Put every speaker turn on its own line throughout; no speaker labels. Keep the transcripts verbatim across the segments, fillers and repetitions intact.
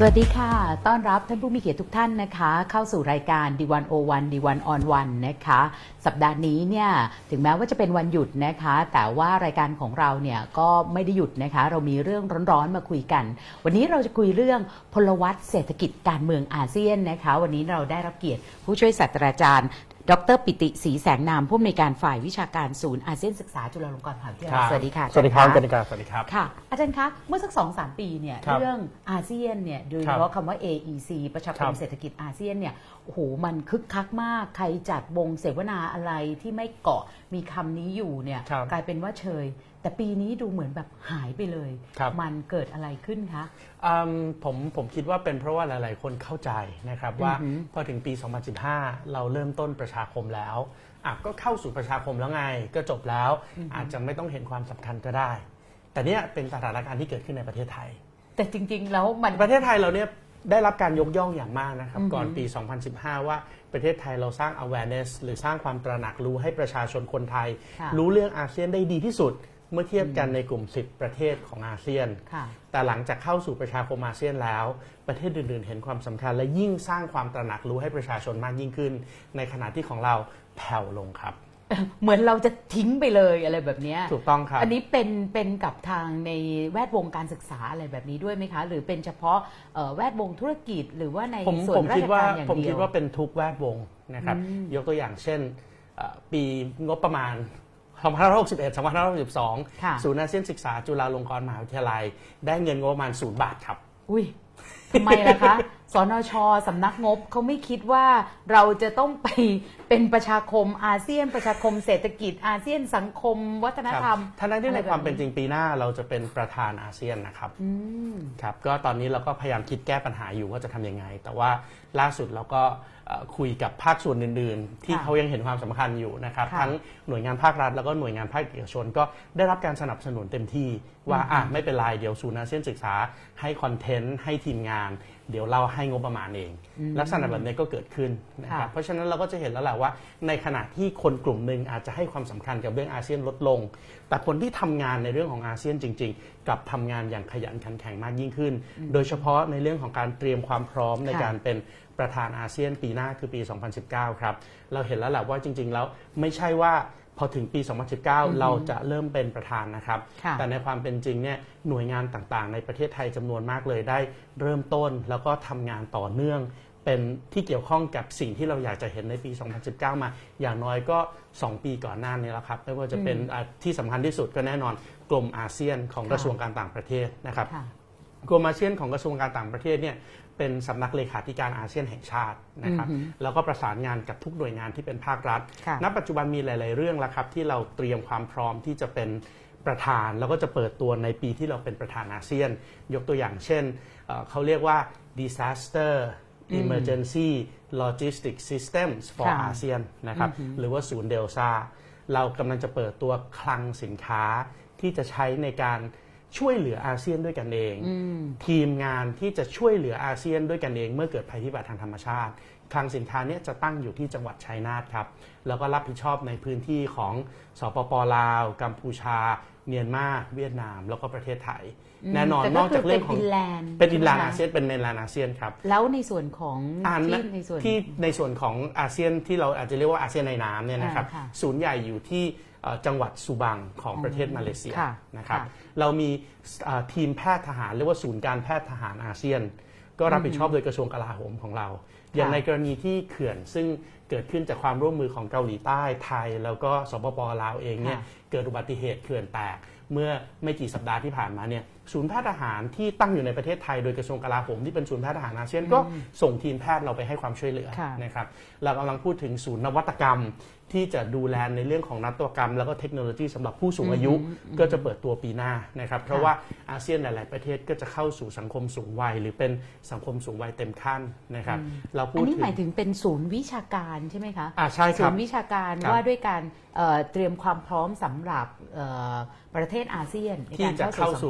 วัสดีค่ะต้อนรับท่านผู้มีเกียรติทุกท่านนะคะเข้าสู่รายการ ดี วัน โอ วัน ดี วัน on วัน นะคะสัปดาห์นี้เนี่ยถึงแม้ว่าจะเป็นวันหยุดนะคะแต่ว่ารายการของเราเนี่ยก็ไม่ได้หยุดนะคะเรามีเรื่องร้อนๆมาคุยกันวันนี้เราจะคุยเรื่องพลวัตเศรษฐกิจการเมืองอาเซียนนะคะวันนี้เราได้รับเกียรติผู้ช่วยศาสตราจารย์ดร.ปิติศรีแสงนามผู้อำนวยการฝ่ายวิชาการศูนย์อาเซียนศึกษาจุฬาลงกรณ์มหาวิทยาลัยสวัสดีค่ะ
สวัสดีครับกนิการสวัสดีครับ
ค่ะอาจารย์คะเมื่อสัก สองสาม ปีเนี่ยเรื่องอาเซียนเนี่ยโดยเฉพาะคำว่า เอ อี ซี ประชาคมเศรษฐกิจอาเซียนเนี่ยโอ้โหมันคึกคักมากใครจัดวงเสวนาอะไรที่ไม่เกาะมีคำนี้อยู่เนี่ยกลายเป็นว่าเชยแต่ปีนี้ดูเหมือนแบบหายไปเลยมันเกิดอะไรขึ้นคะ
ผมผมคิดว่าเป็นเพราะว่าหลายๆคนเข้าใจนะครับว่าพอถึงปีสองพันสิบห้าเราเริ่มต้นประชาคมแล้วก็เข้าสู่ประชาคมแล้วไงก็จบแล้วอาจจะไม่ต้องเห็นความสำคัญก็ได้แต่เนี่ยเป็นสถานการณ์ที่เกิดขึ้นในประเทศไทย
แต่จริงๆแล้วมัน
ประเทศไทยเราเนี่ยได้รับการยกย่องอย่างมากนะครับก่อนปีสองพันสิบห้าว่าประเทศไทยเราสร้าง awareness หรือสร้างความตระหนักรู้ให้ประชาชนคนไทยรู้เรื่องอาเซียนได้ดีที่สุดเมื่อเทียบกันในกลุ่มสิบประเทศของอาเซียนแต่หลังจากเข้าสู่ประชาคมอาเซียนแล้วประเทศอื่นๆเห็นความสำคัญและยิ่งสร้างความตระหนักรู้ให้ประชาชนมากยิ่งขึ้นในขณะที่ของเราแผ่วลงครับ
เหมือนเราจะทิ้งไปเลยอะไรแบบนี้
ถูกต้องครับ
อันนี้เป็นเป็นกับทางในแวดวงการศึกษาอะไรแบบนี้ด้วยไหมคะหรือเป็นเฉพาะแวดวงธุรกิจหรือว่าในส่วนราชการอย่างเดียว
ผมคิดว่าเป็นทุกแวดวงนะครับยกตัวอย่างเช่นปีงบประมาณสองพันห้าร้อยหกสิบเอ็ด สองพันห้าร้อยหกสิบสองศูนย์อาเซียนศึกษาจุฬาลงกรณ์มหาวิทยาลัยได้เงินงบประมาณศูนย์บาทครับ
อุ้ยทำไมล่ะคะ สนช.สำนักงบเขาไม่คิดว่าเราจะต้องไปเป็นประชาคมอาเซียนประชาคมเศรษฐกิจอาเซียนสังคมวัฒนธรรม
ทั้งที่ในความเป็นจริงปีหน้าเราจะเป็นประธานอาเซียนนะครับครับก็ตอนนี้เราก็พยายามคิดแก้ปัญหาอยู่ว่าจะทำยังไงแต่ว่าล่าสุดเราก็คุยกับภาคส่วนอื่นๆที่เขายังเห็นความสำคัญอยู่นะครับทั้งหน่วยงานภาครัฐแล้วก็หน่วยงานภาคเอกชนก็ได้รับการสนับสนุนเต็มที่ว่าอ่ะไม่เป็นไรเดี๋ยวศูนย์อาเซียนศึกษาให้คอนเทนต์ให้ทีมงานเดี๋ยวเราให้งบประมาณเองลักษณะแบบนี้ก็เกิดขึ้นนะครับเพราะฉะนั้นเราก็จะเห็นแล้วแหละว่าในขณะที่คนกลุ่มหนึ่งอาจจะให้ความสำคัญกับเรื่องอาเซียนลดลงแต่คนที่ทำงานในเรื่องของอาเซียนจริงๆกับทำงานอย่างขยันขันแข็งมากยิ่งขึ้นโดยเฉพาะในเรื่องของการเตรียมความพร้อมในการเป็นประธานอาเซียนปีหน้าคือปีสองพันสิบเก้าครับเราเห็นแล้วแหละว่าจริงๆแล้วไม่ใช่ว่าพอถึงปีสองพันสิบเก้าเราจะเริ่มเป็นประธานนะครับแต่ในความเป็นจริงเนี่ยหน่วยงานต่างๆในประเทศไทยจำนวนมากเลยได้เริ่มต้นแล้วก็ทำงานต่อเนื่องเป็นที่เกี่ยวข้องกับสิ่งที่เราอยากจะเห็นในปีสองพันสิบเก้ามาอย่างน้อยก็สองปีก่อนหน้านี้แล้วครับไม่ว่าจะเป็นที่สำคัญที่สุดก็แน่นอนกลุ่มอาเซียนของกระทรวงการต่างประเทศนะครับกลุ่มอาเซียนของกระทรวงการต่างประเทศเนี่ยเป็นสำนักเลขาธิการอาเซียนแห่งชาตินะครับแล้วก็ประสานงานกับทุกหน่วยงานที่เป็นภาครัฐณปัจจุบันมีหลายๆเรื่องแล้วครับที่เราเตรียมความพร้อมที่จะเป็นประธานแล้วก็จะเปิดตัวในปีที่เราเป็นประธานอาเซียนยกตัวอย่างเช่นเขาเรียกว่า disaster emergency logistics systems for อาเซียนนะครับหรือว่าศูนย์เดลซ่าเรากำลังจะเปิดตัวคลังสินค้าที่จะใช้ในการช่วยเหลืออาเซียนด้วยกันเองทีมงานที่จะช่วยเหลืออาเซียนด้วยกันเองเมื่อเกิดภัยพิบัติทางธรรมชาติคลังสินค้านี้จะตั้งอยู่ที่จังหวัดชัยนาทครับแล้วก็รับผิดชอบในพื้นที่ของสปป.ลาวกัมพูชาเมียนมาเวียดนามแล้วก็ประเทศไทยแน่นอนนอกจากเรื่องของเป็นอินแลนด์อาเซียนเป็นในแลนด์อาเซียนครับ
แล้วในส่วนของ
ที่ในส่วนที่ในส่วนของอาเซียนที่เราอาจจะเรียกว่าอาเซียนในน้ำเนี่ยนะครับศูนย์ใหญ่อยู่ที่จังหวัดซูบังของประเทศมาเลเซียนะครับเรามีทีมแพทย์ทหารเรียกว่าศูนย์การแพทย์ทหารอาเซียนก็รับผิดชอบโดยกระทรวงกลาโหมของเราอย่างในกรณีที่เขื่อนซึ่งเกิดขึ้นจากความร่วมมือของเกาหลีใต้ไทยแล้วก็สปป.ลาวเองเนี่ยเกิดอุบัติเหตุเขื่อนแตกเมื่อไม่กี่สัปดาห์ที่ผ่านมาเนี่ยศูนย์แพทย์ทหารที่ตั้งอยู่ในประเทศไทยโดยกระทรวงกลาโหมที่เป็นศูนย์แพทย์ทหารอาเซียนก็ส่งทีมแพทย์เราไปให้ความช่วยเหลือนะครับเรากำลังพูดถึงศูนย์นวัตกรรมที่จะดูแลในเรื่องของนวัตกรรมแล้วก็เทคโนโลยีสำหรับผู้สูงอายุก็จะเปิดตัวปีหน้านะครับเพราะว่าอาเซียนหลายๆประเทศก็จะเข้าสู่สังคมสูงวัยหรือเป็นสังคมสูงวัยเต็มขั้นนะครับ
เราพูดถึงอันนี้หมายถึงเป็นศูนย์วิชาการใช่ไหมคะ
อ่าใช่ครับ
ศูนย์วิชาการว่าด้วยการเตรียมความพร้อมสำหรับประเทศอาเซียน
ที่จะเข้าสู่สังคม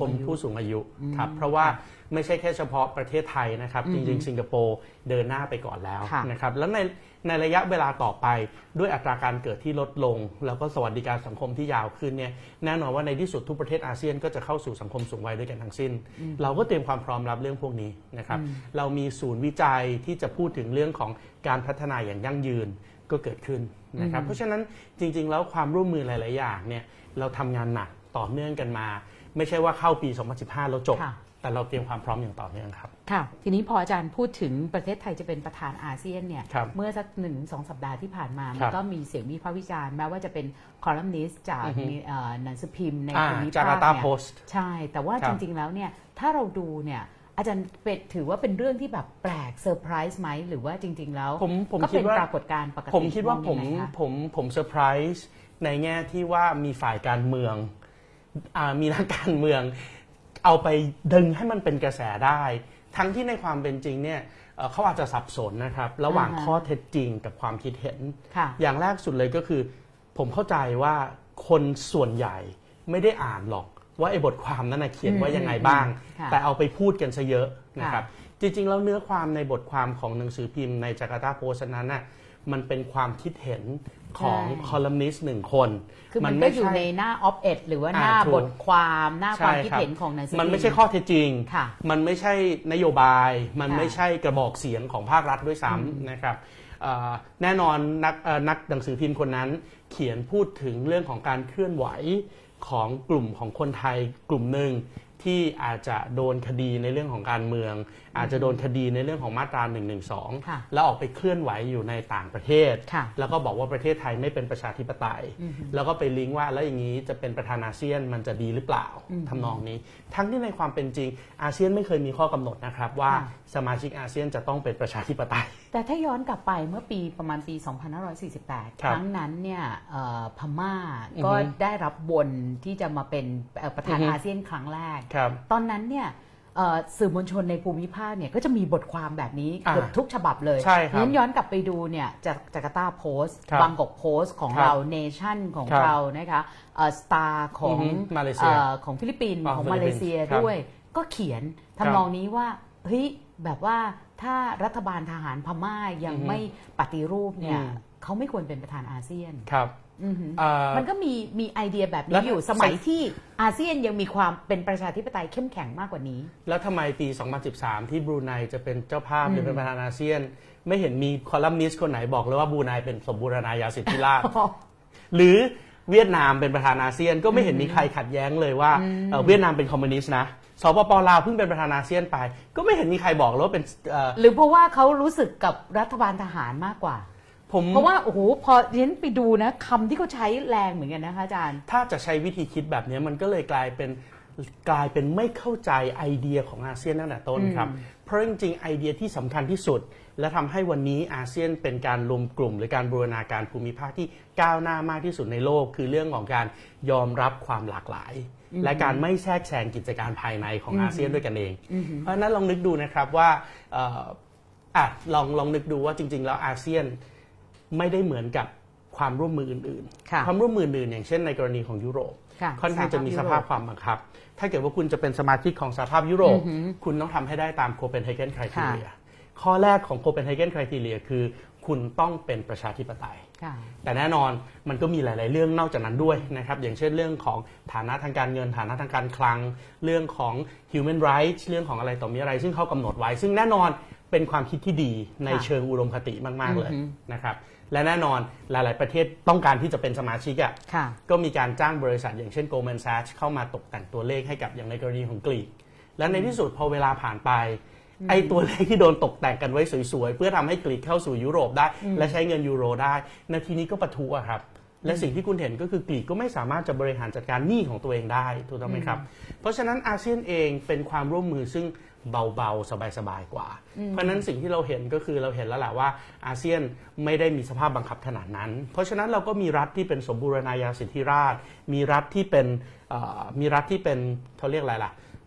คนผู้สูงอายุครับเพราะว่าไม่ใช่แค่เฉพาะประเทศไทยนะครับจริงๆสิงคโปร์เดินหน้าไปก่อนแล้วนะครับแล้วในในระยะเวลาต่อไปด้วยอัตราการเกิดที่ลดลงแล้วก็สวัสดิการสังคมที่ยาวขึ้นเนี่ยแน่นอนว่าในที่สุดทุกประเทศอาเซียนก็จะเข้าสู่สังคมสูงวัยด้วยกันทั้งสิ้นเราก็เตรียมความพร้อมรับเรื่องพวกนี้นะครับเรามีศูนย์วิจัยที่จะพูดถึงเรื่องของการพัฒนาอย่างยั่งยืนก็เกิดขึ้นนะครับเพราะฉะนั้นจริงๆแล้วความร่วมมือหลายๆอย่างเนี่ยเราทำงานหนักต่อเนื่องกันมาไม่ใช่ว่าเข้าปีสองพันสิบห้าแล้วจบแต่เราเตรียมความพร้อมอย่างต่อเนื่องครับ
ค่ะทีนี้พออาจารย์พูดถึงประเทศไทยจะเป็นประธานอาเซียนเนี่ยเมื่อสักหนึ่งสองสัปดาห์ที่ผ่านมามันก็มีเสียงวิพากษ์วิจารณ์แม้ว่าจะเป็นคอลัมนิสต์จากหนังสือพิมพ์ในภูมิภาคเนี่ยใช่แต่ว่าจริงๆแล้วเนี่ยถ้าเราดูเนี่ยอาจารย์เป็นถือว่าเป็นเรื่องที่แบบแปลกเซอร์ไพรส์ไหมหรือว่าจริงๆแล้วก็เป็นปรากฏการณ์ปกติ
ผมคิดว่าผมผมผมเซอร์ไพรส์ในแง่ที่ว่ามีฝ่ายการเมืองมีนักการเมืองเอาไปดึงให้มันเป็นกระแสได้ทั้งที่ในความเป็นจริงเนี่ยเขาอาจจะสับสนนะครับระหว่างข้อเท็จจริงกับความคิดเห็นอย่างแรกสุดเลยก็คือผมเข้าใจว่าคนส่วนใหญ่ไม่ได้อ่านหรอกว่าไอ้บทความนั้นเขียนว่ายังไงบ้างแต่เอาไปพูดกันซะเยอะนะครับจริงๆแล้วเนื้อความในบทความของหนังสือพิมพ์ในจาการ์ตาโพสต์นั้นน่ะมันเป็นความคิดเห็นของคอลัมนิสต์หนึ่งคน
คือมันก็อยู่ในหน้าออฟเอ็ดหรือว่าหน้าบทความหน้าความคิดเห็นของหนังสือพิมพ์
มันไม่ใช่ข้อเท็จจริงมันไม่ใช่นโยบายมันไม่ใช่กระบอกเสียงของภาครัฐด้วยซ้ำนะครับแน่นอนนักนักหนังสือพิมพ์คนนั้นเขียนพูดถึงเรื่องของการเคลื่อนไหวของกลุ่มของคนไทยกลุ่มหนึ่งที่อาจจะโดนคดีในเรื่องของการเมืองอาจจะโดนคดีในเรื่องของมาตราหนึ่งหนึ่งสองแล้วออกไปเคลื่อนไหวอยู่ในต่างประเทศแล้วก็บอกว่าประเทศไทยไม่เป็นประชาธิปไตยแล้วก็ไปลิงก์ว่าแล้วอย่างนี้จะเป็นประธานอาเซียนมันจะดีหรือเปล่าทำนองนี้ทั้งที่ในความเป็นจริงอาเซียนไม่เคยมีข้อกำหนดนะครับว่าสมาชิกอาเซียนจะต้องเป็นประชาธิปไตย
แต่ถ้าย้อนกลับไปเมื่อปีประมาณปีสองพันห้าร้อยสี่สิบแปดครั้งนั้นเนี่ยพม่าก็ได้รับวนที่จะมาเป็นประธานอาเซียนครั้งแรกตอนนั้นเนี่ยสื่อมวลชนในภูมิภาคเนี่ยก็จะมีบทความแบบนี้เกือบทุกฉบับเลยงั้นย้อนกลับไปดูเนี่ยจากจาการ์ตาโพสต์บางกอกโพสต์ของเราเนชั่นของเรานะคะสตาร์ของของฟิลิปปินส์ของมาเลเซียด้วยก็เขียนทำนองนี้ว่าเฮ้ยแบบว่าถ้ารัฐบาลทหารพม่ายังไม่ปฏิรูปเนี่ยเขาไม่ควรเป็นประธานอาเซียนมันก็มีมีไอเดียแบบนี้อยู่สมัยที่อาเซียนยังมีความเป็นประชาธิปไตยเข้มแข็งมากกว่านี้
แล้วทำไมปีสองพันสิบสามที่บรูไนจะเป็นเจ้าภาพหรือเป็นประธานอาเซียนไม่เห็นมีคอลัมนิสต์คนไหนบอกเลยว่าบรูไนเป็นสมบูรณาญาสิทธิราช หรือเวียดนามเป็นประธานอาเซียนก็ไม่เห็นมีใครขัดแย้งเลยว่าเวียดนามเป็นคอมมิวนิสต์นะสปป.ลาวเพิ่งเป็นประธานอาเซียนไปก็ไม่เห็นมีใครบอกเลยว่าเป็น
หรือเพราะว่าเขารู้สึกกับรัฐบาลทหารมากกว่าเพราะว่าโอ้โหพอเรียนไปดูนะคำที่เขาใช้แรงเหมือนกันนะคะอาจารย์
ถ้าจะใช้วิธีคิดแบบนี้มันก็เลยกลายเป็นกลายเป็นไม่เข้าใจไอเดียของอาเซียนตั้งแต่ต้นครับเพราะจริงๆไอเดียที่สำคัญที่สุดและทำให้วันนี้อาเซียนเป็นการรวมกลุ่มหรือการบูรณาการภูมิภาคที่ก้าวหน้ามากที่สุดในโลกคือเรื่องของการยอมรับความหลากหลายและการไม่แทรกแซงกิจการภายในของอาเซียนด้วยกันเองเพราะฉะนั้นลองนึกดูนะครับว่าอ่ะลองลองนึกดูว่าจริงๆแล้วอาเซียนไม่ได้เหมือนกับความร่วมมืออื่นๆความร่วมมืออื่นอย่างเช่นในกรณีของยุโรปค่อนข้างจะมีสภาพความบังคับถ้าเกิดว่าคุณจะเป็นสมาชิกของสหภาพยุโรปคุณต้องทำให้ได้ตามโคเปนเฮเกนไครทีเรียข้อแรกของโคเปนเฮเกนไครทีเรียคือคุณต้องเป็นประชาธิปไตยแต่แน่นอนมันก็มีหลายๆเรื่องนอกจากนั้นด้วยนะครับอย่างเช่นเรื่องของฐานะทางการเงินฐานะทางการคลังเรื่องของ human rights เรื่องของอะไรต่อมีอะไรซึ่งเขากำหนดไว้ซึ่งแน่นอนเป็นความคิดที่ดีในเชิงอุดมคติมากๆเลยนะครับและแน่นอนหลายๆประเทศต้องการที่จะเป็นสมาชิกอ่ะก็มีการจ้างบริษัทอย่างเช่น Goldman Sachs เข้ามาตกแต่งตัวเลขให้กับอย่างในกรณีของกรีกและในที่สุดพอเวลาผ่านไปไอ้ตัวเลขที่โดนตกแต่งกันไว้สวยๆเพื่อทำให้กรีกเข้าสู่ยุโรปได้และใช้เงินยูโรได้นาทีนี้ก็ปะทุอะครับและสิ่งที่คุณเห็นก็คือกรีกก็ไม่สามารถจะบริหารจัดการหนี้ของตัวเองได้ถูกต้องไหมครับเพราะฉะนั้นอาเซียนเองเป็นความร่วมมือซึ่งเบาๆสบายๆกว่าเพราะนั้นสิ่งที่เราเห็นก็คือเราเห็นแล้วแหละว่าอาเซียนไม่ได้มีสภาพบังคับขนาดนั้นเพราะฉะนั้นเราก็มีรัฐที่เป็นสมบูรณาญาสิทธิราชย์มีรัฐที่เป็นมีรัฐที่เป็นเขาเรียกอะไรล่ะ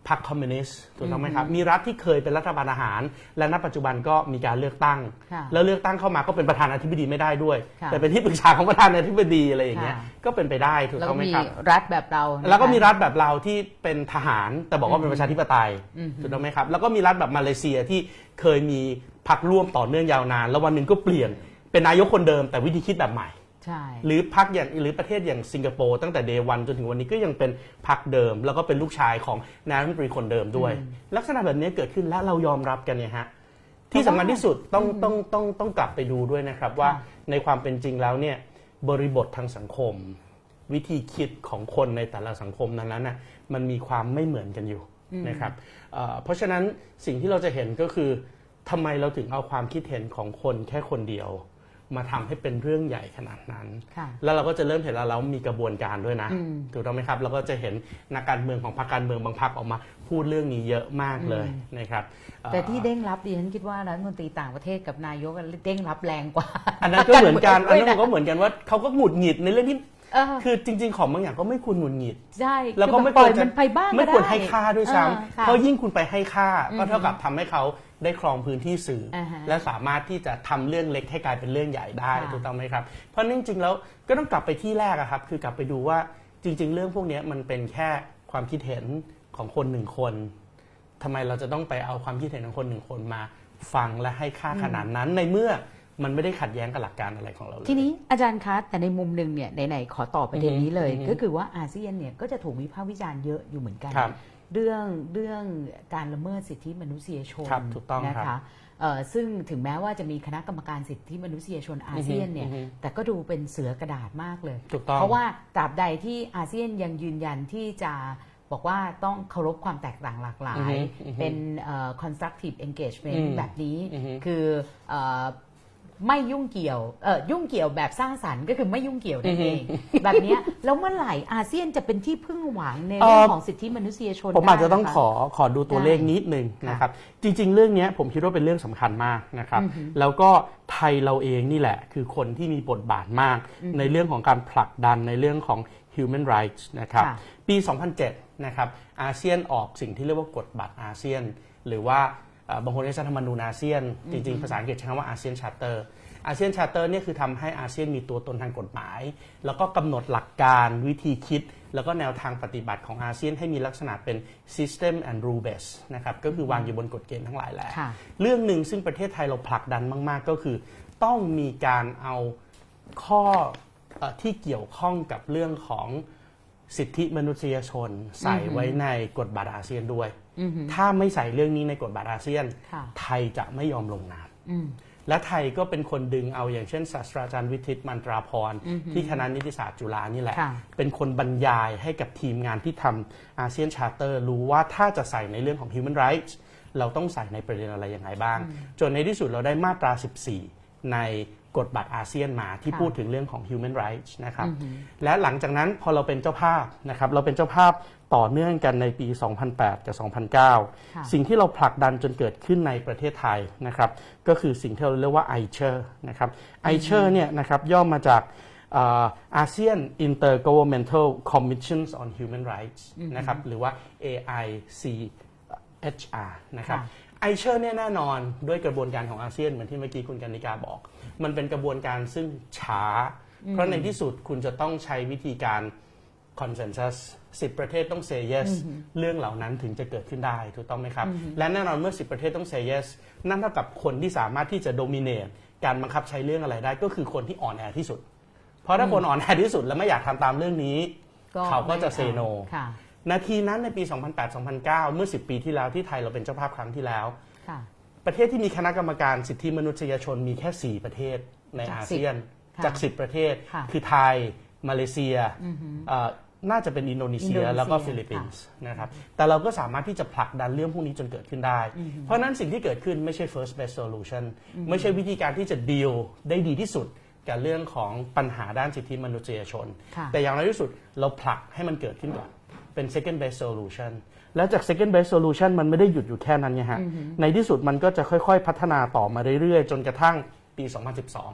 พรรคคอมมิวนิสต์ถูกต้องไหมครับมีรัฐที่เคยเป็นรัฐบาลอาหารและณปัจจุบันก็มีการเลือกตั้งแล้วเลือกตั้งเข้ามาก็เป็นประธานาธิบดีไม่ได้ด้วยแต่เป็นที่ปรึกษาของประธานาธิบดีอะไรอย่างเงี้ยก็เป็นไปได้ถูกต้องไหมครับ
แล้วก็มีรัฐแบบเรา
แล้วก็มีรัฐแบบเราที่เป็นทหารแต่บอกว่าเป็นประชาธิปไตยถูกต้องไหมครับแล้วก็มีรัฐแบบมาเลเซียที่เคยมีพรรคร่วมต่อเนื่องยาวนานแล้ววันหนึ่งก็เปลี่ยนเป็นนายกคนเดิมแต่วิธีคิดแบบใหม่หรือพรรคอย่างหรือประเทศอย่างสิงคโปร์ตั้งแต่เดย์วันจนถึงวันนี้ก็ยังเป็นพรรคเดิมแล้วก็เป็นลูกชายของนายกรัฐมนตรีคนเดิมด้วยลักษณะแบบนี้เกิดขึ้นและเรายอมรับกันเนี่ยฮะที่สำคัญที่สุดต้องต้องต้องต้องกลับไปดูด้วยนะครับว่าในความเป็นจริงแล้วเนี่ยบริบททางสังคมวิธีคิดของคนในแต่ละสังคมนั้นน่ะมันมีความไม่เหมือนกันอยู่นะครับเพราะฉะนั้นสิ่งที่เราจะเห็นก็คือทำไมเราถึงเอาความคิดเห็นของคนแค่คนเดียวมาทำให้เป็นเรื่องใหญ่ขนาดนั้นแล้วเราก็จะเริ่มเห็นแล้วเรามีกระบวนการด้วยนะถูกต้องไหมครับเราก็จะเห็นนักการเมืองของพรรคการเมืองบางพรรคออกมาพูดเรื่องนี้เยอะมากเลยนะครับ
แต่ที่เด้งรับดิฉันคิดว่ารัฐมนตรีต่างประเทศกับนายกเด้งรับแรงกว่า
อันนั้นก็เหมือนกันอันนั้นก็เหมือนกันว่าเขาก็หงุดหงิดในเรื่องที่คือจริงๆของบางอย่างก็ไม่ควรหงุดหงิด
ใช่
แล้วก็ไม่
ควร
จะไม่ควรให้ค่าด้วยซ้ำเพราะยิ่งคุณไปให้ค่าก็เท่ากับทำให้เขาได้ครองพื้นที่สื่อและสามารถที่จะทำเรื่องเล็กให้กลายเป็นเรื่องใหญ่ได้ถูกต้องไหมครับเพราะจริงๆแล้วก็ต้องกลับไปที่แรกครับคือกลับไปดูว่าจริงๆเรื่องพวกนี้มันเป็นแค่ความคิดเห็นของคนหนึ่งคนทำไมเราจะต้องไปเอาความคิดเห็นของคนหนึ่งคนมาฟังและให้ค่าขนาดนั้นในเมื่อมันไม่ได้ขัดแย้งกับหลักการอะไรของเราเลย
ทีนี้อาจารย์คะแต่ในมุมหนึ่งเนี่ยไหนๆขอตอบประเด็นนี้เลยก็คือว่าอาเซียนเนี่ยก็จะถูกวิพากษ์วิจารณ์เยอะอยู่เหมือนกันเรื่องเรื่องการละเมิดสิทธิมนุษยชนนะคะซึ่งถึงแม้ว่าจะมีคณะกรรมการสิทธิมนุษยชนอาเซียนเนี่ยแต่ก็ดูเป็นเสือกระดาษมากเลยเพราะว่าตราบใดที่อาเซียนยังยืนยันที่จะบอกว่าต้องเคารพความแตกต่างหลากหลายเป็น constructive engagement แบบนี้คือไม่ยุ่งเกี่ยวเอ่อยุ่งเกี่ยวแบบสร้างสรรค์ก็คือไม่ยุ่งเกี่ยวนั่นเองแบบนี้แล้วเมื่อไหร่อาเซียนจะเป็นที่พึ่งหวังในเรื่องของสิทธิมนุษยชน
ผมอาจจะต้องขอขอดูตัวเลขนิดนึงนะครับจริงๆเรื่องนี้ผมคิดว่าเป็นเรื่องสำคัญมากนะครับแล้วก็ไทยเราเองนี่แหละคือคนที่มีบทบาทมากในเรื่องของการผลักดันในเรื่องของ human rights นะครับปี สองพันเจ็ด นะครับอาเซียนออกสิ่งที่เรียกว่ากฎบัตรอาเซียนหรือว่าบางคนเรียกธรรมนูญอาเซียนจริงๆภาษาอังกฤษใช้คำว่าอาเซียนชาร์เตอร์อาเซียนชาร์เตอร์เนี่ยคือทำให้อาเซียนมีตัวตนทางกฎหมายแล้วก็กำหนดหลักการวิธีคิดแล้วก็แนวทางปฏิบัติของอาเซียนให้มีลักษณะเป็น system and rule based นะครับก็คือวางอยู่บนกฎเกณฑ์ทั้งหลายแหละเรื่องหนึ่งซึ่งประเทศไทยเราผลักดันมากๆก็คือต้องมีการเอาข้อที่เกี่ยวข้องกับเรื่องของสิทธิมนุษยชนใส่ไว้ในกฎบัตรอาเซียนด้วยถ้าไม่ใส่เรื่องนี้ในกฎบัตรอาเซียนไทยจะไม่ยอมลงนามและไทยก็เป็นคนดึงเอาอย่างเช่นศาสตราจารย์วิทิตมันตราพรที่คณะนิติศาสตร์จุฬานี่แหละเป็นคนบรรยายให้กับทีมงานที่ทำอาเซียนชาร์เตอร์รู้ว่าถ้าจะใส่ในเรื่องของ human rights เราต้องใส่ในประเด็นอะไรยังไงบ้างจนในที่สุดเราได้มาตราสิบสี่ในกฎบัตรอาเซียนมาที่พูดถึงเรื่องของ human rights นะครับและหลังจากนั้นพอเราเป็นเจ้าภาพนะครับเราเป็นเจ้าภาพต่อเนื่องกันในปี สองพันแปด กับ สองพันเก้า สิ่งที่เราผลักดันจนเกิดขึ้นในประเทศไทยนะครับก็คือสิ่งที่เราเรียกว่า ไอ เช อี อาร์ นะครับ ไอ เช อี อาร์ เนี่ยนะครับย่อมาจาก อาเซียน Intergovernmental Commissions on Human Rights นะครับหรือว่า เอ ไอ ซี เอช อาร์ นะครับ ไอ เช อี อาร์ เนี่ยแน่นอนด้วยกระบวนการของอาเซียนเหมือนที่เมื่อกี้คุณกนิกาบอกมันเป็นกระบวนการซึ่งช้าเพราะในที่สุดคุณจะต้องใช้วิธีการconsensus สิบประเทศต้อง say yes เรื่องเหล่านั้นถึงจะเกิดขึ้นได้ถูกต้องไหมครับและแน่นอนเมื่อสิบประเทศต้อง say yes นั่นเท่ากับคนที่สามารถที่จะ dominate การบังคับใช้เรื่องอะไรได้ก็คือคนที่อ่อนแอที่สุดเพราะถ้าคนอ่อนแอที่สุดและไม่อยากทำตามเรื่องนี้เขาก็จะ say no นาทีนั้นในปี สองพันแปด สองพันเก้า เมื่อสิบปีที่แล้วที่ไทยเราเป็นเจ้าภาพครั้งที่แล้วประเทศที่มีคณะกรรมการสิทธิมนุษยชนมีแค่สี่ประเทศในอาเซียนจากสิบประเทศคือไทยมาเลเซียน่าจะเป็นอินโดนีเซียแล้วก็ฟิลิปปินส์นะครับแต่เราก็สามารถที่จะผลักดันเรื่องพวกนี้จนเกิดขึ้นได้เพราะนั้นสิ่งที่เกิดขึ้นไม่ใช่ first best solution ไม่ใช่วิธีการที่จะ deal ได้ดีที่สุดกับเรื่องของปัญหาด้านสิทธิมนุษยชนแต่อย่างน้อยที่สุดเราผลักให้มันเกิดขึ้นก่อนเป็น second best solution แล้วจาก second best solution มันไม่ได้หยุดอยู่แค่นั้นไงฮะในที่สุดมันก็จะค่อยๆพัฒนาต่อมาเรื่อยๆจนกระทั่งปี สองพันสิบสอง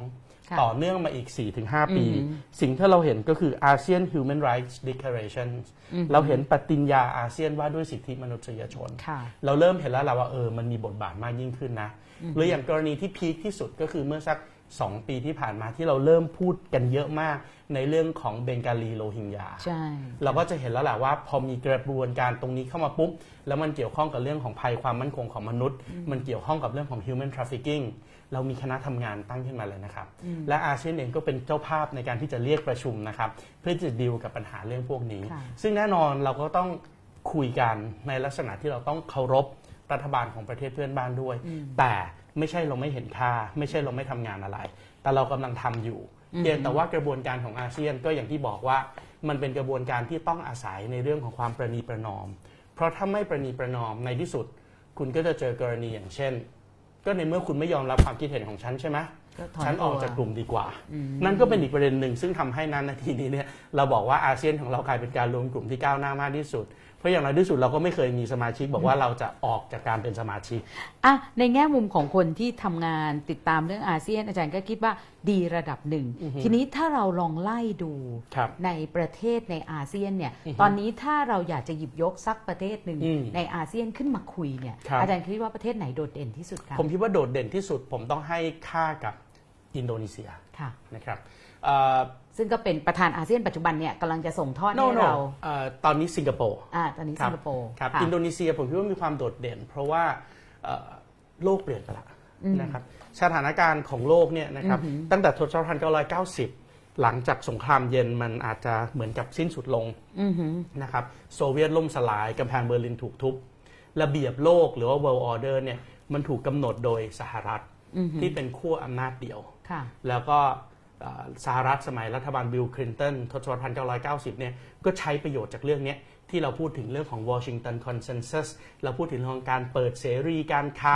ต่อเนื่องมาอีก สี่ถึงห้า ปีสิ่งที่เราเห็นก็คือ อาเซียน Human Rights Declaration เราเห็นปฏิญญาอาเซียนว่าด้วยสิทธิมนุษยชนเราเริ่มเห็นแล้วแหละว่าเออมันมีบทบาทมากยิ่งขึ้นนะหรืออย่างกรณีที่พีคที่สุดก็คือเมื่อสักสองปีที่ผ่านมาที่เราเริ่มพูดกันเยอะมากในเรื่องของเบงกาลีโรฮิงญาใช่เราก็จะเห็นแล้วแหละว่าพอมีกระบวนการตรงนี้เข้ามาปุ๊บแล้วมันเกี่ยวข้องกับเรื่องของภัยความมั่นคงของมนุษย์มันเกี่ยวข้องกับเรื่องของ human trafficking เรามีคณะทำงานตั้งขึ้นมาเลยนะครับและอาเซียนเองก็เป็นเจ้าภาพในการที่จะเรียกประชุมนะครับเพื่อจะดีลกับปัญหาเรื่องพวกนี้ซึ่งแน่นอนเราก็ต้องคุยกันในลักษณะที่เราต้องเคารพรัฐบาลของประเทศเพื่อนบ้านด้วยแต่ไม่ใช่เราไม่เห็นค่าไม่ใช่เราไม่ทำงานอะไรแต่เรากำลังทำอยู่เพียงแต่ว่ากระบวนการของอาเซียนก็อย่างที่บอกว่ามันเป็นกระบวนการที่ต้องอาศัยในเรื่องของความประนีประนอมเพราะถ้าไม่ประนีประนอมในที่สุดคุณก็จะเจอกรณีอย่างเช่นก็ในเมื่อคุณไม่ยอมรับความคิดเห็นของฉันใช่ไหมฉันออกจากกลุ่มดีกว่านั่นก็เป็นอีกประเด็นหนึ่งซึ่งทำให้นั้นนาทีนี้เนี่ยเราบอกว่าอาเซียนของเรากลายเป็นการรวมกลุ่มที่ก้าวหน้ามากที่สุดเพราะอย่างไรที่สุดเราก็ไม่เคยมีสมาชิกบอกว่าเราจะออกจากการเป็นสมาชิก
อ่ะในแง่มุมของคนที่ทำงานติดตามเรื่องอาเซียนอาจารย์ก็คิดว่าดีระดับหนึ่งทีนี้ถ้าเราลองไล่ดูในประเทศในอาเซียนเนี่ยตอนนี้ถ้าเราอยากจะหยิบยกสักประเทศหนึ่งในอาเซียนขึ้นมาคุยเนี่ยอาจารย์คิดว่าประเทศไหนโดดเด่นที่สุดคะ
ผมคิดว่าโดดเด่นที่สุดผมต้องให้ค่ากับอินโดนีเซียนะครับ
ซึ่งก็เป็นประธานอาเซียนปัจจุบันเนี่ยกำลังจะส่งทอดให้เรา
ตอนนี้สิงคโปร์
อ่าตอนนี้สิงคโปร์
ครับอินโดนีเซียผมคิดว่ามีความโดดเด่นเพราะว่าโลกเปลี่ยนไปแล้วนะครับสถานการณ์ของโลกเนี่ยนะครับตั้งแต่ทศวรรษหนึ่งพันเก้าร้อยเก้าสิบหลังจากสงครามเย็นมันอาจจะเหมือนกับสิ้นสุดลงนะครับโซเวียตล่มสลายกำแพงเบอร์ลินถูกทุบระเบียบโลกหรือว่า world order เนี่ยมันถูกกำหนดโดยสหรัฐที่เป็นขั้วอำนาจเดียวแล้วก็สหรัฐสมัยรัฐบาลบิลคลินตันทศวรรษหนึ่งพันเก้าร้อยเก้าสิบเนี่ยก็ใช้ประโยชน์จากเรื่องนี้ที่เราพูดถึงเรื่องของ Washington Consensus เราพูดถึงเรื่องการเปิดเสรีการค้า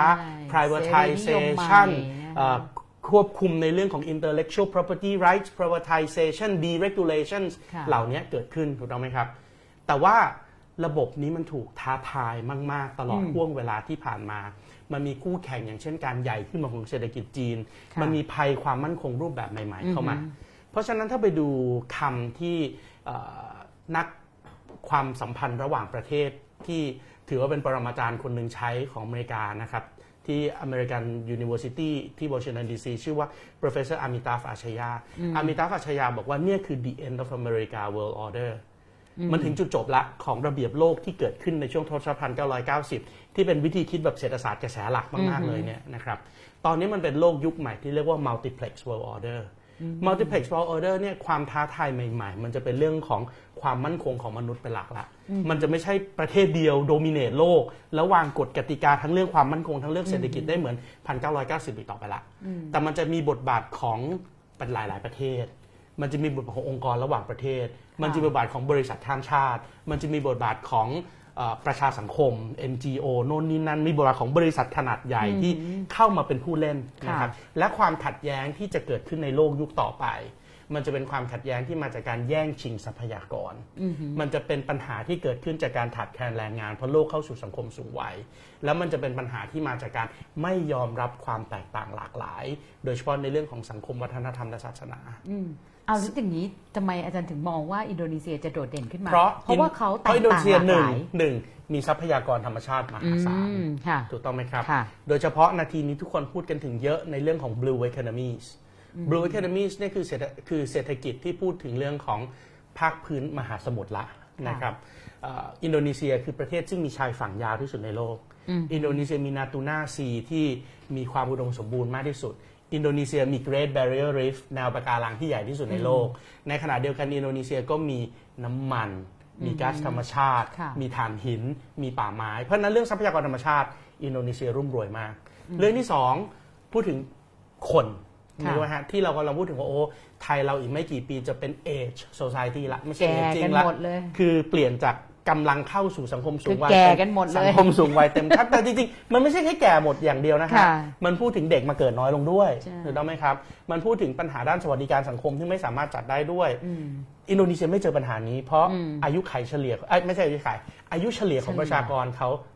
privatization ควบคุมในเรื่องของ intellectual property rights privatization deregulations เหล่านี้เกิดขึ้นถูกต้องไหมครับแต่ว่าระบบนี้มันถูกท้าทายมากๆตลอดห่วงเวลาที่ผ่านมามันมีคู่แข่งอย่างเช่นการใหญ่ขึ้นมาของเศรษฐกิจจีนมันมีภัยความมั่นคงรูปแบบใหม่ๆเข้ามาเพราะฉะนั้นถ้าไปดูคำที่นักความสัมพันธ์ระหว่างประเทศที่ถือว่าเป็นปรมาจารย์คนหนึ่งใช้ของอเมริกานะครับที่ American University ที่ Washington ดี ซี ชื่อว่า Professor Amitav Achaya Amitav Achaya บอกว่าเนี่ยคือ the end of America world orderมันถึงจุดจบละของระเบียบโลกที่เกิดขึ้นในช่วงทศวรรษหนึ่งพันเก้าร้อยเก้าสิบที่เป็นวิธีคิดแบบเศรษฐศาสตร์กระแสหลักมากๆเลยเนี่ยนะครับตอนนี้มันเป็นโลกยุคใหม่ที่เรียกว่า multiplex world order multiplex world order เนี่ยความท้าทายใหม่ๆมันจะเป็นเรื่องของความมั่นคงของมนุษย์เป็นหลักละมันจะไม่ใช่ประเทศเดียวโดมิเนตโลกแล้ววางกฎกติกาทั้งเรื่องความมั่นคงทั้งเรื่องเศรษฐกิจได้เหมือนหนึ่งพันเก้าร้อยเก้าสิบอีกต่อไปละแต่มันจะมีบทบาทของเป็นหลายๆประเทศมันจะมีบทบาทขององค์กรระหว่างประเทศมันจะมีบทบาทของบริษัทข้ามชาติมันจะมีบทบาทของประชาสังคม เอ็น จี โอ โน่นนี่นั่นมีบทบาทของบริษัทขนาดใหญ่ที่เข้ามาเป็นผู้เล่นนะครับและความขัดแย้งที่จะเกิดขึ้นในโลกยุคต่อไปมันจะเป็นความขัดแย้งที่มาจากการแย่งชิงทรัพยากรมันจะเป็นปัญหาที่เกิดขึ้นจากการขาดแคลนแรงงานเพราะโลกเข้าสู่สังคมสูงวัยแล้วมันจะเป็นปัญหาที่มาจากการไม่ยอมรับความแตกต่างหลากหลายโดยเฉพาะในเรื่องของสังคมวัฒนธรรมและศาสนา
เอาอย่างนี้ทำไมอาจารย์ถึงมองว่าอินโดนีเซียจะโดดเด่นขึ้นมา
เพราะ
เพราะว่าเขาแตกต่างหลากหลาย
อินโดนีเซียหนึ่งหนึ่งมีทรัพยากรธรรมชาติมหาศาลถูกต้องไหมครับโดยเฉพาะนาทีนี้ทุกคนพูดกันถึงเยอะในเรื่องของ blue economies blue economies นี่คือคือเศรษฐกิจที่พูดถึงเรื่องของภาคพื้นมหาสมุทรละนะครับอินโดนีเซียคือประเทศซึ่งมีชายฝั่งยาวที่สุดในโลกอินโดนีเซียมีนาตูน่าซีที่มีความอุดมสมบูรณ์มากที่สุดอินโดนีเซียมี Great Barrier Reef แนวปะการังที่ใหญ่ที่สุดในโลกในขณะเดียวกันอินโดนีเซียก็มีน้ำมันมีก๊าซธรรมชาติมีถ่านหินมีป่าไม้เพราะนั้นเรื่องทรัพยากรธรรมชาติอินโดนีเซียรุ่มรวยมากเรื่องที่สองพูดถึงคนนี่ว่าฮะที่เรากำลังพูดถึงว่าโอ้ไทยเราอีกไม่กี่ปีจะเป็น age society ละไม่ใช่ aging ละคือเปลี่ยนจากกำลังเข้าสู่สังคมสูงวัยสังคมสูงวัยเต็มทัพแต่จริงๆมันไม่ใช่แค่แก่หมดอย่างเดียวนะครับมันพูดถึงเด็กมาเกิดน้อยลงด้วยถูกต้องไหมครับมันพูดถึงปัญหาด้านสวัสดิการสังคมที่ไม่สามารถจัดได้ด้วยอินโดนีเซียไม่เจอปัญหานี้เพราะอายุไขเฉลี่ยไม่ใช่อายุไขอายุเฉลี่ยของประชากรเขา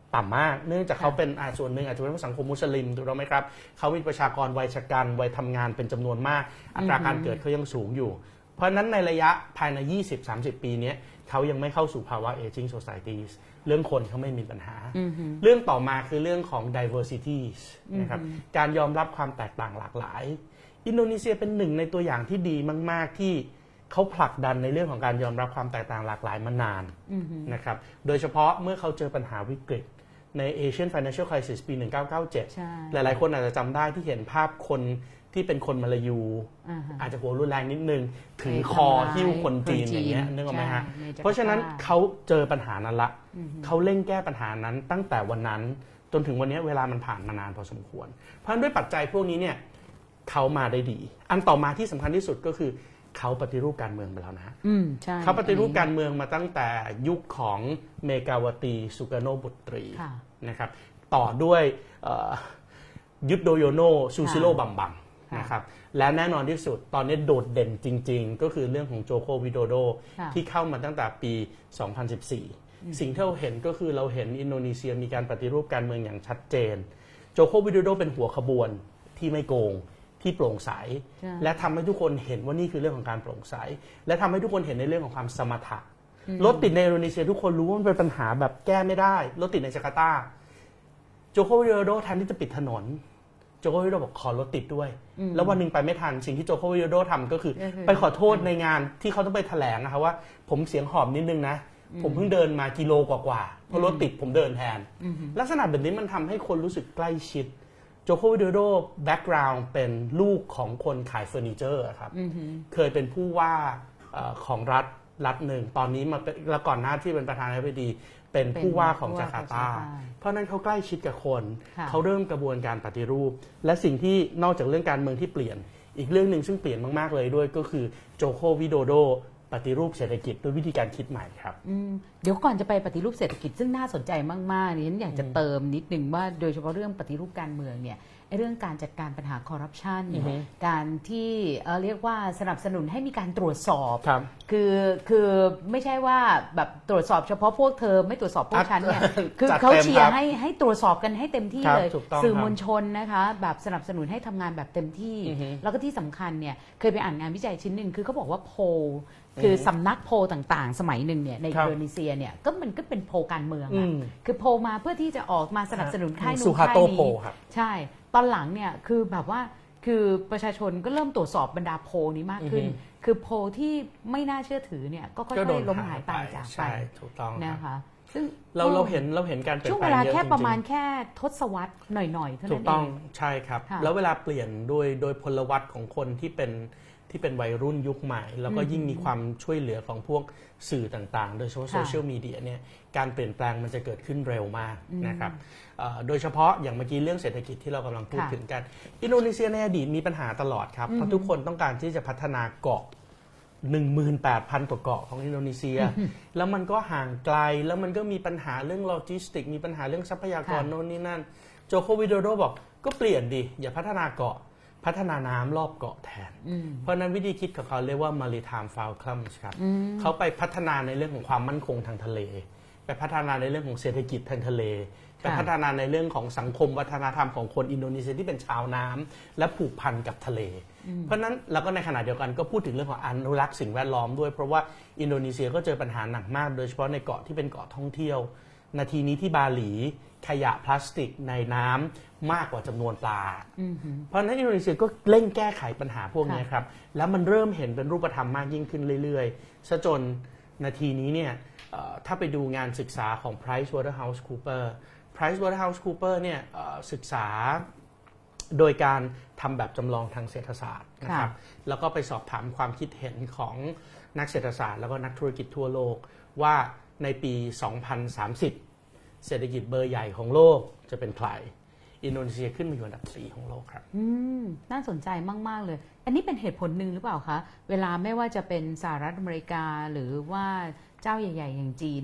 ต่ำมากเนื่องจากเขาเป็นอาส่วนหนึ่งอาจจะเป็นสังคมมุสลิมถูกต้องไหมครับเขามีประชากรวัยชกันวัยทำงานเป็นจำนวนมากอัตราการเกิดเขายังสูงอยู่เพราะนั้นในระยะภายใน ยี่สิบถึงสามสิบ ปีนี้เขายังไม่เข้าสู่ภาวะ aging societies เรื่องคนเขาไม่มีปัญหาเรื่องต่อมาคือเรื่องของ diversity นะครับการยอมรับความแตกต่างหลากหลายอินโดนีเซียเป็นหนึ่งในตัวอย่างที่ดีมากๆที่เขาผลักดันในเรื่องของการยอมรับความแตกต่างหลากหลายมานานนะครับโดยเฉพาะเมื่อเขาเจอปัญหาวิกฤตใน Asian Financial Crisis ปี หนึ่งเก้าเก้าเจ็ด หลายๆคนอาจจะจำได้ที่เห็นภาพคนที่เป็นคนมาลายู uh-huh. อาจจะหัวรุนแรงนิดนึงถือคอหิ้วคนจีนอย่างเงี้ยนึกออกไหมฮะเพราะฉะนั้นเขาเจอปัญหานั้นละ uh-huh. เขาเร่งแก้ปัญหานั้นตั้งแต่วันนั้นจนถึงวันนี้เวลามันผ่านมานานพอสมควรเพราะฉะนั้นด้วยปัจจัยพวกนี้เนี่ยเขามาได้ดีอันต่อมาที่สำคัญที่สุดก็คือเขาปฏิรูปการเมืองไปแล้วนะเขาปฏิรูปการเมืองมาตั้งแต่ยุคของเมกาวตีสุการโนบุตรีนะครับต่อด้วยยุทธโดโยโนซูซิโลบัมบัมนะครับและแน่นอนที่สุดตอนนี้โดดเด่นจริงๆก็คือเรื่องของโจโควิโดโดที่เข้ามาตั้งแต่ปี สองพันสิบสี่ สิ่งที่เราเห็นก็คือเราเห็นอินโดนีเซียมีการปฏิรูปการเมืองอย่างชัดเจนโจโควิโดโดเป็นหัวขบวนที่ไม่โกงที่โปร่งใสและทำให้ทุกคนเห็นว่านี่คือเรื่องของการโปร่งใสและทำให้ทุกคนเห็นในเรื่องของความสมถะรถติดในอินโดนีเซียทุกคนรู้ว่ามันเป็นปัญหาแบบแก้ไม่ได้รถติดในจาการ์ตาโจโควิโดโดแทนที่จะปิดถนนโจโควิโดโดบอกขอรถติดด้วยแล้ววันหนึ่งไปไม่ทันสิ่งที่โจโควิโดโดทำก็คือไปขอโทษในงานที่เขาต้องไปแถลงนะครับว่าผมเสียงหอบนิดนึงนะผมเพิ่งเดินมากิโลกว่าๆเพราะรถติดผมเดินแทนลักษณะแบบนี้มันทำให้คนรู้สึกใกล้ชิดโจโควิโดโดแบ็กกราวด์เป็นลูกของคนขายเฟอร์นิเจอร์ครับเคยเป็นผู้ว่าของรัฐรัฐหนึ่งตอนนี้มาเป็นแล้วก่อนหน้าที่เป็นประธานาธิบดีเป็นผู้ว่าของจาการ์ตาเพราะนั้นเขาใกล้ชิดกับคนเขาเริ่มกระบวนการปฏิรูปและสิ่งที่นอกจากเรื่องการเมืองที่เปลี่ยนอีกเรื่องหนึ่งซึ่งเปลี่ยนมากๆเลยด้วยก็คือโจโควิโดโดปฏิรูปเศรษฐกิจด้วยวิธีการคิดใหม่ครับ
เดี๋ยวก่อนจะไปปฏิรูปเศรษฐกิจซึ่งน่าสนใจมากๆนี่ฉันอยากจะเติมนิดนึงว่าโดยเฉพาะเรื่องปฏิรูปการเมืองเนี่ยเรื่องการจัดการปัญหาคอร์รัปชันการที่เอ่อเรียกว่าสนับสนุนให้มีการตรวจสอบคือคือไม่ใช่ว่าแบบตรวจสอบเฉพาะพวกเธอไม่ตรวจสอบพวกฉันเนี่ยคือเขาเชียร์ให้ให้ตรวจสอบกันให้เต็มที่เลยสื่อมวลชนนะคะแบบสนับสนุนให้ทำงานแบบเต็มที่แล้วก็ที่สำคัญเนี่ยเคยไปอ่านงานวิจัยชิ้นหนึ่งคือเขาบอกว่าโพลคือสำนักโพลต่างๆสมัยหนึ่งเนี่ยในอินโดนีเซียเนี่ยก็มันก็เป็นโพลการเมืองอะคือโพลมาเพื่อที่จะออกมาสนับสนุนค่ายนู้นค่ายนี้ใช่ตอนหลังเนี่ยคือแบบว่าคือประชาชนก็เริ่มตรวจสอบบรรดาโพลนี้มากขึ้นคือโพลที่ไม่น่าเชื่อถือเนี่ยก็ค่อยๆล้มหายตายจากไป
ถูกต้อง
นะคะซึ่ง
เราเราเห็นเราเห็นการเปลี่ยนแปลง
ช่วงเวลาแค่ประมาณแค่ทศวรรษหน่อยๆเท่านั้นเอง
ถูกต้องใช่ครับแล้วเวลาเปลี่ยนโดยโดยพลวัตของคนที่เป็นที่เป็นวัยรุ่นยุคใหม่แล้วก็ยิ่งมีความช่วยเหลือของพวกสื่อต่างๆโดยเฉพาะโซเชียลมีเดียเนี่ยการเปลี่ยนแปลงมันจะเกิดขึ้นเร็วมากนะครับโดยเฉพาะอย่างเมื่อกี้เรื่องเศรษฐกิจที่เรากำลังพูดถึงกันอินโดนีเซียในอดีตมีปัญหาตลอดครับเพราะทุกคนต้องการที่จะพัฒนาเกาะ หนึ่งหมื่นแปดพัน ตัวเกาะของอินโดนีเซียแล้วมันก็ห่างไกลแล้วมันก็มีปัญหาเรื่องโลจิสติกมีปัญหาเรื่องทรัพยากรโน่นนี่นั่นโจโควิโดโดบอกก็เปลี่ยนดิอย่าพัฒนาเกาะพัฒนาน้ำรอบเกาะแทนเพราะนั้นวิธีคิดของเขาเรียกว่า maritime fulcrums ครับเขาไปพัฒนาในเรื่องของความมั่นคงทางทะเลไปพัฒนาในเรื่องของเศรษฐกิจทางทะเลไปพัฒนาในเรื่องของสังคมวัฒนธรรมของคนอินโดนีเซียที่เป็นชาวน้ำและผูกพันกับทะเลเพราะนั้นแล้วก็ในขณะเดียวกันก็พูดถึงเรื่องของอนุรักษ์สิ่งแวดล้อมด้วยเพราะว่าอินโดนีเซียก็เจอปัญหาหนักมากโดยเฉพาะในเกาะที่เป็นเกาะท่องเที่ยวนาทีนี้ที่บาหลีขยะพลาสติกในน้ำมากกว่าจำนวนปลาเพราะฉะนั้นอินโดนีเซียก็เร่งแก้ไขปัญหาพวกนี้ครับแล้วมันเริ่มเห็นเป็นรูปธรรมมากยิ่งขึ้นเรื่อยๆซะจนนาทีนี้เนี่ยถ้าไปดูงานศึกษาของ PricewaterhouseCoopers PricewaterhouseCoopers เนี่ยศึกษาโดยการทำแบบจำลองทางเศรษฐศาสตร์นะครับแล้วก็ไปสอบถามความคิดเห็นของนักเศรษฐศาสตร์แล้วก็นักธุรกิจทั่วโลกว่าในปี สองพันสามสิบ เศรษฐกิจเบอร์ใหญ่ของโลกจะเป็นใครอินโดนีเซียขึ้นมาอยู่อันดับสี่ของโลกครับ
อืมน่าสนใจมากๆเลยอันนี้เป็นเหตุผลหนึ่งหรือเปล่าคะเวลาไม่ว่าจะเป็นสหรัฐอเมริกาหรือว่าเจ้าใหญ่ๆอย่างจีนเนี่ย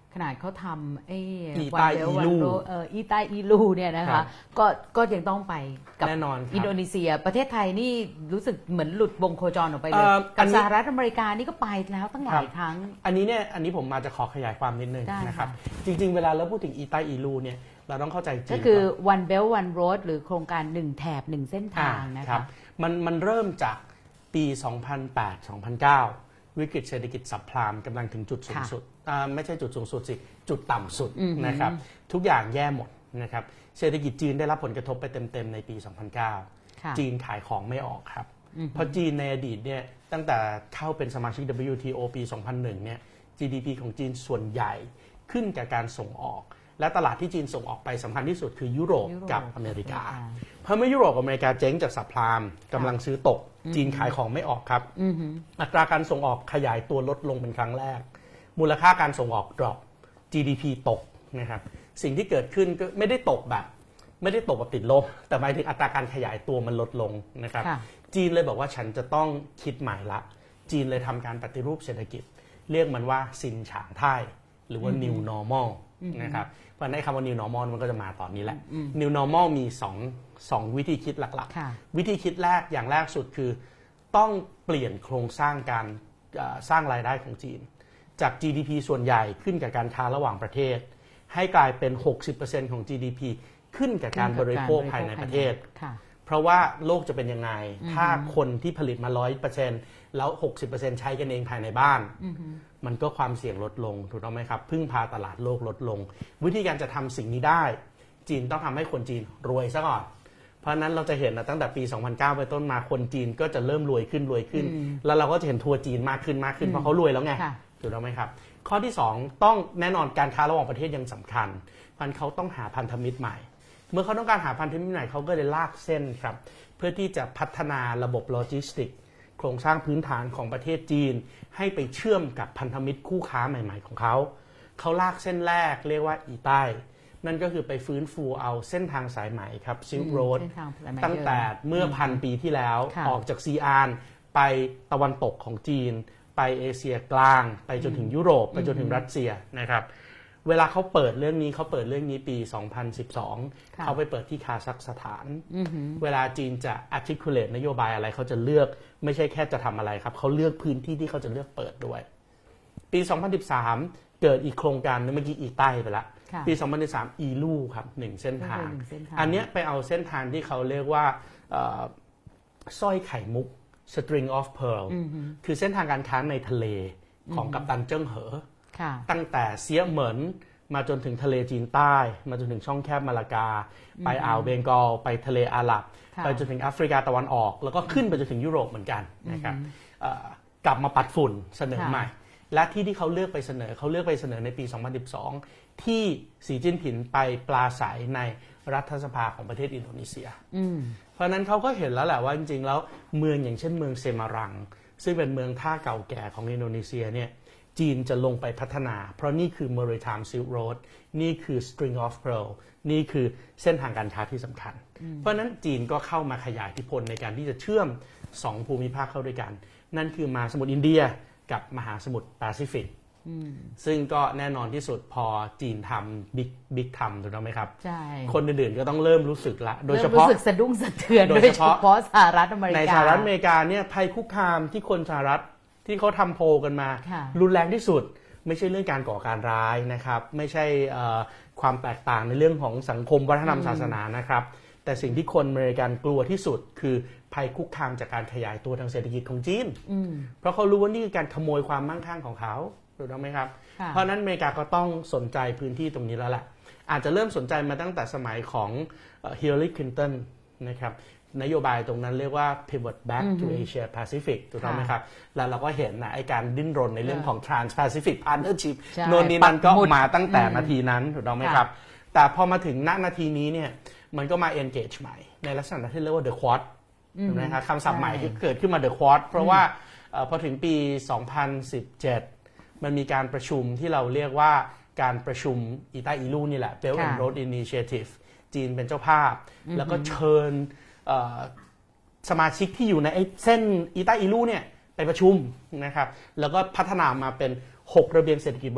ขนาดเขาทำไอ้
อีใต้
วันเบล
อี
วัน
ลู่
โรเอ่ออีใต้อีลูเนี่ยนะ
ครั
คะ
บ
ก็ก็ยังต้องไปกับ
แน่นอนครับ
อินโดนีเซียประเทศไทยนี่รู้สึกเหมือนหลุดวงโคจรออกไปเลย
เอ่ออั
กับ
นนี้
สหรัฐอเมริกานี่ก็ไปแล้วตั้งหลายครั้ง
อันนี้เนี่ยอันนี้ผมมาจะขอขยายความนิดนึง
ได้
นะครับ
ค่ะ
จริงๆเวลาเราพูดถึงอีใต้อีลูเนี่ยเราต้องเข้าใจจีน
ก็คือ
ก่น
one belt one road หรือโครงการหนึ่งแถบหนึ่งเส้นทางนะ
ครั
คะ
บมันมันเริ่มจากปี สองพันแปด สองพันเก้า วิกฤตเศรษฐกิจสับพลามกำลังถึงจุดสูงสุดอ่าไม่ใช่จุดสูงสุดสิจุดต่ำสุด
อือหือ
นะครับทุกอย่างแย่หมดนะครับเศรษฐกิจจีนได้รับผลกระทบไปเต็มๆในปี สองพันเก้า
ค่ะ
จีนขายของไม่ออกครับ
อือหือ
เพราะจีนในอดีตเนี่ยตั้งแต่เข้าเป็นสมาชิก ดับเบิลยู ที โอ ปี สองพันหนึ่ง เนี่ย จี ดี พี ของจีนส่วนใหญ่ขึ้นกับการส่งออก และตลาดที่จีนส่งออกไปสำคัญที่สุดคือยุโรป
ยุโรป
กับอเมริกา
อเมริกา
เพราะเมื่อยุโรปกับอเมริกาเจ๊งจากสับพลามกำลังซื้อตก จีนขายของไม่ออกครับ
อือหือ
อัตราการส่งออกขยายตัวลดลงเป็นครั้งแรก มูลค่าการส่งออกดรอป จี ดี พี ตกนะครับสิ่งที่เกิดขึ้นก็ไม่ได้ตกแบบ ไม่ได้ตกแบบติดลบแต่หมายถึงอัตราการขยายตัวมันลดลงนะครับ
ค่ะ
จีนเลยบอกว่าฉันจะต้องคิดใหม่ละจีนเลยทำการปฏิรูปเศรษฐกิจ เรียกมันว่าซินฉางไท่หรือว่า new normal นะครับเพราะในคำว่า new normal มันก็จะมาตอนนี้แหละ new normal มีสอง สองวิธีคิดหลัก
ค่ะ
ๆ วิธีคิดแรกอย่างแรกสุดคือ ต้องเปลี่ยนโครงสร้างการเอ่อสร้างรายได้ของจีน จาก จี ดี พี ส่วนใหญ่ขึ้นกับการค้าระหว่างประเทศ ให้กลายเป็น หกสิบเปอร์เซ็นต์ ของ จี ดี พี ขึ้นกับการบริโภคภายในประเทศ
ค่ะ
เพราะว่าโลกจะเป็นยังไง ถ้าคนที่ผลิตมา ร้อยเปอร์เซ็นต์ แล้ว หกสิบเปอร์เซ็นต์ ใช้กันเองภายในบ้าน มันก็ความเสี่ยงลดลงถูกต้องไหมครับ พึ่งพาตลาดโลกลดลง วิธีการจะทำสิ่งนี้ได้ จีนต้องทำให้คนจีนรวยซะก่อน เพราะฉะนั้นเราจะเห็นนะตั้งแต่ปี สองพันเก้า ไปต้นมาคนจีนก็จะเริ่มรวยขึ้นรวยขึ้น แล้วเราก็จะเห็นทัวร์จีนมากขึ้นมากขึ้นเพราะเขารวยแล้วไง
ค่ะ
ถูกต้องไหมครับ ข้อที่สองต้องแน่นอนการค้าระหว่างประเทศยังสำคัญเพราะฉะนั้นเขาต้องหาพันธมิตรใหม่ เมื่อเขาต้องการหาพันธมิตรใหม่เขาก็เลยลากเส้นครับเพื่อที่จะพัฒนาระบบโลจิสติกส์โครงสร้างพื้นฐานของประเทศจีน ให้ไปเชื่อมกับพันธมิตรคู่ค้าใหม่ๆของเขาเขาลากเส้นแรกเรียกว่าอีใต้นั่นก็คือไปฟื้นฟูเอาเส้นทางสายไหมครับซิลค์โรด
เส้นทางสายไหม
ตั้งแต่เมื่อพันปีที่แล้ว
ค่ะ
ออกจากซีอานไปตะวันตกของจีน ไปเอเชียกลาง ไปจนถึงยุโรป ไปจนถึงรัสเซียนะครับเวลาเขาเปิดเรื่องนี้เขาเปิดเรื่องนี้ปี สองพันสิบสอง
ค่ะ
เขาไปเปิดที่คาซัคสถาน
อือหือ
เวลาจีนจะ articulate นโยบายอะไรเขาจะเลือกไม่ใช่แค่จะทำอะไรครับเขาเลือกพื้นที่ที่เขาจะเลือกเปิดด้วย ปี สองพันสิบสาม เกิดอีกโครงการนึงเมื่อกี้อีใต้ไปละ
ค่ะ
ปี สองพันสิบสาม อีลู่ครับหนึ่งเส้นทาง
ก็คือหนึ่งเส้นทาง
อันเนี้ยไปเอาเส้นทางที่เขาเรียกว่าเอ่อสร้อยไข่มุก string of pearl คือเส้นทางการค้าในทะเลของกัปตันเจิ้งเหอ
ค่ะ
ตั้งแต่เซียเหมินมาจนถึงทะเลจีนใต้ มาจนถึงช่องแคบมาลากา ไปอ่าวเบงกอลไปทะเลอาหรับ
ค่ะ
ไปจนถึงแอฟริกาตะวันออก แล้วก็ขึ้นไปจนถึงยุโรปเหมือนกันนะครับเอ่อกลับมาปัดฝุ่นเสนอ
ค่ะ
ใหม่ และที่ที่เขาเลือกไปเสนอเขาเลือกไปเสนอในปี สองพันสิบสอง ที่สีจิ้นผิงไปปลาใสในรัฐสภาของประเทศอินโดนีเซีย
อืม
เพราะฉะนั้นเขาก็เห็นแล้วแหละว่าจริงๆแล้วเมืองอย่างเช่นเมืองเซมารัง ซึ่งเป็นเมืองท่าเก่าแก่ของอินโดนีเซียเนี่ยจีนจะลงไปพัฒนา เพราะนี่คือ Maritime Silk Road นี่คือ String of Pearl นี่คือเส้นทางการค้าที่สำคัญ เพราะฉะนั้นจีนก็เข้ามาขยายอิทธิพลในการที่จะเชื่อมสองภูมิภาคเข้าด้วยกัน นั่นคือมหาสมุทรอินเดียกับมหาสมุทรแปซิฟิกซึ่งก็แน่นอนที่สุดพอจีนทำบิ๊กบิ๊กทำถูกต้องไหมครับ
ใช่
คนอื่นๆก็ต้องเริ่มรู้สึกละโดยเฉ
ริ่ม
พาะ
รู้สึกสะดุ้งสะเทือน
โด
โด
ย
ย
เฉ
เฉ
พาะ
พาะสหรัฐอเมริกา
ในสหรัฐอเมริกาเนี่ยภัยคุกคามที่คนสหรัฐที่เขาทำโพลกันมา
ค่ะ
รุนแรงที่สุดไม่ใช่เรื่องการก่อการร้ายนะครับไม่ใช่เอ่อความแตกต่างในเรื่องของสังคมวัฒนธรรมศาสนานะครับแต่สิ่งที่คนอเมริกันกลัวที่สุดคือภัยคุกคามจากการขยายตัวทางเศรษฐกิจของจีนเพราะเขารู้ว่านี่คือการขโมยความมั่งคั่งของเขาถูกต้องไหมครับ
ค่ะ
เพราะฉะนั้นอเมริกาก็ต้องสนใจพื้นที่ตรงนี้แล้วแหละอาจจะเริ่มสนใจมาตั้งแต่สมัยของฮิลลารีคลินตันนะครับนโยบายตรงนั้นเรียกว่า pivot back to Asia Pacific ถูกต้องไหมครับแล้วเราก็เห็นนะไอการดิ้นรนในเรื่องของ Trans Pacific Partnership
ใช่
โน่นนี่นั่นก็
ปักหมุด
มาตั้งแต่นาทีนั้นถูกต้องไหมครับ แต่พอมาถึงณนาทีนี้เนี่ยมันก็มา engage ใหม่ในลักษณะที่เรียกว่า the quad ถูกไหมครับคำศัพท์ใหม่ที่เกิดขึ้นมา the quad เพราะว่าเอ่อพอถึงปี สองพันสิบเจ็ด มันมีการประชุมที่เราเรียกว่าการประชุมอีใต้อีลู่นี่แหละ Belt and
ค่ะ
Road Initiative จีนเป็นเจ้าภาพ แล้วก็เชิญเอ่อสมาชิกที่อยู่ในไอ้เส้นอีใต้อีลู่เนี่ยไปประชุมนะครับแล้วก็พัฒนามาเป็นหกระเบียงเศรษฐกิจบนบก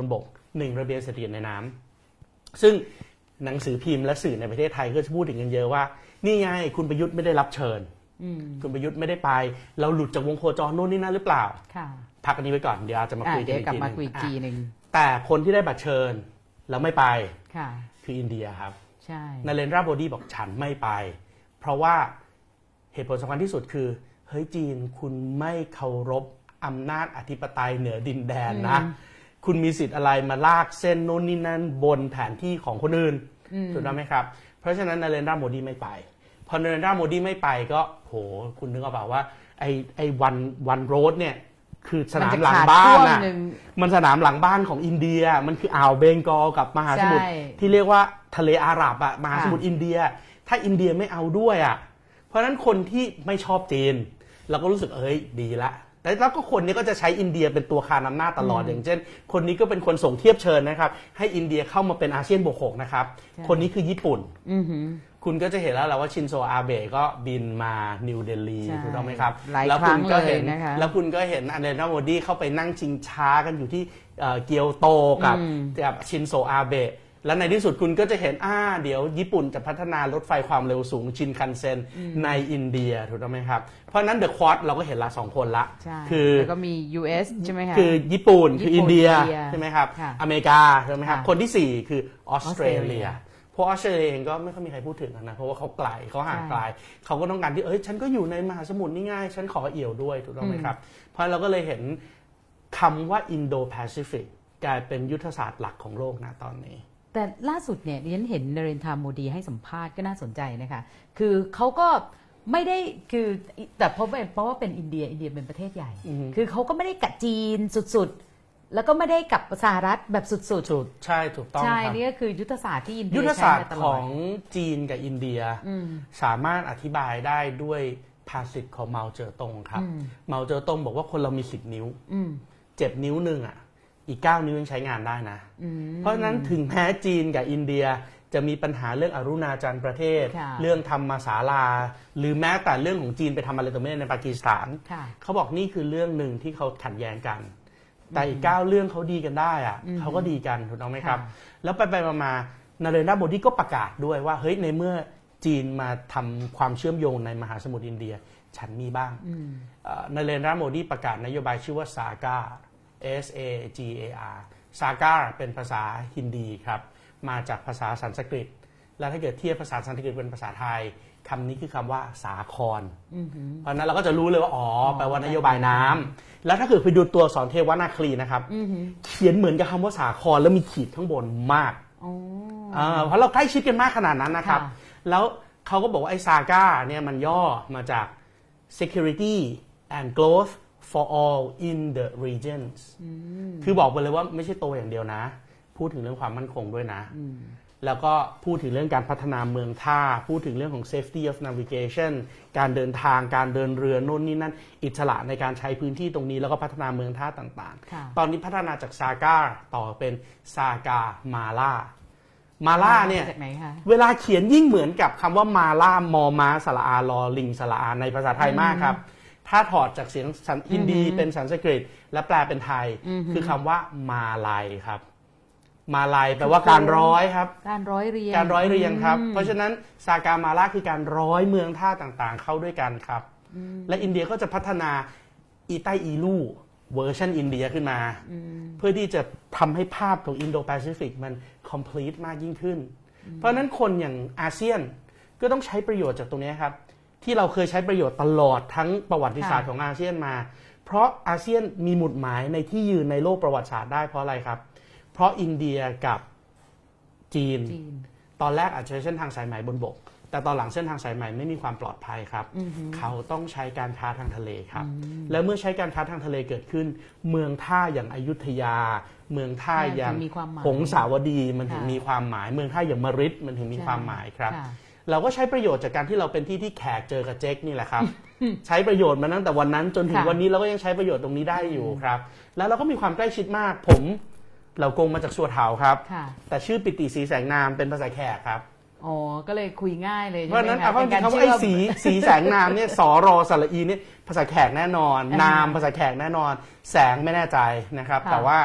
หนึ่งระเบียงเศรษฐกิจในน้ำซึ่งหนังสือพิมพ์และสื่อในประเทศไทยก็จะพูดถึงกันเยอะว่านี่ไงคุณประยุทธ์ไม่ได้รับเชิญคุณประยุทธ์ไม่ได้ไปเราหลุดจากวงโคจรโน่นนี่นั่นหรือเปล่าพักอันนี้ไว้ก่อนเดี๋ยวอาจจะมาคุยกันอีกทีนึงแต่คนที่ได้บัตรเชิญแล้วไม่ไปคืออินเดียครับนาเรนทราโมดีบอกฉันไม่ไปเพราะว่าเหตุผลสำคัญที่สุดคือเฮ้ยจีนคุณไม่เคารพอำนาจอธิปไตยเหนือดินแดนนะคุณมีสิทธิ์อะไรมาลากเส้นโน่นนี่นั่นบนแผนที่ของคนอื่นถูกต้องไหมครับเพราะฉะนั้นนาเรนทราโมดีไม่ไปพอนาเรนทราโมดีไม่ไปก็โหคุณนึกเอาเปล่าว่าไอ้ไอ้วันวันโรดเนี่ยคือสนามหลังบ้านอ่ะมันสนามหลังบ้านของอินเดียมันคืออ่าวเบงกอลกับมหาสมุทรที่เรียกว่าทะเลอาหรับอ่ะมหาสมุทรอินเดียถ้าอินเดียไม่เอาด้วยอ่ะเพราะฉะนั้นคนที่ไม่ชอบจีนเราก็รู้สึกเอ้ยดีละแต่แล้วก็คนนี้ก็จะใช้อินเดียเป็นตัวคานอำนาจตลอดอย่างเช่นคนนี้ก็เป็นคนส่งเทียบเชิญนะครับให้อินเดียเข้ามาเป็นอาเซียนบวกหกนะครับคนนี้คือญี่ปุ่นคุณก็จะเห็นแล้วแหละว่าชินโซอาเบะก็บินมานิวเดลีถูกต้องไหมครับแล้วคุณก็เห็นแล้วคุณก็เห็นนาเรนทราโมดีเข้าไปนั่งชิงช้ากันอยู่ที่เกียวโตกับกับชินโซอาเบะแล้วในที่สุดคุณก็จะเห็นอ่าเดี๋ยวญี่ปุ่นจะพัฒนารถไฟความเร็วสูงชินคันเซ็นในอินเดียถูกต้องไหมครับเพราะนั้นเดอะควอดเราก็เห็นละสองคนละ
คือแล้วก็มี ยู เอส ใช่ไหมคะ
คือญี่ปุ่นคืออินเดียใช่ไหมครับอเมริกาใช่ไหมครับคนที่สี่คือออสเตรเลียเพราะออสเตรเลียเองก็ไม่ค่อยมีใครพูดถึงนะเพราะว่าเขาไกลเขาห่างไกลเขาก็ต้องการที่เอ้ยฉันก็อยู่ในมหาสมุทรนี่ง่ายฉันขอเอี่ยวด้วยถูกต้องไหมครับเพราะเราก็เลยเห็นคำว่าอินโดแปซิฟิกกลายเป็นยุทธศาสตร์หลักของโลกนะตอนนี้
แต่ล่าสุดเนี่ยดิฉันเห็นนเรนทราโมดีให้สัมภาษณ์ก็น่าสนใจนะคะคือเขาก็ไม่ได้คือแต่เพราะเพราะว่าเป็นอินเดียอินเดียเป็นประเทศใหญ่คือเขาก็ไม่ได้กับจีนสุดๆแล้วก็ไม่ได้กับสหรัฐแบบสุด
ๆใช่ถูกต้อง
ใช่นี่ก็คือยุทธศาสตร์ที่อินเดีย
ยุทธศาสตร์ของจีนกับอินเดียสามารถอธิบายได้ด้วยภาษิตของเมาเจ๋อตงครับเมาเจ๋อตงบอกว่าคนเรามีสิบนิ้วเจ็บนิ้วหนึ่งอ่ะอีกเก้านิ้วยังใช้งานได้นะเพราะฉะนั้นถึงแม้จีนกับอินเดียจะมีปัญหาเรื่องอรุณาจารย์ประเทศเรื่องธรรมศาลาหรือแม้แต่เรื่องของจีนไปทำอะไรตัวไม่ในปากีสถานเขาบอกนี่คือเรื่องหนึ่งที่เขาขัดแย้งกันแต่อีกเก้าเรื่องเขาดีกันได้อะเขาก็ดีกันถูกต้องไหมครับแล้วไปไปมานาเรนทราโมดีก็ประกาศด้วยว่าเฮ้ยในเมื่อจีนมาทำความเชื่อมโยงในมหาสมุทรอินเดียฉันมีบ้างนาเรนทราโมดีประกาศนโยบายชื่อว่าซาก้าS A G A R ซาก้าเป็นภาษาฮินดีครับมาจากภาษาสันสกฤตแล้วถ้าเกิดเทียบภาษาสันสกฤตเป็นภาษาไทยคำนี้คือคำว่าสาครเพราะนั้นเราก็จะรู้เลยว่าอ๋อแปลว่านโยบายน้ำแล้วถ้าเกิดไปดูตัวสอนเทวนาคลีนะครับเขียนเหมือนกับคำว่าสาครแล้วมีขีดข้างบนมากเพราะเราใกล้ชิดกันมากขนาดนั้นนะครับแล้วเขาก็บอกว่าไอ้ซาก้าเนี่ยมันย่อมาจาก security and growth for all in the regions คือบอกไปเลยว่าไม่ใช่โตอย่างเดียวนะพูดถึงเรื่องความมั่นคงด้วยนะแล้วก็พูดถึงเรื่องการพัฒนาเมืองท่าพูดถึงเรื่องของ safety of navigation การเดินทางการเดินเรือโน่นนี่นั่นอิสระในการใช้พื้นที่ตรงนี้แล้วก็พัฒนาเมืองท่าต่างๆตอนนี้พัฒนาจากซาก้าต่อเป็นซากามาล่ามาล่าเนี่ยเวลาเขียนยิ่งเหมือนกับคำว่ามาล่ามอม้าสระอาลอลิงสระอาในภาษาไทยมากครับถ้าถอดจากเสียงฮินดีเป็นสันสกฤตและแปลเป็นไทยคือคำว่ามาลายครับมาลายแปลว่าการร้อยครับ
การร้อยเรียง
การร้อยเรียงครับเพราะฉะนั้นซากามาล่าคือการร้อยเมืองท่าต่างๆเข้าด้วยกันครับและอินเดียก็จะพัฒนาอีไตอีลูเวอร์ชันอินเดียขึ้นมาเพื่อที่จะทำให้ภาพของอินโดแปซิฟิกมัน complete มากยิ่งขึ้นเพราะฉะนั้นคนอย่างอาเซียนก็ต้องใช้ประโยชน์จากตรงนี้ครับที่เราเคยใช้ประโยชน์ตลอดทั้งประวัติศาสตร์ของอาเซียนมาเพราะอาเซียนมีหมุดหมายในที่ยืนในโลกประวัติศาสตร์ได้เพราะอะไรครับเพราะอินเดียกับจีนตอนแรกอาจจะใช้เส้นทางสายไหมบนบกแต่ตอนหลังเส้นทางสายไหมไม่มีความปลอดภัยครับเขาต้องใช้การค้าทางทะเลครับแล้วเมื่อใช้การค้าทางทะเลเกิดขึ้นเมืองท่าอย่างอยุธยาเมืองท่าอย่างหงสาวดีมันถึงมีความหมายเมืองท่าอย่างมฤตมันถึงมีความหมายครับเราก็ใช้ประโยชน์จากการที่เราเป็นที่ที่แขกเจอกับเจ๊กนี่แหละครับ ใช้ประโยชน์มาตั้งแต่วันนั้นจนถึงวันนี้เราก็ยังใช้ประโยชน์ตรงนี้ได้อยู่ครับแล้วเราก็มีความใกล้ชิดมากผมเหล่ากงมาจากสัวเถาครับแต่ชื่อปิติศรีแสงนามเป็นภาษาแขกครับ
อ๋อก็เลยคุยง่ายเลย
เพราะนั้นเอาเป็นการว่าไอ้สีสีแสงนามเนี่ยสรสระอีเนี่ยภาษาแขกแน่นอนนามภาษาแขกแน่นอนแสงไม่แน่ใจนะครับแต่ว่า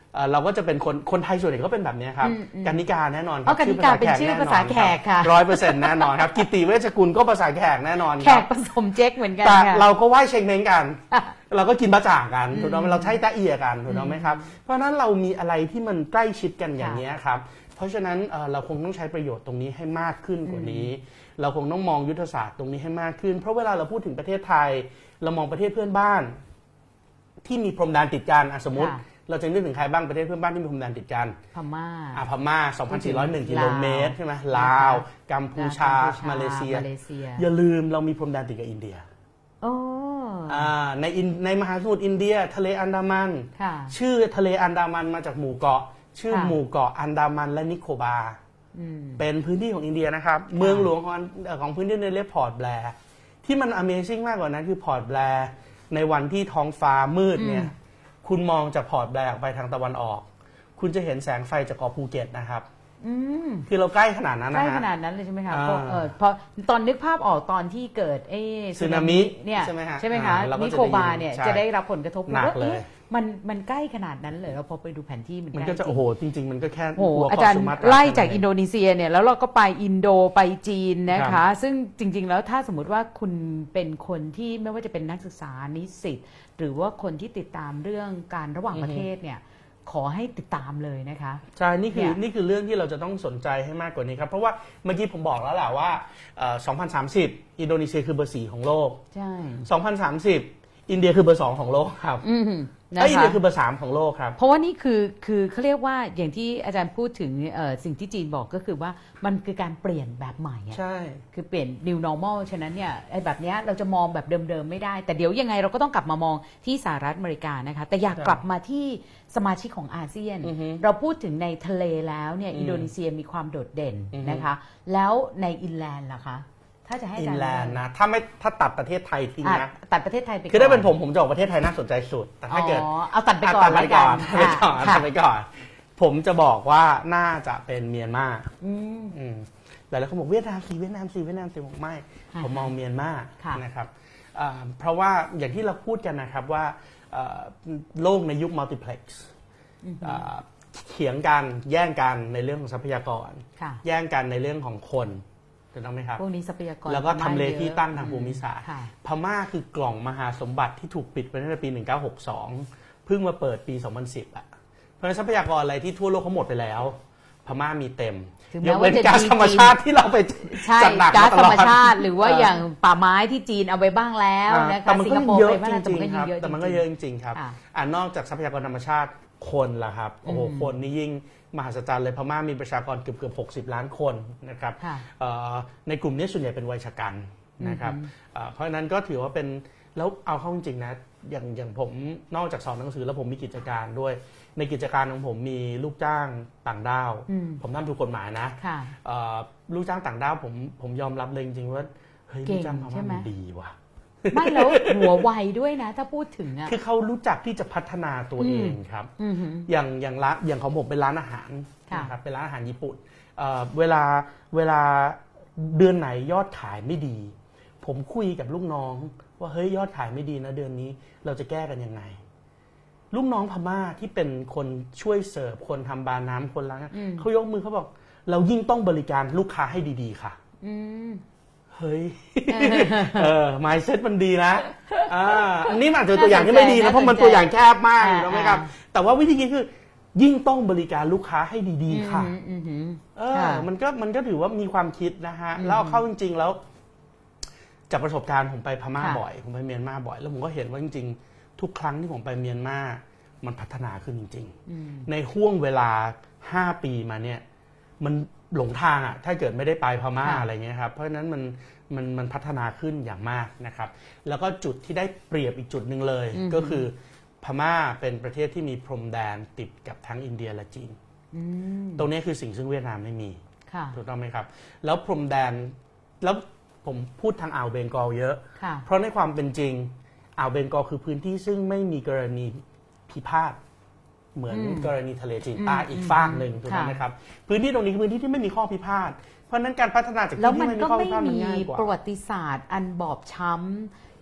เราก็จะเป็นคนคนไทยส่วนใหญ่ก็เป็นแบบนี้ครับกนิกาแน่นอนค
อ๋
รั
อบ กนิกาเป็นชื่อภาษาแขกค่ะ
ร้อยเปอร์เซ็นต์แน่นอนครับกิติเวชกุลก็ภาษาแขกแน่นอน
แขกผสมเจ๊กเหมือนกัน
แต่
ค่ะ
เราก็ไหว้เชงเม้งกัน เราก็กินบะจ่างกันถูกต้องไหมเราใช้ตะเอียกันถูกต้องไหมครับเพราะฉะนั้นเรามีอะไรที่มันใกล้ชิดกันอย่างนี้ครับเพราะฉะนั้นเราคงต้องใช้ประโยชน์ตรงนี้ให้มากขึ้นกว่านี้เราคงต้องมองยุทธศาสตร์ตรงนี้ให้มากขึ้นเพราะเวลาเราพูดถึงประเทศไทยเรามองประเทศเพื่อนบ้านที่มีพรมแดนติดกันสมมติเราจะนึกถึงใครบ้างประเทศเพื่อนบ้านที่มีพรมแดนติดกัน
พม่า
อ่าพม่า สองพันสี่ร้อยเอ็ด กิโลเมตรใช่ไหมลาว กัมพูชามาเลเซียอย่าลืมเรามีพรมแดนติดกับอินเดีย
โอ้
อ่าในในมหาสมุทรอินเดียทะเลอันดามันชื่อทะเลอันดามันมาจากหมู่เกาะชื่อหมู่เกาะอันดามันและนิโคบาเป็นพื้นที่ของอินเดียนะครับเมืองหลวงของของพื้นที่นี้เรียกพอร์ตแบร์ที่มัน Amazing มากกว่านั้นคือพอร์ตแบร์ในวันที่ท้องฟ้ามืดเนี่ยคุณมองจากพอร์ตแบร์ออกไปทางตะวันออกคุณจะเห็นแสงไฟจากเกาะภูเก็ตนะครับคือเราใกล้ขนาดนั้นนะ
ใกล้ขนาดนั้นเลยใช่ไหมคะเพราะเออพอตอนนึกภาพออกตอนที่เกิดไอ้
สึนามิ
เนี่ย
ใช่ไหมคะ
ใช่ไหมคะนิโคบาเนี่ยจะได้รับผลกระทบ
หนักเลย
มันมันใกล้ขนาดนั้นเลยเราพอไปดูแผนที่มัน
มันก็จะโอ้โหจริงๆมันก็แค่
โอ้อาจารย์ไล่จากอินโดนีเซียเนี่ยแล้วเราก็ไปอินโดไปจีนนะคะซึ่งจริงๆแล้วถ้าสมมติว่าคุณเป็นคนที่ไม่ว่าจะเป็นนักศึกษานิสิตหรือว่าคนที่ติดตามเรื่องการระหว่างประเทศเนี่ยขอให้ติดตามเลยนะคะ
ใช่นี่คือนี่คือเรื่องที่เราจะต้องสนใจให้มากกว่านี้ครับเพราะว่าเมื่อกี้ผมบอกแล้วแหละว่าสองพันสามสิบอินโดนีเซียคือเบอร์สี่ของโลก
ใช่
สองพันสามสิบอินเดียคือเบอร์สองของโลกครับแล้วอินเดียคือเบอร์สามของโลกครับ
เพราะว่านี่คือคือเขาเรียกว่าอย่างที่อาจารย์พูดถึงสิ่งที่จีนบอกก็คือว่ามันคือการเปลี่ยนแบบใหม่
ใช่
คือเปลี่ยน new normal ฉะนั้นเนี่ยไอ้แบบนี้เราจะมองแบบเดิมๆไม่ได้แต่เดี๋ยวยังไงเราก็ต้องกลับมามองที่สหรัฐอเมริกานะคะแต่อยากกลับมาที่สมาชิกของอาเซียนเราพูดถึงในทะเลแล้วเนี่ยอินโดนีเซียมีความโดดเด่นนะคะแล้วในอินแลนด์ล่ะคะถ้าจะให้
อินแลนด์นะถ้าไม่ถ้าตัดประเทศไทยทิ้งนะ
ตัดประเทศไทยไป
คือได้เป็นผมผมจะบอกประเทศไทยน่าสนใจสุดแต่ถ้าเกิด
เอาตัดไปก่อน
ตัดไปก่อนตัดไปก่อนตัดไปก่อนผมจะบอกว่าน่าจะเป็นเมียนมาหลายๆคนบอกเวียดนามสิเวียดนามสิเวียดนามสิบอกไม่ผมมองเมียนมานะครับเพราะว่าอย่างที่เราพูดกันนะครับว่าโลกในยุคมัลติเพล็กซ์เถียงกันแย่งกันในเรื่องของทรัพยากรแย่งกันในเรื่องของคนถูกต้องไหมครับ
พวกนี้ทรัพยากร
แล้วก็ทำเลที่ตั้งทางภูมิศาสตร์พม่าคือกล่องมหาสมบัติที่ถูกปิดไปตั้งแต่ปีหนึ่งเก้าหกสองเพิ่งมาเปิดปีสองพันสิบอ่ะเพราะฉะนั้นทรัพยากรอะไรที่ทั่วโลกเขาหมดไปแล้วพม่ามีเต็มยกเว้นก๊าซธรรมชาติที่เราไปจัดหนักมาตลอด
ก๊าซธรรมชาติหรือว่าอย่างป่าไม้ที่จีนเอาไปบ้างแล้วนะคะสิงคโปร์ไปบ้างแล้วแต่มันก็เยอะ
แต่มันก็เยอะจริงๆครับอ่านอกจากทรัพยากรธรรมชาติคนล่ะครับโอ้โหคนนี่ยิ่งมหัศจรรย์เลยพม่ามีประชากรเกือบเกือบหกสิบล้านคนนะครับในกลุ่มนี้ส่วนใหญ่เป็นวัยชกันนะครับเพราะฉะนั้นก็ถือว่าเป็นแล้วเอาเข้าจริงๆนะอย่างอย่างผมนอกจากสอนหนังสือแล้วผมมีกิจการด้วยในกิจการของผมมีลูกจ้างต่างด้าวผมทำถูกกฎหมายนะลูกจ้างต่างด้าวผมผมยอมรับเลยจริงๆว่าเฮ้ยลูกจ้างพม่ามันดีว่ะ
ไม่แล้วหัวไวด้วยนะถ้าพูดถึงอ่ะ
คือเขารู้จักที่จะพัฒนาตัวเองครับอย่างอย่างร้านอย่างของผมเป็นร้านอาหารนะครับเป็นร้านอาหารญี่ปุ่นเวลาเวลาเดือนไหนยอดขายไม่ดีผมคุยกับลูกน้องว่าเฮ้ยยอดขายไม่ดีนะเดือนนี้เราจะแก้กันยังไงลูกน้องพม่าที่เป็นคนช่วยเสิร์ฟคนทำบาร์น้ำคนล้างเขายกมือเขาบอกเรายิ่งต้องบริการลูกค้าให้ดีๆค่ะเฮ้ยเออ mindset มันดีนะอ่าอันนี้อาจจะตัวอย่างที่ไม่ดีนะเพราะมันตัวอย่างแคบมากถูกไหมครับแต่ว่าวิธีคิดคือยิ่งต้องบริการลูกค้าให้ดีๆค่ะเออมันก็มันก็ถือว่ามีความคิดนะฮะแล้วเข้าจริงๆแล้วจากประสบการณ์ผมไปพม่าบ่อยผมไปเมียนมาบ่อยแล้วผมก็เห็นว่าจริงๆทุกครั้งที่ผมไปเมียนมามันพัฒนาขึ้นจริงๆในห่วงเวลาห้าปีมาเนี่ยมันหลงทางอ่ะถ้าเกิดไม่ได้ไปพม่าอะไรเงี้ยครับเพราะฉะนั้นมันมันมันพัฒนาขึ้นอย่างมากนะครับแล้วก็จุดที่ได้เปรียบอีกจุดหนึ่งเลยก็คือพม่าเป็นประเทศที่มีพรมแดนติดกับทั้งอินเดียและจีนตรงนี้คือสิ่งซึ่งเวียดนามไม่มีถูกต้องไหมครับแล้วพรมแดนแล้วผมพูดทางอ่าวเบงกอลเยอะเพราะในความเป็นจริงอ่าวเบงกอลคือพื้นที่ซึ่งไม่มีกรณีพิพาทเหมือนกรณีทะเลจีนใต้อีกฝากหนึ่งถูกไหมครับพื้นที่ตรงนี้คือพื้นที่ที่ไม่มีข้อพิพาทเพราะนั้นการพัฒนาจากที่ที่ไม่มีข้อพิพาทมันง่ายกว่า
แล้วมันก็ไม่มีประวัติศาสตร์อันบอบช้ำ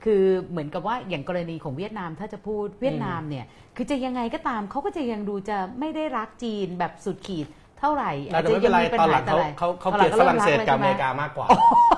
คือเหมือนกับว่าอย่างกรณีของเวียดนามถ้าจะพูดเวียดนามเนี่ยคือจะยังไงก็ตามเขาก็จะยังดูจะไม่ได้รักจีนแบบสุดขีดเท่าไหร่
อาจจะไม่เป็นไรตอนหลังเขาเขาเขาเกลียดฝรั่งเศสกับอเมริกามากกว่า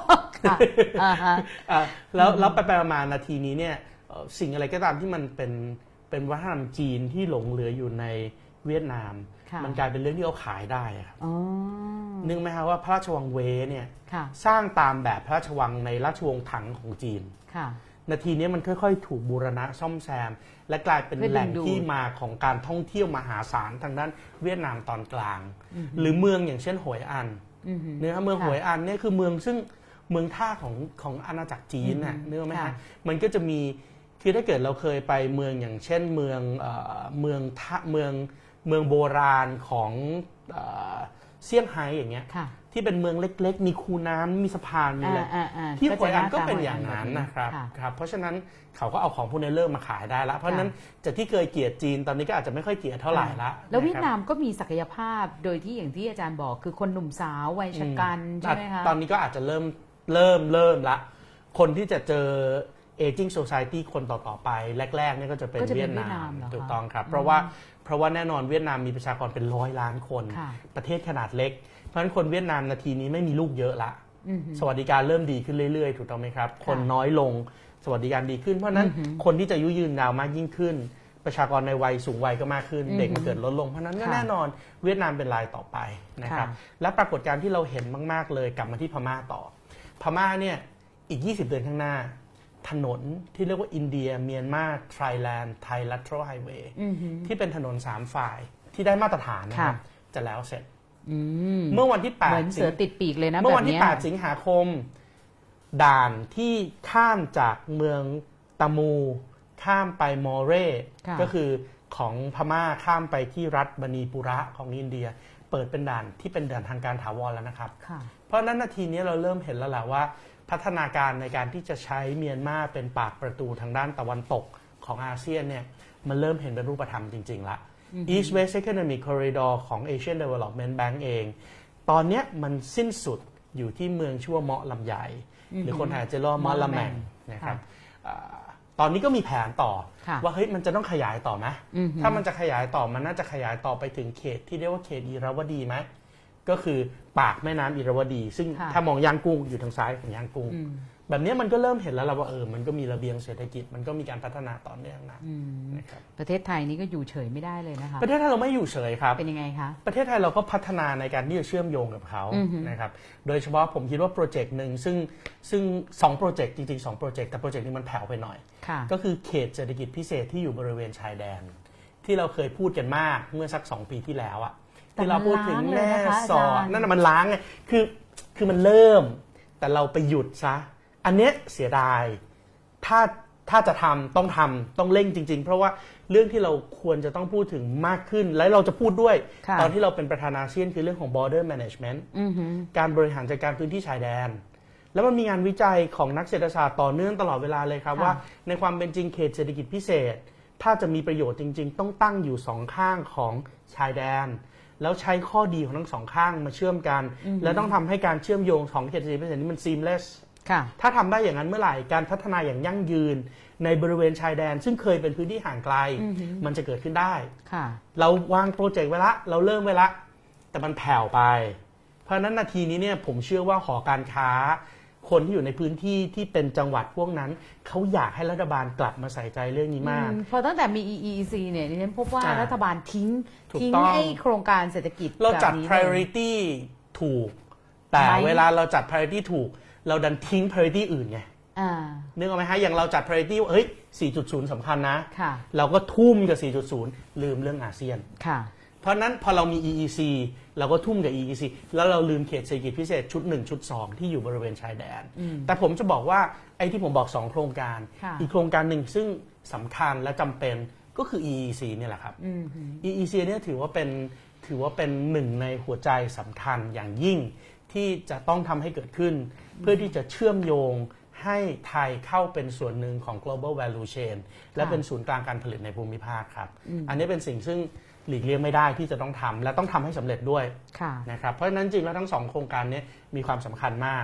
แล้วแล้วไปไปมานาทีนี้เนี่ยสิ่งอะไรก็ตามที่มันเป็นเป็นวัฒนธรรมจีนที่หลงเหลืออยู่ในเวียดนามมันกลายเป็นเรื่องที่เขาขายได้ครับนึกไหมครับว่าพระราชวังเวเนี่ยสร้างตามแบบพระราชวังในราชวงศ์ถังของจีนนาทีนี้มันค่อยๆถูกบูรณะซ่อมแซมและกลายเป็นแหล่งที่มาของการท่องเที่ยวมหาศาลทางด้านเวียดนามตอนกลางหรือเมืองอย่างเช่นโหยอันเนื้อเมืองโหยอันเนี่ยคือเมืองซึ่งเมืองท่าของของอาณาจักรจีนน่ะเนื้อไหมฮะมันก็จะมีคือถ้าเกิดเราเคยไปเมืองอย่างเช่นเมืองเมืองท่าเมืองเมืองโบราณของเซี่ยงไฮ้อย่างเงี้ยที่เป็นเมืองเล็กๆมีคูน้ำมีสะพานมีอะไรที่โหยอันก็เป็นอย่างนั้นนะครับครับเพราะฉะนั้นเขาก็เอาของพวกนี้เริ่มมาขายได้แล้วเพราะฉะนั้นจากที่เคยเกลียดจีนตอนนี้ก็อาจจะไม่ค่อยเกลียดเท่าไหร่ละ
แล้วเวียดนามก็มีศักยภาพโดยที่อย่างที่อาจารย์บอกคือคนหนุ่มสาววัยชกันใช่ไหมคะ
ตอนนี้ก็อาจจะเริ่มเริ่มเริ่มละคนที่จะเจอ aging society คนต่อๆไปแรกๆนี่ก็จะเป็นเวียดนามถูกต้องครับเพราะว่าเพราะว่าแน่นอนเวียดนามมีประชากรเป็นร้อยล้านคนประเทศขนาดเล็กเพราะฉะนั้นคนเวียดนามนาทีนี้ไม่มีลูกเยอะละสวัสดิการเริ่มดีขึ้นเรื่อยๆถูกต้องไหมครับคนน้อยลงสวัสดิการดีขึ้นเพราะนั้นคนที่จะอายุยืนยาวมากยิ่งขึ้นประชากรในวัยสูงวัยก็มากขึ้นเด็กมันเกิดลดลงเพราะนั้นก็แน่นอนเวียดนามเป็นรายต่อไปนะครับและปรากฏการณ์ที่เราเห็นมากๆเลยกลับมาที่พม่าต่อพม่าเนี่ยอีกยี่สิบเดือนข้างหน้าถนนที่เรียกว่าอินเดียเมียนมาไทยแลนด์ไทยลัตเทอร์ไฮเวย์ที่เป็นถนนสามฝ่ายที่ได้มาตรฐานนะครับจะแล้วเสร็จเมื่อวันที่แปด
เหมือนเสือติดปีกเลยนะ
เมื่อวันที่แปดสิงหาคมด่านที่ข้ามจากเมืองตามูข้ามไปมอเร่ก็คือของพม่าข้ามไปที่รัฐบณีปุระของอินเดียเปิดเป็นด่านที่เป็นด่านทางการถาวรแล้วนะครับเพราะนั้นนาทีนี้เราเริ่มเห็นแล้วแหละว่าพัฒนาการในการที่จะใช้เมียนมาเป็นปากประตูทางด้านตะวันตกของอาเซียนเนี่ยมันเริ่มเห็นเป็นรูปธรรมจริงๆละ East West Economic Corridor ของ Asian Development Bank เองตอนนี้มันสิ้นสุดอยู่ที่เมืองชั่วเมาะลำไยหรือคนไทยจะเรียกว่ามะละแมงนะครับตอนนี้ก็มีแผนต่อว่าเฮ้ยมันจะต้องขยายต่อไหมถ้ามันจะขยายต่อมันน่าจะขยายต่อไปถึงเขตที่เรียกว่าเขตอิราวดีไหมก็คือปากแม่น้ำอิราวดีซึ่งถ้ามองย่างกุ้งอยู่ทางซ้ายของย่างกุ้งแบบนี้มันก็เริ่มเห็นแล้วเราว่าเออมันก็มีระเบียงเศรษฐกิจมันก็มีการพัฒนาต่อเนื่องนะ
นะครับประเทศไทยนี่ก็อยู่เฉยไม่ได้เลยนะคะ
ประเทศไทยเราไม่อยู่เฉยครับ
เป็นยังไงคะ
ประเทศไทยเราก็พัฒนาในการที่จะเชื่อมโยงกับเขานะครับโดยเฉพาะผมคิดว่าโปรเจกต์หนึ่งซึ่งซึ่งสองโปรเจกต์จริงๆสองโปรเจกต์แต่โปรเจกต์นี้มันแผ่วไปหน่อยก็คือเขตเศรษฐกิจพิเศษที่อยู่บริเวณชายแดนที่เราเคยพูดกันมากเมื่อสักสองปีที่แล้วอะที่เราพูดถึงแม่สอดนั่นมันล้างไงคือคือมันเริ่มแต่เราไปหยุดซะอันเนี้ยเสียดายถ้าถ้าจะทำต้องทำต้องเร่งจริงๆเพราะว่าเรื่องที่เราควรจะต้องพูดถึงมากขึ้นและเราจะพูดด้วยตอนที่เราเป็นประธานาเซียนคือเรื่องของ border management การบริหารจัดการพื้นที่ชายแดนแล้วมันมีงานวิจัยของนักเศรษฐศาสตร์ต่อเนื่องตลอดเวลาเลยครับว่าในความเป็นจริงเขตเศรษฐกิจพิเศษถ้าจะมีประโยชน์จริงๆต้องตั้งอยู่สองข้างของชายแดนแล้วใช้ข้อดีของทั้งสองข้างมาเชื่อมกันแล้วต้องทำให้การเชื่อมโยงของเขตเศรษฐกิจพิเศษนี้มัน seamless ถ้าทำได้อย่างนั้นเมื่อไหร่การพัฒนาอย่างยั่งยืนในบริเวณชายแดนซึ่งเคยเป็นพื้นที่ห่างไกลมันจะเกิดขึ้นได้เราวางโปรเจกต์ไว้ละเราเริ่มไว้ละแต่มันแผ่วไปเพราะฉะนั้นนาทีนี้เนี่ยผมเชื่อว่าหอการค้าคนที่อยู่ในพื้นที่ที่เป็นจังหวัดพวกนั้นเขาอยากให้รัฐบาลกลับมาใส่ใจเรื่องนี้มาก
พอตั้งแต่มี อี อี ซี เนี่ยดิฉันพบว่ารัฐบาลทิ้งทิ้งให้โครงการเศรษฐกิจ
เราจัด priority ถูกแต่เวลาเราจัด priority ถูกเราดันทิ้ง priority อื่นไงนึกออกไหมฮะอย่างเราจัด priority ว่าเฮ้ย สี่จุดศูนย์ สำคัญนะเราก็ทุ่มกับ สี่จุดศูนย์ ลืมเรื่องอาเซียนเพราะนั้นพอเรามี อี อี ซี เราก็ทุ่มกับ อี อี ซี แล้วเราลืมเขตเศรษฐกิจพิเศษชุดหนึ่งชุดสองที่อยู่บริเวณชายแดนแต่ผมจะบอกว่าไอ้ที่ผมบอกสองโครงการอีกโครงการหนึ่งซึ่งสำคัญและจำเป็นก็คือ อี อี ซี เนี่ยแหละครับ อี อี ซี เนี่ยถือว่าเป็นถือว่าเป็นหนึ่งในหัวใจสำคัญอย่างยิ่งที่จะต้องทำให้เกิดขึ้นเพื่อที่จะเชื่อมโยงให้ไทยเข้าเป็นส่วนหนึ่งของ global value chain และเป็นศูนย์กลางการผลิตในภูมิภาคครับอันนี้เป็นสิ่งซึ่งหลีกเลี่ยงไม่ได้ที่จะต้องทำและต้องทำให้สำเร็จด้วยนะครับเพราะฉะนั้นจริงแล้วทั้งสองโครงการนี้มีความสำคัญมาก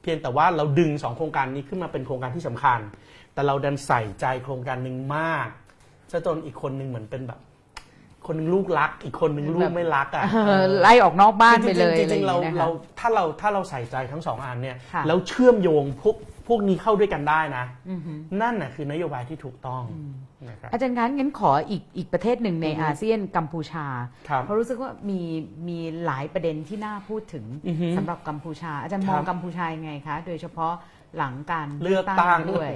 พียงแต่ว่าเราดึงสองโครงการนี้ขึ้นมาเป็นโครงการที่สำคัญแต่เราดันใส่ใจโครงการหนึ่งมากซะจนอีกคนหนึ่งเหมือนเป็นแบบคนหนึ่งลูกรักอีกคนหนึ่งลูกไม่รักอ่ะ
ไล่ออกนอกบ้านไปเลย
จริงๆเราเราถ้าเราถ้าเราใส่ใจทั้งสองอันเนี่ยแล้วเชื่อมโยงพวกพวกนี้เข้าด้วยกันได้นะนั่นน่ะคือนโยบายที่ถูกต้อง
อาจารย์งั้นงั้นขออีกอีกประเทศหนึ่งในอาเซียนกัมพูชาเพราะรู้สึกว่ามีมีหลายประเด็นที่น่าพูดถึงสำหรับกัมพูชาอาจารย์มองกัมพูชายังไงคะโดยเฉพาะหลังการ
เลือกตั้ง
ด้วย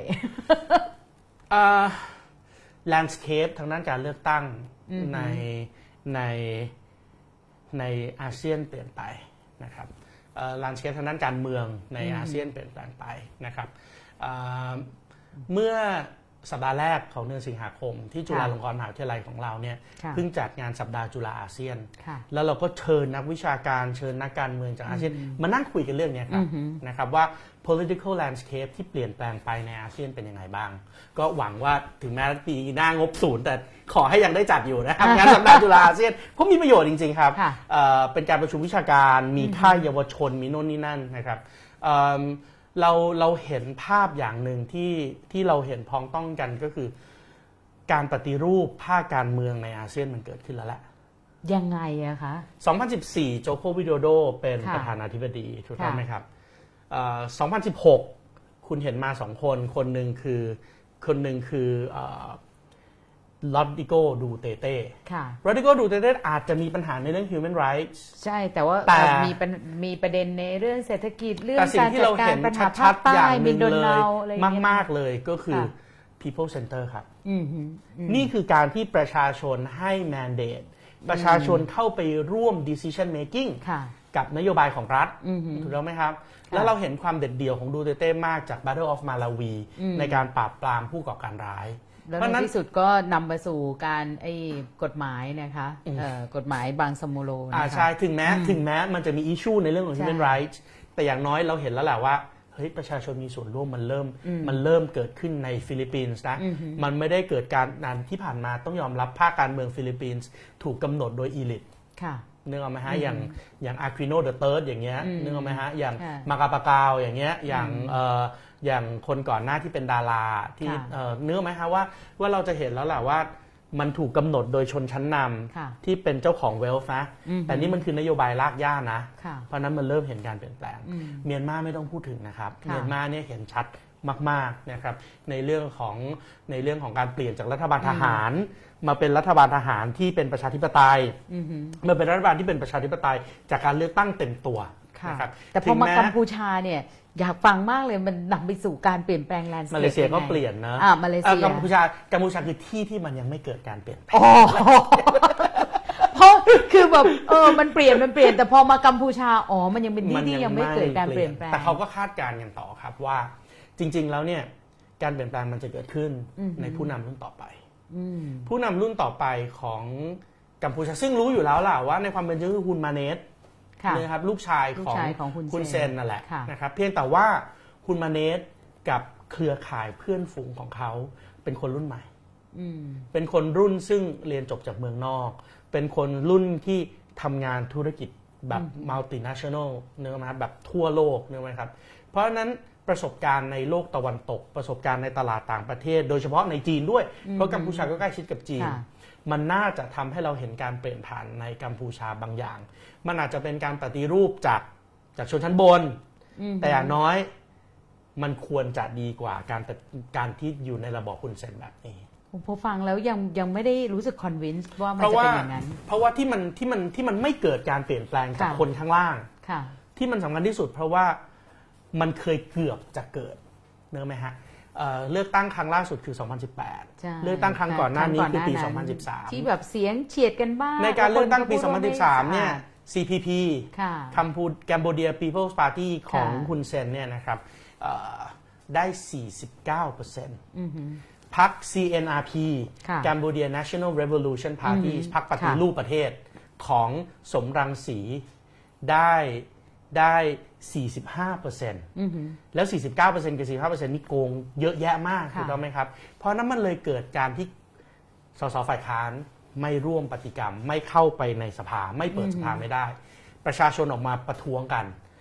แลนด์สเคปทางด้านการเลือกตั้งในในในอาเซียนเปลี่ยนไปนะครับแลนด์สเคปทางด้านการเมืองในอาเซียนเปลี่ยนแปลงไปนะครับเมื่อสัปดาห์แรกของเดือนสิงหาคมที่จุฬาลงกรณ์มหาวิทยาลัยของเราเนี่ยเพิ่งจัดงานสัปดาห์จุฬาอาเซียนแล้วเราก็เชิญนักวิชาการเชิญนักการเมืองจากอาเซียนมานั่งคุยกันเรื่องนี้ครับนะครับว่า political landscape ที่เปลี่ยนแปลงไปในอาเซียนเป็นยังไงบ้างก็หวังว่าถึงแม้ปีหน้างบศูนย์แต่ขอให้ยังได้จัดอยู่นะครับงานสัปดาห์จุฬาอาเซียนเพราะมีประโยชน์จริงๆครับเป็นการประชุมวิชาการมีค่ายเยาวชนมีโน่นนี่นั่นนะครับเราเราเห็นภาพอย่างหนึ่งที่ที่เราเห็นพ้องต้องกันก็คือการปฏิรูปภาคการเมืองในอาเซียนมันเกิดขึ้นแล้วแหละ
ยังไงอะคะ
สองพันสิบสี่โจโควิโดโดเป็นประธานาธิบดีถูกต้องไหมครับสองพันสิบหกคุณเห็นมาสองคนคนหนึ่งคือคนหนึ่งคือลอดดิโกดูเตเต้ลอดดิโกดูเตเต้อาจจะมีปัญหาในเรื่อง human rights
ใช่แต่ว่ามีมีประเด็นในเรื่องเศรษฐกิจเรื่องการจัดการปัญหาภาคใต้มินโดนัล
มากๆเลยก็คือ people center ครับนี่คือการที่ประชาชนให้ mandate ประชาชนเข้าไปร่วม decision making กับนโยบายของรัฐถูกต้องไหมครับแล้วเราเห็นความเด็ดเดี่ยวของดูเตเต้มากจาก Battle of Malawi ในการปราบปรามผู้ก่อการร้าย
แล้วในที่สุดก็นำไปสู่การไอ้กฎหมายนะคะกฎหมายบางสมุโล
อ่าใช่ถึงแม้ถึงแม้มันจะมีอิชชูในเรื่องของ human rights แต่อย่างน้อยเราเห็นแล้วแหละว่าเฮ้ยประชาชนมีส่วนร่วมมันเริ่มมันเริ่มเกิดขึ้นในฟิลิปปินส์นะมันไม่ได้เกิดการนานที่ผ่านมาต้องยอมรับภาคการเมืองฟิลิปปินส์ถูกกำหนดโดยอีลิทนึกออกไหมฮะอย่างอย่างอาควิโนเดอะเติร์ดอย่างเงี้ยนึกออกไหมฮะอย่างมากาปากาวอย่างเงี้ยอย่างเอ่ออย่างคนก่อนหน้าที่เป็นดาราที่เนื้อไหมฮะว่าว่าเราจะเห็นแล้วแหละว่ามันถูกกำหนดโดยชนชั้นนำที่เป็นเจ้าของเวลฟ์นะแต่นี่มันคือนโยบายรากหญ้านะเพราะนั้นมันเริ่มเห็นการเปลี่ยนแปลงเมียนมาไม่ต้องพูดถึงนะครับเมียนมาเนี่ยเห็นชัดมากๆนะครับในเรื่องของในเรื่องของการเปลี่ยนจากรัฐบาลทหารมาเป็นรัฐบาลทหารที่เป็นประชาธิปไตยมาเป็นรัฐบาลที่เป็นประชาธิปไตยจากการเลือกตั้งเต็มตัวนะครับ
แต่พอมากัมพูชาเนี่ยอยากฟังมากเลยมันนำไปสู่การเปลี่ยนแปลงแลนด์สเคป
มาเลเซียก็เปลี่ยนนะ
อ่ามาเลเซีย
กัมพูชากัมพูชาคือที่ที่มันยังไม่เกิดการเปลี่ยนแปลง
เพราะคือแบบเออมันเปลี่ยนมันเปลี่ยนแต่พอมากัมพูชาอ๋อมันยังเป็นที่ที่ยังไม่เกิดการเปลี่ยนแปลง
แต่เขาก็คาดการณ์กันต่อครับว่าจริงๆแล้วเนี่ยการเปลี่ยนแปลงมันจะเกิดขึ้นในผู้นำรุ่นต่อไปผู้นำรุ่นต่อไปของกัมพูชาซึ่งรู้อยู่แล้วล่ะว่าในความเป็นจริงคือคุณมาเนตนะครับลูกชายของคุณเซนนั่นแหละนะครับเพียงแต่ว่าคุณมาเนตกับเครือข่ายเพื่อนฝูงของเขาเป็นคนรุ่นใหม่เป็นคนรุ่นซึ่งเรียนจบจากเมืองนอกเป็นคนรุ่นที่ทำงานธุรกิจแบบมัลติเนชั่นแนลเนื้อมาแบบทั่วโลกเนื้อไหมครับเพราะฉะนั้นประสบการณ์ในโลกตะวันตกประสบการณ์ในตลาดต่างประเทศโดยเฉพาะในจีนด้วยเพราะกัมพูชาก็ใกล้ชิดกับจีนมันน่าจะทำให้เราเห็นการเปลี่ยนผ่านในกัมพูชาบางอย่างมันอาจจะเป็นการปฏิรูปจากจากชนชั้นบนแต่อย่างน้อยมันควรจะดีกว่าการการที่อยู่ในระบอบฮุนเซนแบบนี้
ผมพอฟังแล้วยังยังไม่ได้รู้สึกคอนวินส์ว่ามันจะเป็นอย่างนั้น
เพราะว่าที่มันที่มันที่มันไม่เกิดการเปลี่ยนแปลงจากคนข้างล่างที่มันสำคัญที่สุดเพราะว่ามันเคยเกือบจะเกิดเนอะไหมฮะเลือกตั้งครั้งล่าสุดคือสองพันสิบแปดเลือกตั้งครั้งก่อนหน้านี้คือปีสองพันสิบสาม
ที่แบบเสียงเฉียดกันบ้าง
ในการเลือกตั้งปีสองพันสิบสามเนี่ย ซี พี พี คัมพูแกมโบเดีย People's Party ของฮุนเซนเนี่ยนะครับได้ สี่สิบเก้าเปอร์เซ็นต์ พรรค ซี เอ็น อาร์ พี Cambodia National Revolution Party พรรคปฏิรูปประเทศของสมรังสีได้ได้ สี่สิบห้าเปอร์เซ็นต์ แล้ว สี่สิบเก้าเปอร์เซ็นต์ กับ สี่สิบห้าเปอร์เซ็นต์ นี่โกงเยอะแยะมากถูกต้องไหมครับเพราะนั้นมันเลยเกิดการที่สสฝ่ายค้านไม่ร่วมปฏิกรรมไม่เข้าไปในสภาไม่เปิดสภาไม่ได้ประชาชนออกมาประท้วงกัน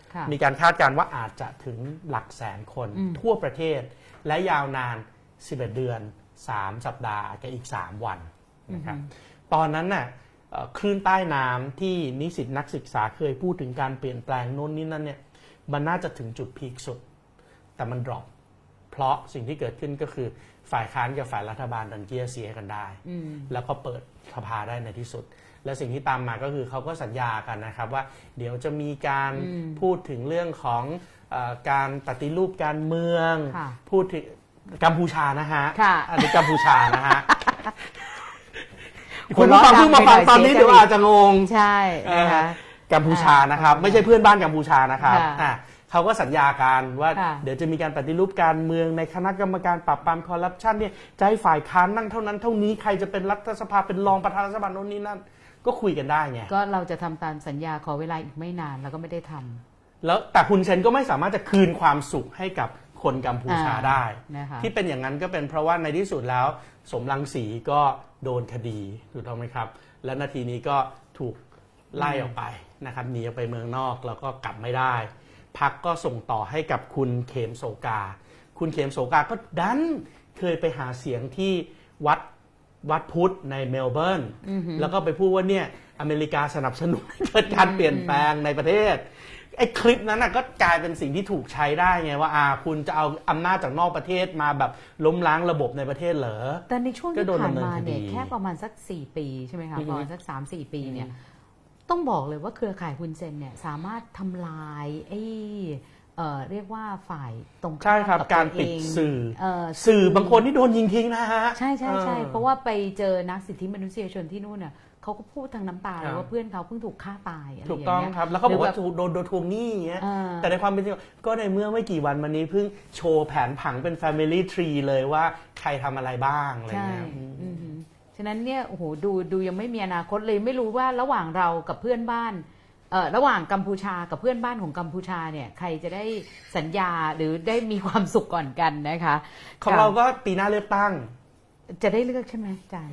มีการคาดการณ์ว่าอาจจะถึงหลักแสนคนทั่วประเทศและยาวนานสิบเอ็ดเดือนสามสัปดาห์กับอีกสามวันนะครับตอนนั้นน่ะคลื่นใต้น้ำที่นิสิตนักศึกษาเคยพูดถึงการเปลี่ยนแปลงโน่นนี่นั่นเนี่ยมันน่าจะถึงจุดพีคสุดแต่มันดรอปเพราะสิ่งที่เกิดขึ้นก็คือฝ่ายค้านกับฝ่ายรัฐบาลดันเกียร์เสียกันได้แล้วก็เปิดสภาได้ในที่สุดและสิ่งที่ตามมาก็คือเขาก็สัญญากันนะครับว่าเดี๋ยวจะมีการพูดถึงเรื่องของเอ่อการปฏิรูปการเมืองพูดถึงกัมพูชานะฮะอันนี้กัมพูชานะฮะคนผู้ฟังเพิ่งมาฟังตอนนี้เดี๋ยวอาจจะงง
ใช่นะคะ
กัมพูชานะครับไม่ใช่เพื่อนบ้านกัมพูชานะครับเขาก็สัญญากันว่าเดี๋ยวจะมีการปฏิรูปการเมืองในคณะกรรมการปราบปรามคอร์รัปชันเนี่ยจะให้ฝ่ายค้านนั่งเท่านั้นเท่านี้ใครจะเป็นรัฐสภาเป็นรองประธานรัฐสภาโน่นนี่นั่นก็คุยกันได้ไง
ก็เราจะทำตามสัญญาขอเวลาอีกไม่นานแล้วก็ไม่ได้ทำ
แล้วแต่คุณเซนก็ไม่สามารถจะคืนความสุขให้กับคนกัมพูชาได้ที่เป็นอย่างนั้นก็เป็นเพราะว่าในที่สุดแล้วสมรังสีก็โดนคดีถูกต้องไหมครับและนาทีนี้ก็ถูกไล่ออกไปนะครับหนีออกไปเมืองนอกแล้วก็กลับไม่ได้พรรคก็ส่งต่อให้กับคุณเขมโสกาคุณเขมโสกาก็ดันเคยไปหาเสียงที่วัดวัดพุทธในเมลเบิร์นแล้วก็ไปพูดว่าเนี่ยอเมริกาสนับสนุนให้เกิดการเปลี่ยนแปลงในประเทศไอ้คลิปนั้นก็กลายเป็นสิ่งที่ถูกใช้ได้ไงว่าอ่าคุณจะเอาอำนาจจากนอกประเทศมาแบบล้มล้างระบบในประเทศเหรอ
แต่ในช่วงที่ผ่านมาเนี่ยแค่ประมาณสักสี่ปีใช่ไหมคะประมาณสัก สามสี่ ปีเนี่ยต้องบอกเลยว่าเครือข่ายฮุนเซนเนี่ยสามารถทำลายไอ้เอ่อเรียกว่าฝ่ายตรงข้ามกับ
การปิดสื่อสื่อบางคนที่โดนยิงทิ้งนะฮะ
ใช่ใช่ใช่เพราะว่าไปเจอนักสิทธิมนุษยชนที่นู่นน่ะเขาก็พูดทางน้ำตาเลยว่าเพื่อนเขาเพิ่งถูกฆ่าตายอะไรอย่างเงี้ย
ถูกต้องครับแล้วเขาบอกว่าโดนโดนทวงหนี้อย่างเงี้ยแต่ในความเป็นจริงก็ในเมื่อไม่กี่วันมานี้เพิ่งโชว์แผนผังเป็น Family Tree เลยว่าใครทำอะไรบ้างอะไรเงี้ย
ฉะนั้นเนี่ยโอ้โหดูดูยังไม่มีอนาคตเลยไม่รู้ว่าระหว่างเรากับเพื่อนบ้านเอ่อระหว่างกัมพูชากับเพื่อนบ้านของกัมพูชาเนี่ยใครจะได้สัญญาหรือได้มีความสุขก่อนกันนะคะ
ของเราก็ปีหน้าเลือกตั้ง
จะได้เลือกใช่ไหมอาจารย์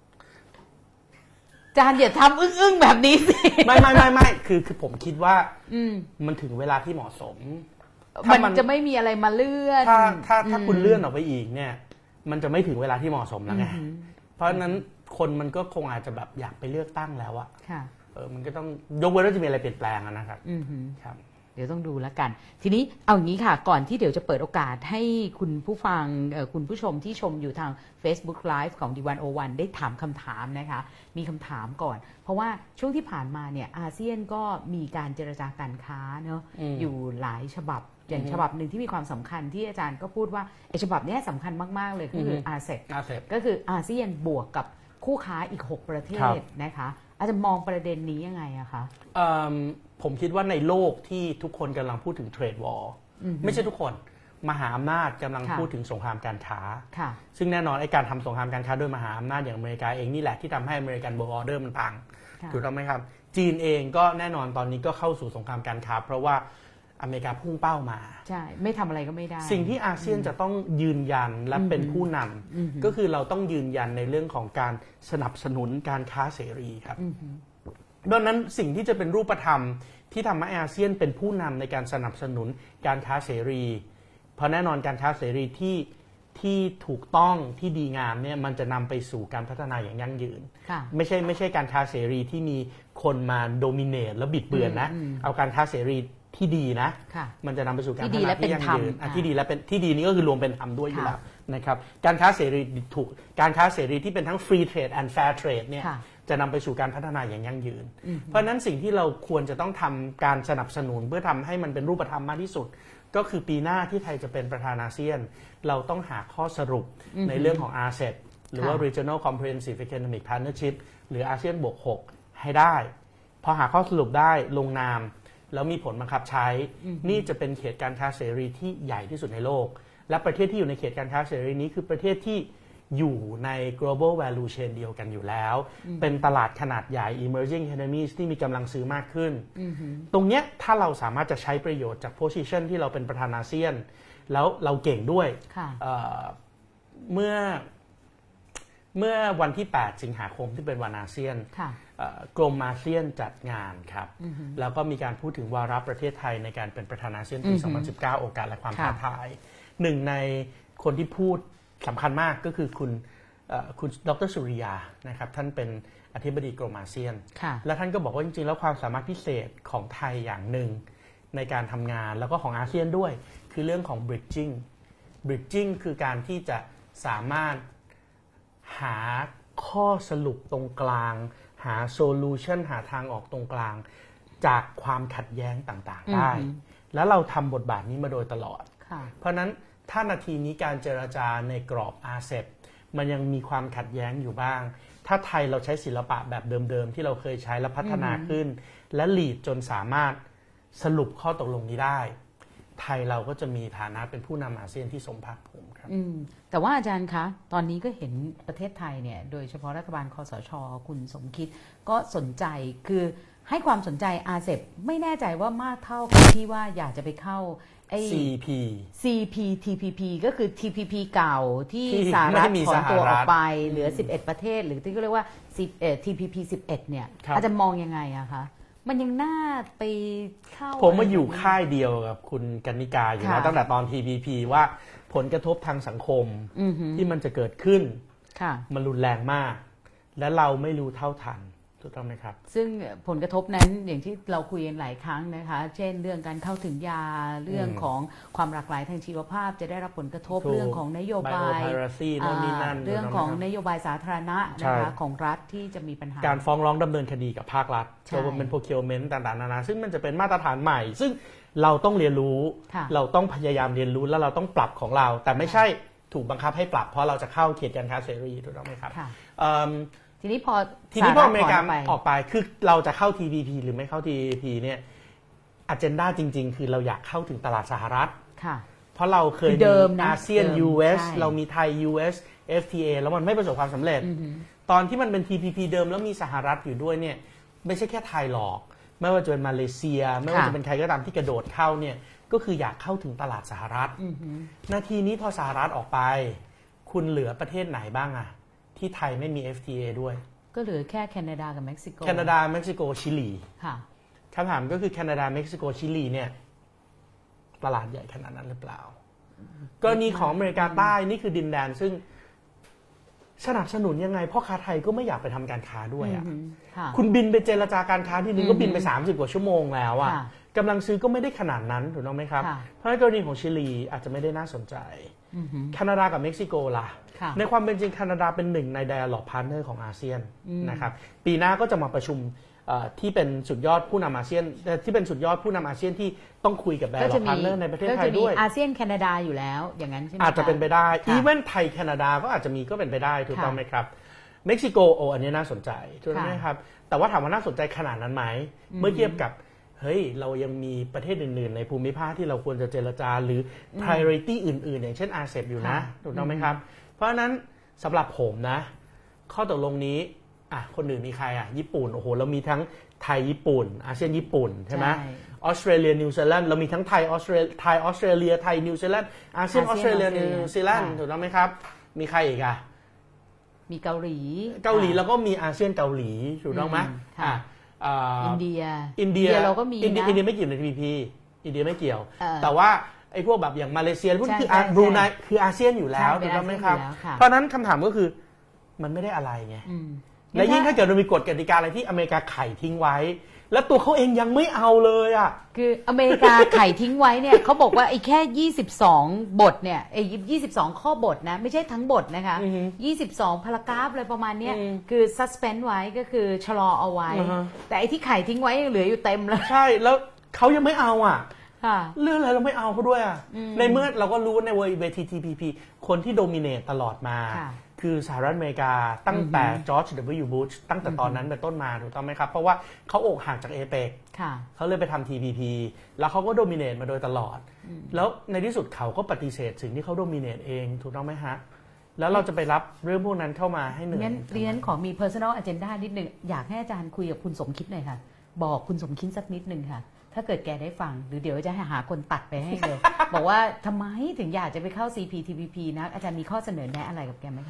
อาจารย์อย่าทำอึ้งๆแบบนี้สิ
ไม่ไม่ไม่ไม่คือคือผมคิดว่ามันถึงเวลาที่เหมาะสม
มันจะไม่มีอะไรมาเลื่อน
ถ้าถ้าถ้าคุณเลื่อนออกไปอีกเนี่ยมันจะไม่ถึงเวลาที่เหมาะสมแล้วไงเพราะฉะนั้นคนมันก็คงอาจจะแบบอยากไปเลือกตั้งแล้วอะเออมันก็ต้องยกเว้นว่าจะมีอะไรเปลี่ยนแปลงนะครับ
ครับเดี๋ยวต้องดูแล้วกันทีนี้เอาอย่างนี้ค่ะก่อนที่เดี๋ยวจะเปิดโอกาสให้คุณผู้ฟังคุณผู้ชมที่ชมอยู่ทาง Facebook Live ของ ดี วัน โอ วัน ได้ถามคำถามนะคะมีคำถามก่อนเพราะว่าช่วงที่ผ่านมาเนี่ยอาเซียนก็มีการเจรจาการค้าเนอะ อ, อยู่หลายฉบับอย่างฉบับหนึ่งที่มีความสำคัญที่อาจารย์ก็พูดว่าไอ้ฉบับนี้สำคัญมากๆเลยก็คือ อาเซป ก็คืออาเซียนบวกกับคู่ค้าอีกหกประเทศนะคะอาจจะมองประเด็นนี้ยังไงอะคะ
ผมคิดว่าในโลกที่ทุกคนกำลังพูดถึงเทรดวอร์ไม่ใช่ทุกคนมหาอำนาจกำลังพูดถึงสงครามการค้าซึ่งแน่นอนไอ้การทำสงครามการค้าด้วยมหาอำนาจอย่างอเมริกาเองนี่แหละที่ทำให้อเมริกันเวิลด์ออเดอร์มันพังถูกต้องไหมครับจีนเองก็แน่นอนตอนนี้ก็เข้าสู่สงครามการค้าเพราะว่าอเมริกาพุ่งเป้ามา
ใช่ไม่ทำอะไรก็ไม่ได้
สิ่งที่อาเซียนจะต้องยืนยันและเป็นผู้นำก็คือเราต้องยืนยันในเรื่องของการสนับสนุนการค้าเสรีครับดังนั้นสิ่งที่จะเป็นรูปธรรมที่ทำให้อาเซียนเป็นผู้นำในการสนับสนุนการค้าเสรีเพราะแน่นอนการค้าเสรีที่ที่ถูกต้องที่ดีงามเนี่ยมันจะนำไปสู่การพัฒนาอย่างยั่งยืนไม่ใช่ไม่ใช่การค้าเสรีที่มีคนมาโดมิเนตและบิดเบือนนะเอาการค้าเสรีที่ดีนะมันจะนำไปสู่การพัฒนาที่ยั่งยืนที่ดีและเป็นที่ดีนี้ก็คือรวมเป็นธรรมด้วยอยู่แล้วนะครับการค้าเสรีถูกการค้าเสรีที่เป็นทั้ง free trade and fair trade เนี่ยจะนำไปสู่การพัฒนาอย่างยั่งยืนเพราะนั้นสิ่งที่เราควรจะต้องทำการสนับสนุนเพื่อทำให้มันเป็นรูปธรรมมากที่สุดก็คือปีหน้าที่ไทยจะเป็นประธานอาเซียนเราต้องหาข้อสรุปในเรื่องของ อาร์ เซ อี หรือว่า Regional Comprehensive Economic Partnership หรืออาเซียนบวกหกให้ได้พอหาข้อสรุปได้ลงนามแล้วมีผลบังคับใช้นี่จะเป็นเขตการค้าเสรีที่ใหญ่ที่สุดในโลกและประเทศที่อยู่ในเขตการค้าเสรีนี้คือประเทศที่อยู่ใน global value chain เดียวกันอยู่แล้วเป็นตลาดขนาดใหญ่ emerging economies ที่มีกำลังซื้อมากขึ้นตรงเนี้ยถ้าเราสามารถจะใช้ประโยชน์จาก position ที่เราเป็นประธานอาเซียนแล้วเราเก่งด้วย เ, เมื่อเมื่อวันที่ แปด สิงหาคมที่เป็นวันอาเซียนกรมอาเซียนจัดงานครับแล้วก็มีการพูดถึงวาระประเทศไทยในการเป็นประธานาอาเซียนปี สองพันสิบเก้า โอกาสและความท้าทายหนึ่งในคนที่พูดสำคัญมากก็คือคุณคุณดร.สุริยานะครับท่านเป็นอธิบดีกรมอาเซียนและท่านก็บอกว่าจริงๆแล้วความสามารถพิเศษของไทยอย่างหนึ่งในการทำงานแล้วก็ของอาเซียนด้วยคือเรื่องของ bridging bridging คือการที่จะสามารถหาข้อสรุปตรงกลางหาโซลูชันหาทางออกตรงกลางจากความขัดแย้งต่างๆได้แล้วเราทำบทบาทนี้มาโดยตลอดเพราะนั้นถ้านาทีนี้การเจรจาในกรอบ อาร์ ซี อี พี มันยังมีความขัดแย้งอยู่บ้างถ้าไทยเราใช้ศิลปะแบบเดิมๆที่เราเคยใช้และพัฒนาขึ้นและลีดจนสามารถสรุปข้อตกลงนี้ได้ไทยเราก็จะมีฐานะเป็นผู้นำอาเซียนที่สมภาคภูมิครับ
แต่ว่าอาจารย์คะตอนนี้ก็เห็นประเทศไทยเนี่ยโดยเฉพาะรัฐบาลคสช.คุณสมคิดก็สนใจคือให้ความสนใจ อาร์ ซี อี พี ไม่แน่ใจว่ามากเท่ากับที่ว่าอยากจะไปเข้าไอ้
ซี พี
ซี พี ที พี พี ก็คือ ที พี พี เก่าที่สหรัฐถอนตัวออกไปเหลือสิบเอ็ดประเทศหรือที่เรียกว่า ที พี พี สิบเอ็ดเนี่ยอาจจะมองยังไงอะคะมันยังน่าไปเข้า
ผมมาอยู่ค่ายเดียวกับคุณกนิกาอยู่แล้วตั้งแต่ตอน ที พี พี ว่าผลกระทบทางสังคมที่มันจะเกิดขึ้นมันรุนแรงมากและเราไม่รู้เท่าทันถูกต้องไหมครับ
ซึ่งผลกระทบนั้นอย่างที่เราคุยกันหลายครั้งนะคะเช่นเรื่องการเข้าถึงยาเรื่องของความหลากหลายทางชีวภาพจะได้รับผลกระทบเรื่องของนโยบายเรื่องของนโยบายสาธารณะนะคะของรัฐที่จะมีปัญหา
การฟ้องร้องดำเนินคดีกับภาครัฐตัวเป็น procurement ต่างๆนานาซึ่งมันจะเป็นมาตรฐานใหม่ซึ่งเราต้องเรียนรู้เราต้องพยายามเรียนรู้แล้วเราต้องปรับของเราแต่ไม่ใช่ถูกบังคับให้ปรับเพราะเราจะเข้าเขตการค้าเสรีถูกต้องไหมครับ
ทีนี้พอ
ทีนี้พออเมริกาออกไปคือเราจะเข้า ที พี พี หรือไม่เข้า ที พี พี เนี่ยอเจนดาจริงๆคือเราอยากเข้าถึงตลาดสหรัฐเพราะเราเคยมีอาเซียน ยู เอส เรามีไทย ยู เอส เอฟ ที เอ แล้วมันไม่ประสบความสำเร็จตอนที่มันเป็น ที พี พี เดิมแล้วมีสหรัฐอยู่ด้วยเนี่ยไม่ใช่แค่ไทยหรอกไม่ว่าจะเป็นมาเลเซียไม่ว่าจะเป็นใครก็ตามที่กระโดดเข้าเนี่ยก็คืออยากเข้าถึงตลาดสหรัฐนาทีนี้พอสหรัฐออกไปคุณเหลือประเทศไหนบ้างอะที่ไทยไม่มี เอฟ ที เอ ด้วย
ก็เหลือแค่แคนาดากับเม็กซิโก
แคนาดาเม็กซิโกชิลีคำถามก็คือแคนาดาเม็กซิโกชิลีเนี่ยตลาดใหญ่ขนาดนั้นหรือเปล่ากรณีของอเมริกาใต้นี่คือดินแดนซึ่งสนับสนุนยังไงพ่อค้าไทยก็ไม่อยากไปทำการค้าด้วยอ่ะคุณบินไปเจรจาการค้าที่นึงก็บินไปสามสิบกว่าชั่วโมงแล้วอ่ะกำลังซื้อก็ไม่ได้ขนาดนั้นถูกต้องไหมครับเพราะในกรณีของชิลีอาจจะไม่ได้น่าสนใจแคนาดากับเม็กซิโกล่ะในความเป็นจริงแคนาดาเป็นหนึ่งใน Dialogue Partner ของอาเซียนนะครับปีหน้าก็จะมาประชุมที่เป็นสุดยอดผู้นำอาเซียนที่เป็นสุดยอดผู้นำอาเซียนที่ต้องคุยกับ Dialogue Partner ในประเทศไทยด้วย
อาเซียนแคนาดาอยู่แล้วอย่างนั้นใช่ไหม
อาจจะเป็นไปได้อีเวนไทยแคนาดาก็อาจจะมีก็เป็นไปได้ถูกต้องไหมครับเม็กซิโกโออันนี้น่าสนใจถูกไหมครับแต่ว่าถามว่าน่าสนใจขนาดนั้นไหมเมื่อเทียบกับเฮ้ยเรายังมีประเทศอื่นๆในภูมิภาคที่เราควรจะเจรจาหรือ priority อื่นๆอย่างเช่น อาร์ ซี อี พี อยู่นะถูกต้องไหมครับเพราะฉะนั้นสำหรับผมนะข้อตกลงนี้อ่ะคนอื่นมีใครอ่ะญี่ปุ่นโอ้โหเรามีทั้งไทยญี่ปุ่นอาเซียนญี่ปุ่นใช่ไหมออสเตรเลียนิวซีแลนด์เรามีทั้งไทยออสเตรเลียไทยออสเตรเลียไทยนิวซีแลนด์อาเซียนออสเตรเลียนิวซีแลนด์ถูกต้องไหมครับมีใครอีกอ่ะ
มีเกาหลี
เกาหลีแล้วก็มีอาเซียนเกาหลีถูกต้องไหมอ่ะ
อินเดีย
อินเดีย
เราก็มีนะ
อินเดียไม่เกี่ยวใน ที พี พี อินเดียไม่เกี่ยวแต่ว่าไอ้พวกแบบอย่างมาเลเซียพวกนี้คือบรูไนคืออาเซียนอยู่แล้วถูกต้องไหมครับเพราะนั้นคำถามก็คือมันไม่ได้อะไรไงและยิ่งถ้าเกิดมันมีกฎกติกาอะไรที่อเมริกาไข่ทิ้งไว้แล้วตัวเขาเองยังไม่เอาเลยอ่ะ
คืออเมริกาไข่ทิ้งไว้เนี่ยเขาบอกว่าไอ้แค่ยี่สิบสองบทเนี่ยไอ้ยี่สิบสองข้อบทนะไม่ใช่ทั้งบทนะคะยี่สิบสองพารากราฟอะไรประมาณเนี้ยคือ suspend ไว้ก็คือชะลอเอาไว้แต่ไอ้ที่ไข่ทิ้งไว้ยังเหลืออยู่เต็มเลย
ใช่แล้วเขายังไม่เอาอ่ะเรื่องอะไรเราไม่เอาเขาด้วยอ่ะในเมื่อเราก็รู้ในเวที ที พี พี คนที่โดมิเนตตลอดมาคือสหรัฐอเมริกาตั้งแต่จอร์จ ดับเบิลยู บุชตั้งแต่ตอนนั้นเป็นต้นมาถูกต้องไหมครับเพราะว่าเขาอกหักจากเอเปกเขาเลยไปทำ ที พี พี แล้วเขาก็โดมิเนตมาโดยตลอดแล้วในที่สุดเขาก็ปฏิเสธสิ่งที่เขาโดมิเนตเองถูกต้องไหมฮะแล้วเราจะไปรับเรื่องพวกนั้นเข้ามาให้เหนื่อย
งั้นเรียนขอมี personal agenda นิดนึงอยากให้อาจารย์คุยกับคุณสมคิดหน่อยค่ะบอกคุณสมคิดสักนิดนึงค่ะถ้าเกิดแกได้ฟังหรือเดี๋ยวจะหาคนตัดไปให้เลย บอกว่าทำไมถึงอยากจะไปเข้า ซี พี ที พี พี นะอาจารย์มีข้อเสนอแนะอะไรกับแกไหมครับ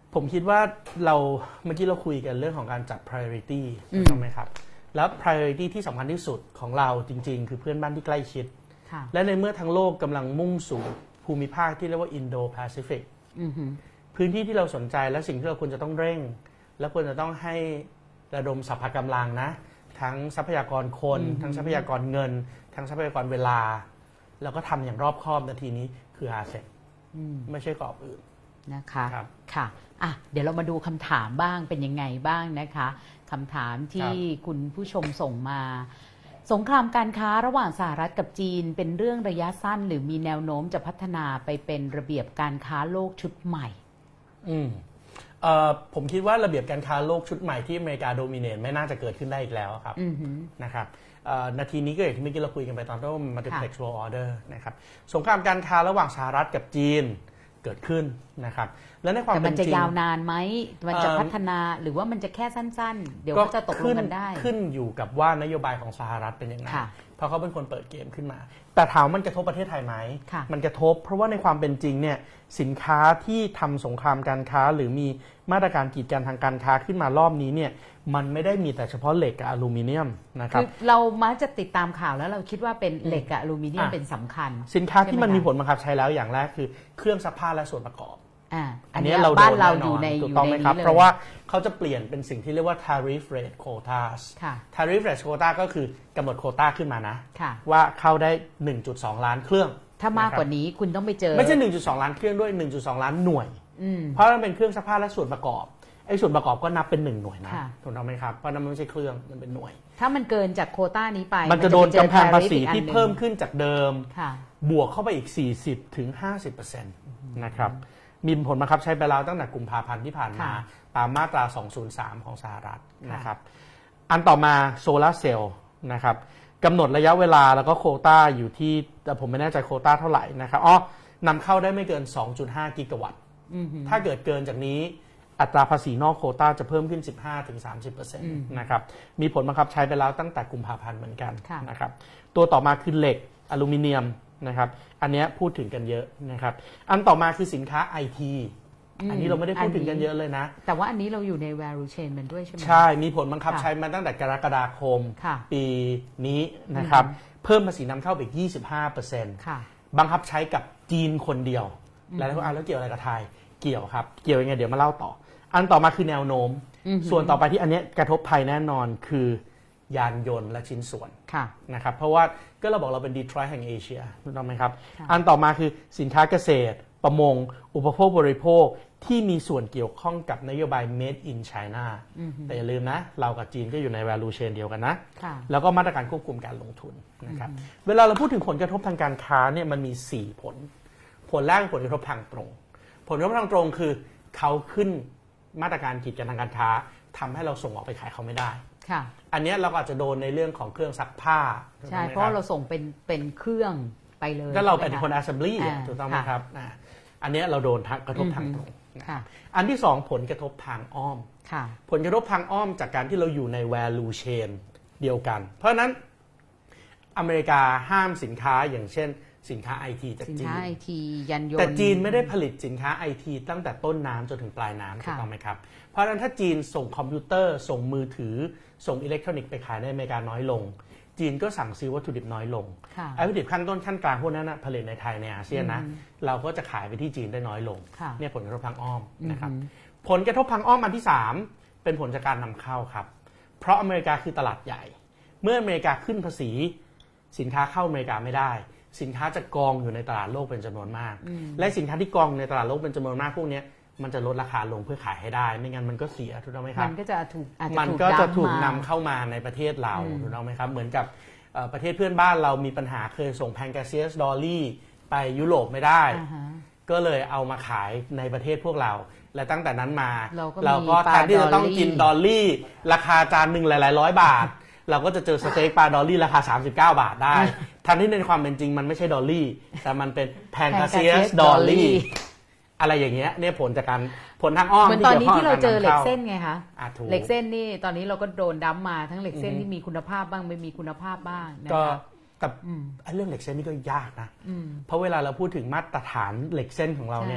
ผมคิดว่าเราเมื่อกี้เราคุยกันเรื่องของการจัด priority ถูกต้องไหมครับแล้ว priority ที่สำคัญที่สุดของเราจริงๆคือเพื่อนบ้านที่ใกล้ชิดและในเมื่อทั้งโลกกำลังมุ่งสู่ภูมิภาคที่เรียกว่า Indo-Pacific พื้นที่ที่เราสนใจและสิ่งที่เราควรจะต้องเร่งและควรจะต้องให้ระดมสรรพกำลังนะทั้งทรัพยากรคนทั้งทรัพยากรเงินทั้งทรัพยากรเวลาแล้วก็ทำอย่างรอบคอบนาทีนี้คืออาเซียนไม่ใช่กรอบอื่น
นะคะค่ะอ่ะเดี๋ยวเรามาดูคำถามบ้างเป็นยังไงบ้างนะคะคำถามที่คุณผู้ชมส่งมาสงครามการค้าระหว่างสหรัฐกับจีนเป็นเรื่องระยะสั้นหรือมีแนวโน้มจะพัฒนาไปเป็นระเบียบการค้าโลกชุดใหม่
อืมเอ่อผมคิดว่าระเบียบการค้าโลกชุดใหม่ที่อเมริกาโดมิเนตไม่น่าจะเกิดขึ้นได้อีกแล้วครับนะครับนาทีนี้ก็อย่างที่เมื่อกี้เราคุยกันไปตอนต้น Multiplex World Order นะครับสงครามการค้าระหว่างสหรัฐกับจีนเกิดขึ้นนะครับและในความเป็นจริง
มันจะยาวนานไหมมันจะพัฒนาหรือว่ามันจะแค่สั้นๆเดี๋ยวก็จะตกลงกันได้
ขึ้นอยู่กับว่านโยบายของสหรัฐเป็นยังไงเพราะเขาเป็นคนเปิดเกมขึ้นมาแต่ถามมันกระทบประเทศไทยไหมมันกระทบเพราะว่าในความเป็นจริงเนี่ยสินค้าที่ทำสงครามการค้าหรือมีมาตรการกีดกันทางการค้าขึ้นมารอบนี้เนี่ยมันไม่ได้มีแต่เฉพาะเหล็กกับอลูมิเนียมนะครับคือ
เรามักจะติดตามข่าวแล้วเราคิดว่าเป็นเหล็กกับอลูมิเนียมเป็นสำคัญ
สินค้าที่มันมีผลบังคับใช้แล้วอย่างแรกคือเครื่องซักผ้าและส่วนประกอบ
อันนี้เราบ้านเราอยู่ใน
ถูกต้องไหมครับเพราะว่าเขาจะเปลี่ยนเป็นสิ่งที่เรียกว่า tariff rate quotas tariff rate quota ก็คือกำหนดโควต้าขึ้นมานะว่าเข้าได้ หนึ่งจุดสอง ล้านเครื่อง
ถ้ามากกว่านี้คุณต้องไปเจอ
ไม่ใช่ หนึ่งจุดสอง ล้านเครื่องด้วย หนึ่งจุดสอง ล้านหน่วยเพราะมันเป็นเครื่องซักผ้าและส่วนประกอบไอ้ส่วนประกอบก็นับเป็นหนึ่งหน่วยนะถูกต้องไหมครับเพราะนั้นมันไม่ใช่เครื่องมันเป็นหน่วย
ถ้ามันเกินจากโควต้านี้ไป
มันจะโดนกำแพงภาษีที่เพิ่มขึ้นจากเดิมบวกเข้าไปอีก สี่สิบถึงห้าสิบเปอร์เซ็นต์ นะครับมีผลบังคับใช้ไปแล้วตั้งแต่กุมภาพันธ์ที่ผ่านมาตามมาตราสองศูนย์สามของสหรัฐนะครับอันต่อมาโซลาร์เซลล์นะครับกำหนดระยะเวลาแล้วก็โควต้าอยู่ที่แต่ผมไม่แน่ใจโควต้าเท่าไหร่นะครับอ๋อนำเข้าได้ไม่เกิน สองจุดห้า กิกะวัตต์ถ้าเกิดเกินจากนี้อัตราภาษีนอกโควต้าจะเพิ่มขึ้น สิบห้าถึงสามสิบเปอร์เซ็นต์ นะครับมีผลบังคับใช้ไปแล้วตั้งแต่กุมภาพันธ์เหมือนกันนะครับตัวต่อมาคือเหล็กอลูมิเนียมนะครับอันนี้พูดถึงกันเยอะนะครับอันต่อมาคือสินค้า ไอ ที อันนี้เราไม่ได้พูดถึงกันเยอะเลยนะ
แต่ว่าอันนี้เราอยู่ใน value chain มันด้วยใช่ไหม
ใช่มีผลบังคับใช้มาตั้งแต่กรกฎาคมปีนี้นะครับเพิ่มภาษีนำเข้าไปอีก ยี่สิบห้าเปอร์เซ็นต์ บังคับใช้กับจีนคนเดียวแล้วอ่ะแล้วเกี่ยวอะไรกับไทยเกี่ยวครับเกี่ยวยังไงเดี๋ยวมาเล่าต่ออันต่อมาคือแนวโน้มส่วนต่อไปที่อันนี้กระทบภัยแน่นอนคือยานยนต์และชิ้นส่วนนะครับเพราะว่าก็เราบอกเราเป็นดีทรอยต์แห่งเอเชียถูกต้องไหมครับอันต่อมาคือสินค้าเกษตรประมงอุปโภคบริโภคที่มีส่วนเกี่ยวข้องกับนโยบาย Made in China แต่อย่าลืมนะเรากับจีนก็อยู่ใน value chain เดียวกันนะแล้วก็มาตรการควบคุมการลงทุนนะครับเวลาเราพูดถึงผลกระทบทางการค้าเนี่ยมันมีสี่ผลผลแรกผลกระทบทางตรงผลกระทบทางตรงคือเขาขึ้นมาตรการกีดกันทางการค้าทำให้เราส่งออกไปขายเขาไม่ได้อันนี้เราก็อาจจะโดนในเรื่องของเครื่องซักผ้า
ใช่เพราะเราส่งเป็นเป็นเครื่องไปเลย
ก็เราเป็นคน assembly ถูกต้องไหมครับอันนี้เราโดนกระทบทางตรงอันที่สองผลกระทบทางอ้อมผลกระทบทางอ้อมจากการที่เราอยู่ใน value chain เดียวกันเพราะนั้นอเมริกาห้ามสินค้าอย่างเช่นสินค้า ไอ ที จากจีนสินค้า
ไอ ที ยันยนต์
แต่จีนไม่ได้ผลิตสินค้า ไอ ที ตั้งแต่ต้นน้ำจนถึงปลายน้ำถูกต้องไหมครับเพราะฉะนั้นถ้าจีนส่งคอมพิวเตอร์ส่งมือถือส่งอิเล็กทรอนิกส์ไปขายในอเมริกาน้อยลงจีนก็สั่งซื้อวัตถุดิบน้อยลงไอ้วัตถุดิบขั้นต้นขั้นกลางพวกนั้นนะผลิตในไทยในอาเซียนนะเราก็จะขายไปที่จีนได้น้อยลงเนี่ยผลกระทบทางอ้อมนะครับผลกระทบทางอ้อมอันที่สามเป็นผลจากการนำเข้าครับเพราะอเมริกาคือตลาดใหญ่เมื่ออเมริกาขึ้นภาษีสินค้าเข้าอเมริกาไม่ได้สินค้าจะกองอยู่ในตลาดโลกเป็นจำนวนมากและสินค้าที่กองในตลาดโลกเป็นจำนวนมากพวกนี้มันจะลดราคาลงเพื่อขายให้ได้ไม่งั้นมันก็เสียถูกต้องไหมครับ
มันก็จะถูก
มันก็จะถูกนำเข้ามาในประเทศเราถูกต้องไหมครับเหมือนกับประเทศเพื่อนบ้านเรามีปัญหาเคยส่งแพนกาเซียสดอลลี่ไปยุโรปไม่ได้ก็เลยเอามาขายในประเทศพวกเราและตั้งแต่นั้นมาเราก็แทนที่จะต้องกินดอลลี่ราคาจานหนึ่งหลายๆร้อยบาทเราก็จะเจอสเต็กปลาดอลลี่ราคาสามสิบเก้าบาทได้ทั้งที่ในความเป็นจริงมันไม่ใช่ดอลลี่แต่มันเป็นแพนคาเซียสดอลลี่อะไรอย่างเงี้ยเนี่ยผลจากการผลทางอ้อม
เหมือนตอนนี้ที่เราเจอเหล็กเส้นไงคะเหล็กเส้นนี่ตอนนี้เราก็โดนดั้มมาทั้งเหล็กเส้นที่มีคุณภาพบ้างไม่มีคุณภาพบ้างนะคะ
แต่เรื่องเหล็กเส้นนี่ก็ยากนะเพราะเวลาเราพูดถึงมาตรฐานเหล็กเส้นของเราเนี่ย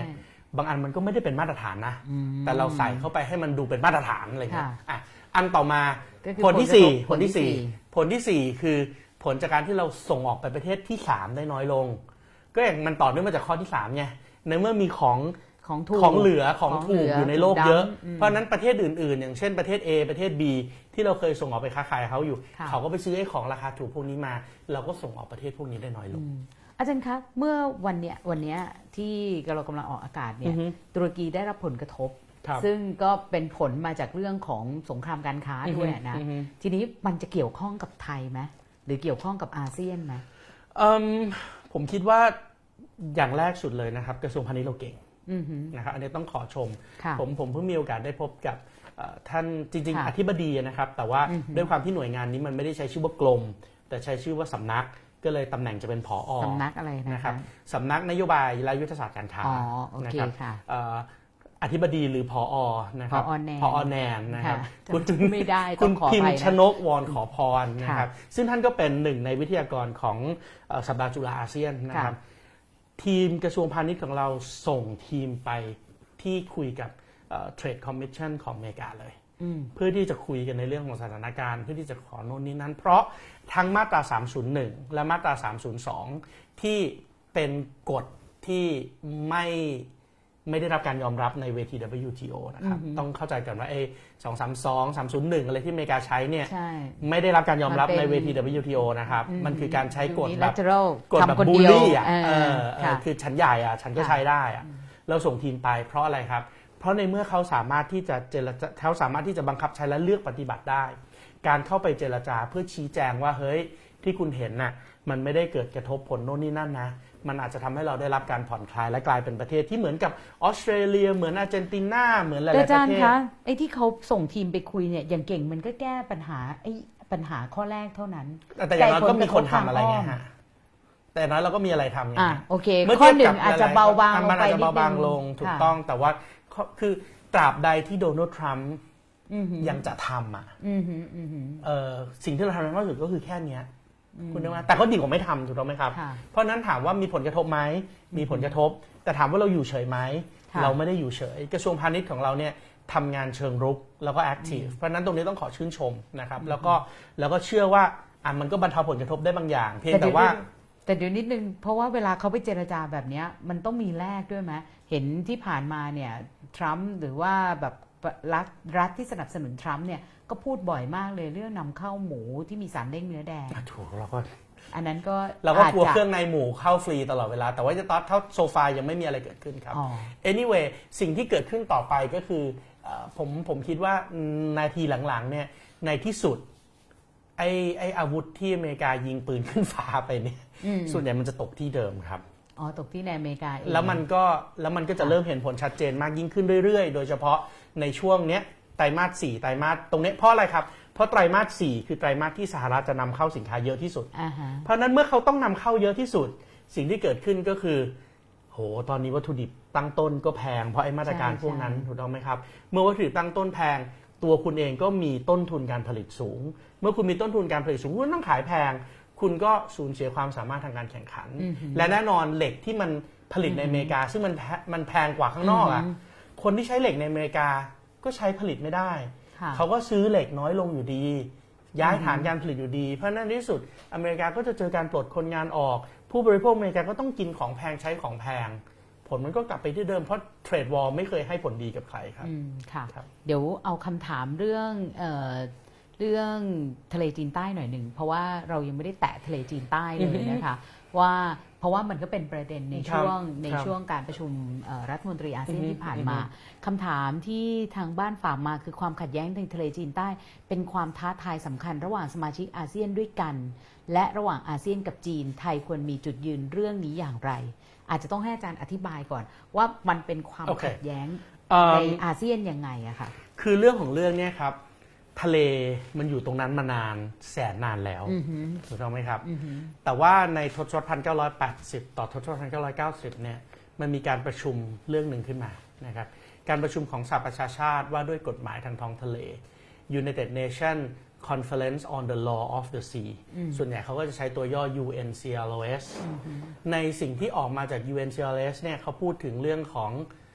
บางอันมันก็ไม่ได้เป็นมาตรฐานนะแต่เราใส่เข้าไปให้มันดูเป็นมาตรฐานอะไรเงี้ยอ่ะอันต่อมาผลที่สี่ผลที่สี่ผลที่สี่คือผลจากการที่เราส่งออกไปประเทศที่สามได้น้อยลงก็อย่างมันต่อเนื่องมาจากข้อที่สามไงในเมื่อมีของ
ของถูก
ของเหลือของถูกอยู่ในโลกเยอะเพราะนั้นประเทศอื่นๆอย่างเช่นประเทศ A ประเทศ B ที่เราเคยส่งออกไปค้าขายเขาอยู่เขาก็ไปซื้อไอ้ของราคาถูกพวกนี้มาเราก็ส่งออกประเทศพวกนี้ได้น้อยลง
อาจารย์คะเมื่อวันเนี้ยวันเนี้ยที่เรากำลังออกอากาศเนี่ยตุรกีได้รับผลกระทบซึ่งก็เป็นผลมาจากเรื่องของสงครามการค้าด้วยนะทีนี้มันจะเกี่ยวข้องกับไทยไหมหรือเกี่ยวข้องกับอาเซียนไหม
ผมคิดว่าอย่างแรกสุดเลยนะครับกระทรวงพาณิชย์เราเก่งนะครับอันนี้ต้องขอชมผมผมเพิ่งมีโอกาสได้พบกับท่านจริงๆอธิบดีนะครับแต่ว่าด้วยความที่หน่วยงานนี้มันไม่ได้ใช้ชื่อว่ากรมแต่ใช้ชื่อว่าสำนักก็เลยตำแหน่งจะเป็นผอ.
สำนักอะไรนะครับ
สำนักนโยบายและยุทธศาสตร์การค้านะครับอธิบดีหรือผอ.นะครับผอ.แนนนะครับ
คุณไม่ได้
คุณพิมพ์ชนกวอนขอพรนะครับซึ่งท่านก็เป็นหนึ่งในวิทยากรของสัปดาห์จุฬาอาเซียนนะครับทีมกระทรวงพาณิชย์ของเราส่งทีมไปที่คุยกับเทรดคอมมิชชั่นของอเมริกาเลยเพื่อที่จะคุยกันในเรื่องของสถานการณ์เพื่อที่จะขอโน่นนี่นั้นเพราะทั้งมาตราสามศูนย์หนึ่งและมาตราสามศูนย์สองที่เป็นกฎที่ไม่ไม่ได้รับการยอมรับในเวที ดับเบิลยู ที โอ นะครับต้องเข้าใจกันว่าไอ้สองสามสอง สามศูนย์หนึ่งอะไรที่อเมริกาใช้เนี่ยไม่ได้รับการยอมรับในเวที ดับเบิลยู ที โอ นะครับมันคือการใช้กฎแบบกฎแบบบูลลี่อ่ะคือฉันใหญ่อ่ะฉันก็ใช้ได้อ่ะเราส่งทีมไปเพราะอะไรครับเพราะในเมื่อเขาสามารถที่จะเจรจาเขาสามารถที่จะบังคับใช้และเลือกปฏิบัติได้การเข้าไปเจรจาเพื่อชี้แจงว่าเฮ้ยที่คุณเห็นน่ะมันไม่ได้เกิดกระทบผลโน่นนี่นั่นนะมันอาจจะทำให้เราได้รับการผ่อนคลายและกลายเป็นประเทศที่เหมือนกับออสเตรเลียเหมือนอาร์เจนตินาเหมือนหลายๆประเทศ
อาจารย์คะไอ้ที่เขาส่งทีมไปคุยเนี่ยอย่างเก่งมันก็แก้ปัญหาไอ้ปัญหาข้อแรกเท่านั้น
แต่อย่างน้อยก็มีคนทำอะไรไงฮะแต่น้อยเราก็มีอะไรทำไง
โอเคข้อหนึ่งอาจจะเบาบางลง
ไปนิดนึงมันอาจจะเบาบางลงถูกต้องแต่ว่าคือตราบใดที่โดนัลด์ทรัมป์ยังจะทำอ่ะสิ่งที่เราทำได้มากที่สุดก็คือแค่นี้คุณได้ไหมแต่ก็ดีกว่าไม่ทำถูกต้องไหมครับเพราะนั้นถามว่ามีผลกระทบไหมมีผลกระทบแต่ถามว่าเราอยู่เฉยไหมเราไม่ได้อยู่เฉยกระทรวงพาณิชย์ของเราเนี่ยทำงานเชิงรุกแล้วก็แอคทีฟเพราะนั้นตรงนี้ต้องขอชื่นชมนะครับแล้วก็แล้วก็เชื่อว่าอ่ะมันก็บรรเทาผลกระทบได้บางอย่างเพียงแต่ว่า
แต่เดี๋ยวนิดนึงเพราะว่าเวลาเขาไปเจรจาแบบนี้มันต้องมีแลกด้วยไหมเห็นที่ผ่านมาเนี่ยทรัมป์หรือว่าแบบรัฐรัฐที่สนับสนุนทรัมป์เนี่ยก็พูดบ่อยมากเลยเรื่องนำเข้าหมูที่มีสารเร่งเนื้อแดง
ถูกเราก็
อันนั้นก็
เราก็กลัวเครื่องในหมูเข้าฟรีตลอดเวลาแต่ว่าจะตอนเท่าโซฟายังไม่มีอะไรเกิดขึ้นครับ anyway สิ่งที่เกิดขึ้นต่อไปก็คือผมผมคิดว่านาทีหลังๆเนี่ยในที่สุดไอ้ไอ้อาวุธที่อเมริกายิงปืนขึ้นฟ้าไปเนี่ยส่วนใหญ่มันจะตกที่เดิมครับ
อ๋อตกที่ในอเมริกาเอง
แล้วมันก็แล้วมันก็จะเริ่มเห็นผลชัดเจนมากยิ่งขึ้นเรื่อยๆโดยเฉพาะในช่วงเนี้ยไตรมาสสี่ไตรมาสตรงนี้เพราะอะไรครับเพราะไตรมาสสี่คือไตรมาสที่สหรัฐจะนำเข้าสินค้าเยอะที่สุด
uh-huh.
เพราะนั้นเมื่อเขาต้องนำเข้าเยอะที่สุดสิ่งที่เกิดขึ้นก็คือโหตอนนี้วัตถุดิบตั้งต้นก็แพงเพราะไอ้มาตรการพวกนั้นถูกต้องไหมครับเมื่อวัตถุดิบตั้งต้นแพงตัวคุณเองก็มีต้นทุนการผลิตสูงเมื่อคุณมีต้นทุนการผลิตสูงคุณต้องขายแพงคุณก็สูญเสียความสามารถทางการแข่งขัน uh-huh. และแน่นอนเหล็กที่มันผลิตในอเมริกาซึ่งมันมันแพงกว่าข้างนอกอ่ะ uh-huh. คนที่ใช้เหล็กในอเมริกาก็ใช้ผลิตไม่ได้เขาก็ซื้อเหล็กน้อยลงอยู่ดีย้ายฐานการผลิตอยู่ดีเพราะนั่นที่สุดอเมริกาก็จะเจอการปลดคนงานออกผู้บริโภคอเมริกาก็ต้องกินของแพงใช้ของแพงผลมันก็กลับไปที่เดิมเพราะเทรดวอร์ไม่เคยให้ผลดีกับใครครับ
ค่ะเดี๋ยวเอาคำถามเรื่องเอ่อเรื่องทะเลจีนใต้หน่อยหนึ่งเพราะว่าเรายังไม่ได้แตะทะเลจีนใต้เลยนะคะว่าเพราะว่ามันก็เป็นประเด็นในช่วงในช่วงการประชุมรัฐมนตรีอาเซียนที่ผ่านมาคำถามที่ทางบ้านฝากมาคือความขัดแย้งในทะเลจีนใต้เป็นความท้าทายสำคัญระหว่างสมาชิกอาเซียนด้วยกันและระหว่างอาเซียนกับจีนไทยควรมีจุดยืนเรื่องนี้อย่างไรอาจจะต้องให้อาจารย์อธิบายก่อนว่ามันเป็นความ
okay.
ขัดแย้งในอาเซียนยังไงอะค่ะ
คือเรื่องของเรื่องเนี่ยครับทะเลมันอยู่ตรงนั้นมานานแสนนานแล้วถูกต้องไหมครับแต่ว่าในทศวรรษหนึ่งพันเก้าร้อยแปดสิบต่อทศวรรษหนึ่งพันเก้าร้อยเก้าสิบเนี่ยมันมีการประชุมเรื่องหนึ่งขึ้นมานะครับการประชุมของสหประชาชาติว่าด้วยกฎหมายทางท้องทะเล United Nations Conference on the Law of the Sea ส่วนใหญ่เขาก็จะใช้ตัวย่อ ยู เอ็น ซี แอล โอ เอส ในสิ่งที่ออกมาจาก ยู เอ็น ซี แอล โอ เอส เนี่ยเขาพูดถึงเรื่องของ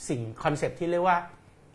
สิ่งคอนเซ็ปต์ที่เรียกว่า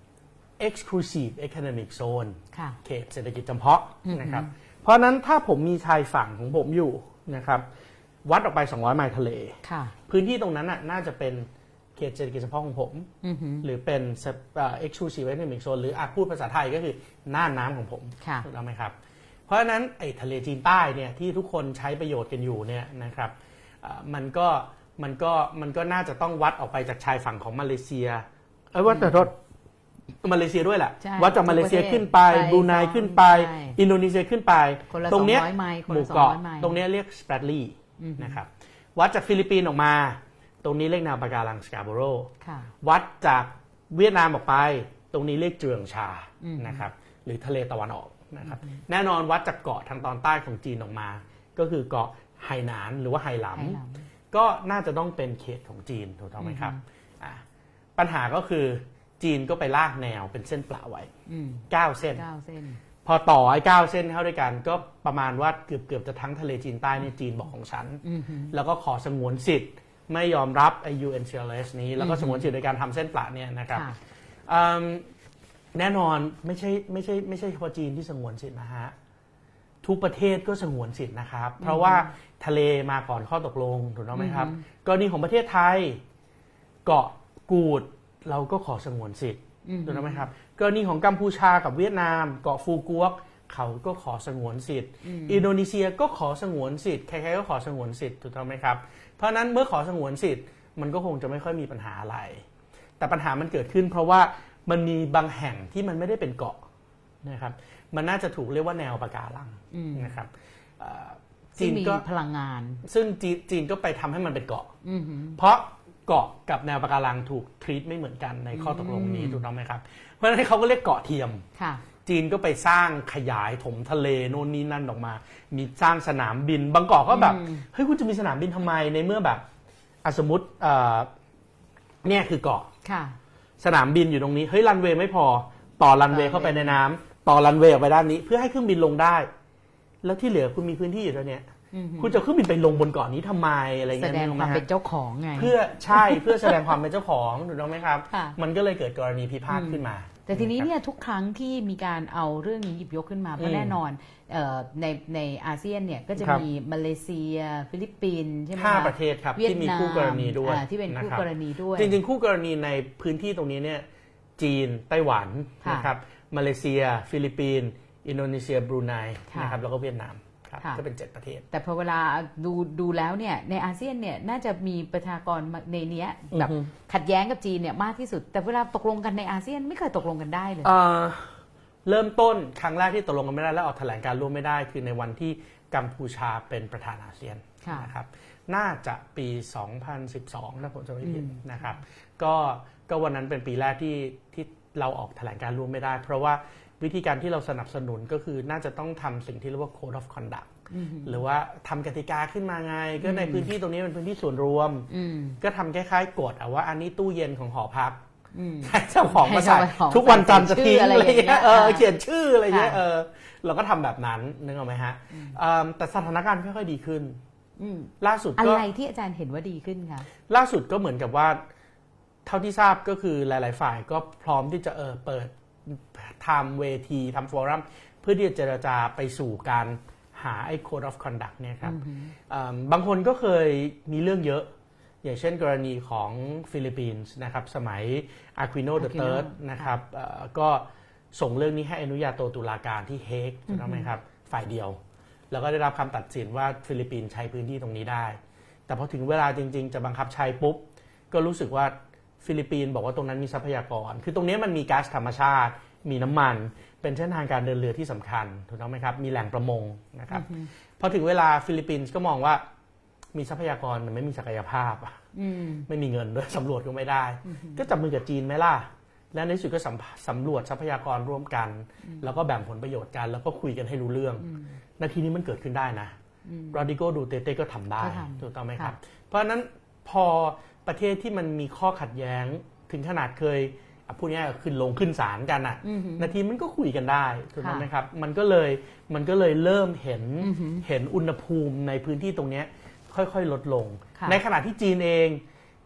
exclusive economic zone เขตเศรษฐกิจเฉพาะนะครับเพราะนั้นถ้าผมมีชายฝั่งของผมอยู่นะครับวัดออกไปสองร้อยไมล์ทะเลพื้นที่ตรงนั้นน่ะน่าจะเป็นเขตเศรษฐกิจเฉพาะของผมหรือเป็น exclusive economic zone หรืออาจพูดภาษาไทยก็คือน่านน้ำของผมถูกต้องไหมครับเพราะฉะนั้นไอ้ทะเลจีนใต้เนี่ยที่ทุกคนใช้ประโยชน์กันอยู่เนี่ยนะครับมันก็มันก็มันก็น่าจะต้องวัดออกไปจากชายฝั่งของมาเลเซียเอ้ยวัดแต่รถมาเลเซียด้วยแหละวัดจากมาเลเซียขึ้นไปบรูไนขึ้นไปอินโดนีเซียขึ้นไปตรงเนี้ยหมู่เกาะตรงเนี้ยเรียกสเปรดลีย์นะครับวัดจากฟิลิปปินส์ออกมาตรงนี้เรียกแนวปะการังสกาโบโรวัดจากเวียดนามออกไปตรงนี้เรียกเจืองชานะครับหรือทะเลตะวันออกนะครับแน่นอนวัดจากเกาะทางตอนใต้ของจีนออกมาก็คือเกาะไหหนานหรือว่าไหหลำก็น่าจะต้องเป็นเขตของจีนถูกต้องไหมครับปัญหาก็คือจีนก็ไปลากแนวเป็นเส้นเปล่าไว้เก้าเส้นพอต่อไอ้เก้าเส้นเข้าด้วยกันก็ประมาณว่าเกือบเกือบจะทั้งทะเลจีนใต้เนี่ยจีนบอกของฉันแล้วก็ขอสงวนสิทธิ์ไม่ยอมรับไอ้ ยู เอ็น ซี แอล เอส นี้แล้วก็สงวนสิทธิ์โดยการทำเส้นเปล่าเนี่ยนะครับแน่นอนไม่ใช่ไม่ใช่ไม่ใช่เฉพาะจีนที่สงวนสิทธิ์นะฮะทุกประเทศก็สงวนสิทธิ์นะครับเพราะว่าทะเลมาก่อนข้อตกลงถูกต้องไหมครับกรณีของประเทศไทยเกาะกูดเราก็ขอสงวนสิทธิ์ถูกต้องไหมครับกรณีของกัมพูชากับเวียดนามเกาะฟูกวกเขาก็ขอสงวนสิทธิ์อินโดนีเซียก็ขอสงวนสิทธิ์ใครๆก็ขอสงวนสิทธิ์ถูกต้องไหมครับเพราะนั้นเมื่อขอสงวนสิทธิ์มันก็คงจะไม่ค่อยมีปัญหาอะไรแต่ปัญหามันเกิดขึ้นเพราะว่ามันมีบางแห่งที่มันไม่ได้เป็นเกาะนะครับมันน่าจะถูกเรียกว่าแนวปะการังนะครับ
จีนก็พลังงาน
ซึ่งจีนก็ไปทำให้มันเป็นเกาะเพราะเกาะกับแนวปะการังถูกทรีตไม่เหมือนกันในข้อตกลงนี้ถูกต้องไหมครับเพราะฉะนั้นเขาก็เรียกเกาะเทียมจีนก็ไปสร้างขยายถมทะเลโน่นนี่นั่นออกมามีสร้างสนามบินบางเกาะก็แบบเฮ้ยคุณจะมีสนามบินทำไมในเมื่อแบบสมมติเนี่ยคือเกาะสนามบินอยู่ตรงนี้เฮ้ยรันเวย์ไม่พอต่อรันเวย์เข้าไปในน้ำต่อรันเวย์ออกไปด้านนี้เพื่อให้เครื่องบินลงได้แล้วที่เหลือคุณมีพื้นที่อยู่แล้วเนี่ยคุณจะเครื่องบินไปลงบนเกาะนี้ทำไมอะไรเงี้ย
แสดงความเป็นเจ้าของไง
เพื่อใช่เพื่อแสดงความเป็นเจ้าของถูกต้องไหมครับมันก็เลยเกิดกรณีพิพาทขึ้นมา
แต่ทีนี้เนี่ยทุกครั้งที่มีการเอาเรื่องนี้หยิบยกขึ้นมาเพราะแน่นอนในในอาเซียนเนี่ยก็จะมีมาเลเซียฟิลิปปินส์ใช่ไหมคะ
ห้าประเทศครับที่มีคู่กรณีด้วย
ที่เป็นคู่กรณีด้วย
จริงๆคู่กรณีในพื้นที่ตรงนี้เนี่ยจีนไต้หวันนะครับมาเลเซียฟิลิปปินส์อินโดนีเซียบรูไนนะครับแล้วก็เวียดนามก็เป็นเจ็ดประเทศ
แต่พอเวลาดูดูแล้วเนี่ยในอาเซียนเนี่ยน่าจะมีประชากรในนี้แบบขัดแย้งกับจีนเนี่ยมากที่สุดแต่เวลาตกลงกันในอาเซียนไม่เคยตกลงกันได้เลย
เริ่มต้นครั้งแรกที่ตกลงกันไม่ได้แล้วออกแถลงการร่วมไม่ได้คือในวันที่กัมพูชาเป็นประธานอาเซียนนะครับน่าจะปีสองพันสิบสองถ้าผมจำไม่ผิดนะครับก็ก็วันนั้นเป็นปีแรกที่ที่เราออกแถลงการร่วมไม่ได้เพราะว่าวิธีการที่เราสนับสนุนก็คือน่าจะต้องทำสิ่งที่เรียกว่า Code of Conduct หรือว่าทำกติกาขึ้นมาไงก็ในพื้นที่ตรงนี้เป็นพื้นที่ส่วนรวมก็ทำคล้ายๆกฎว่าอันนี้ตู้เย็นของหอพักเจ้าของมาใส่ทุกวันจันทร์จะทิ้งอะไรอย่างเงี้ยเออเขียนชื่ออะไรเงี้ยเออเราก็ทำแบบนั้นนึกออกไหมฮะแต่สถานการณ์ค่อยๆดีขึ้นล่าสุด
ก็อะไรที่อาจารย์เห็นว่าดีขึ้นคะ
ล่าสุดก็เหมือนกับว่าเท่าที่ทราบก็คือหลายๆฝ่ายก็พร้อมที่จะเออเปิดทำเวทีทำฟอรัมเพื่อที่จะเจรจาไปสู่การหาไอ้ Code of Conduct เนี่ยครับบางคนก็เคยมีเรื่องเยอะอย่างเช่นกรณีของฟิลิปปินส์นะครับสมัย Aquino the Third นะครับก็ส่งเรื่องนี้ให้อนุญาโตตุลาการที่เฮกถูกต้องไหมครับฝ่ายเดียวแล้วก็ได้รับคำตัดสินว่าฟิลิปปินส์ใช้พื้นที่ตรงนี้ได้แต่พอถึงเวลาจริงๆจะบังคับใช้ปุ๊บก็รู้สึกว่าฟิลิปปินส์บอกว่าตรงนั้นมีทรัพยากรคือตรงนี้มันมีก๊าซธรรมชาติมีน้ำมันเป็นเส้นทางการเดินเรือที่สำคัญถูกต้องไหมครับมีแหล่งประมงนะครับพอถึงเวลาฟิลิปปินส์ก็มองว่ามีทรัพยากรแต่ไม่มีศักยภาพไม่มีเงินด้วยสำรวจก็ไม่ได้ก็จับมือกับจีนไหมล่ะและในที่สุดก็สำรวจทรัพยากรร่วมกันแล้วก็แบ่งผลประโยชน์กันแล้วก็คุยกันให้รู้เรื่องนาทีนี้มันเกิดขึ้นได้นะโรดริโก ดูเตเต้ก็ทำได้ถูกต้องไหมครับเพราะฉะนั้นพอประเทศที่มันมีข้อขัดแย้งถึงขนาดเคยพูดง่ายๆขึ้นลงขึ้นศาลกันอ่ะนาทีมันก็คุยกันได้ถูกไหมครับมันก็เลยมันก็เลยเริ่มเห็นเห็นอุณหภูมิในพื้นที่ตรงนี้ค่อยๆลดลงในขณะที่จีนเอง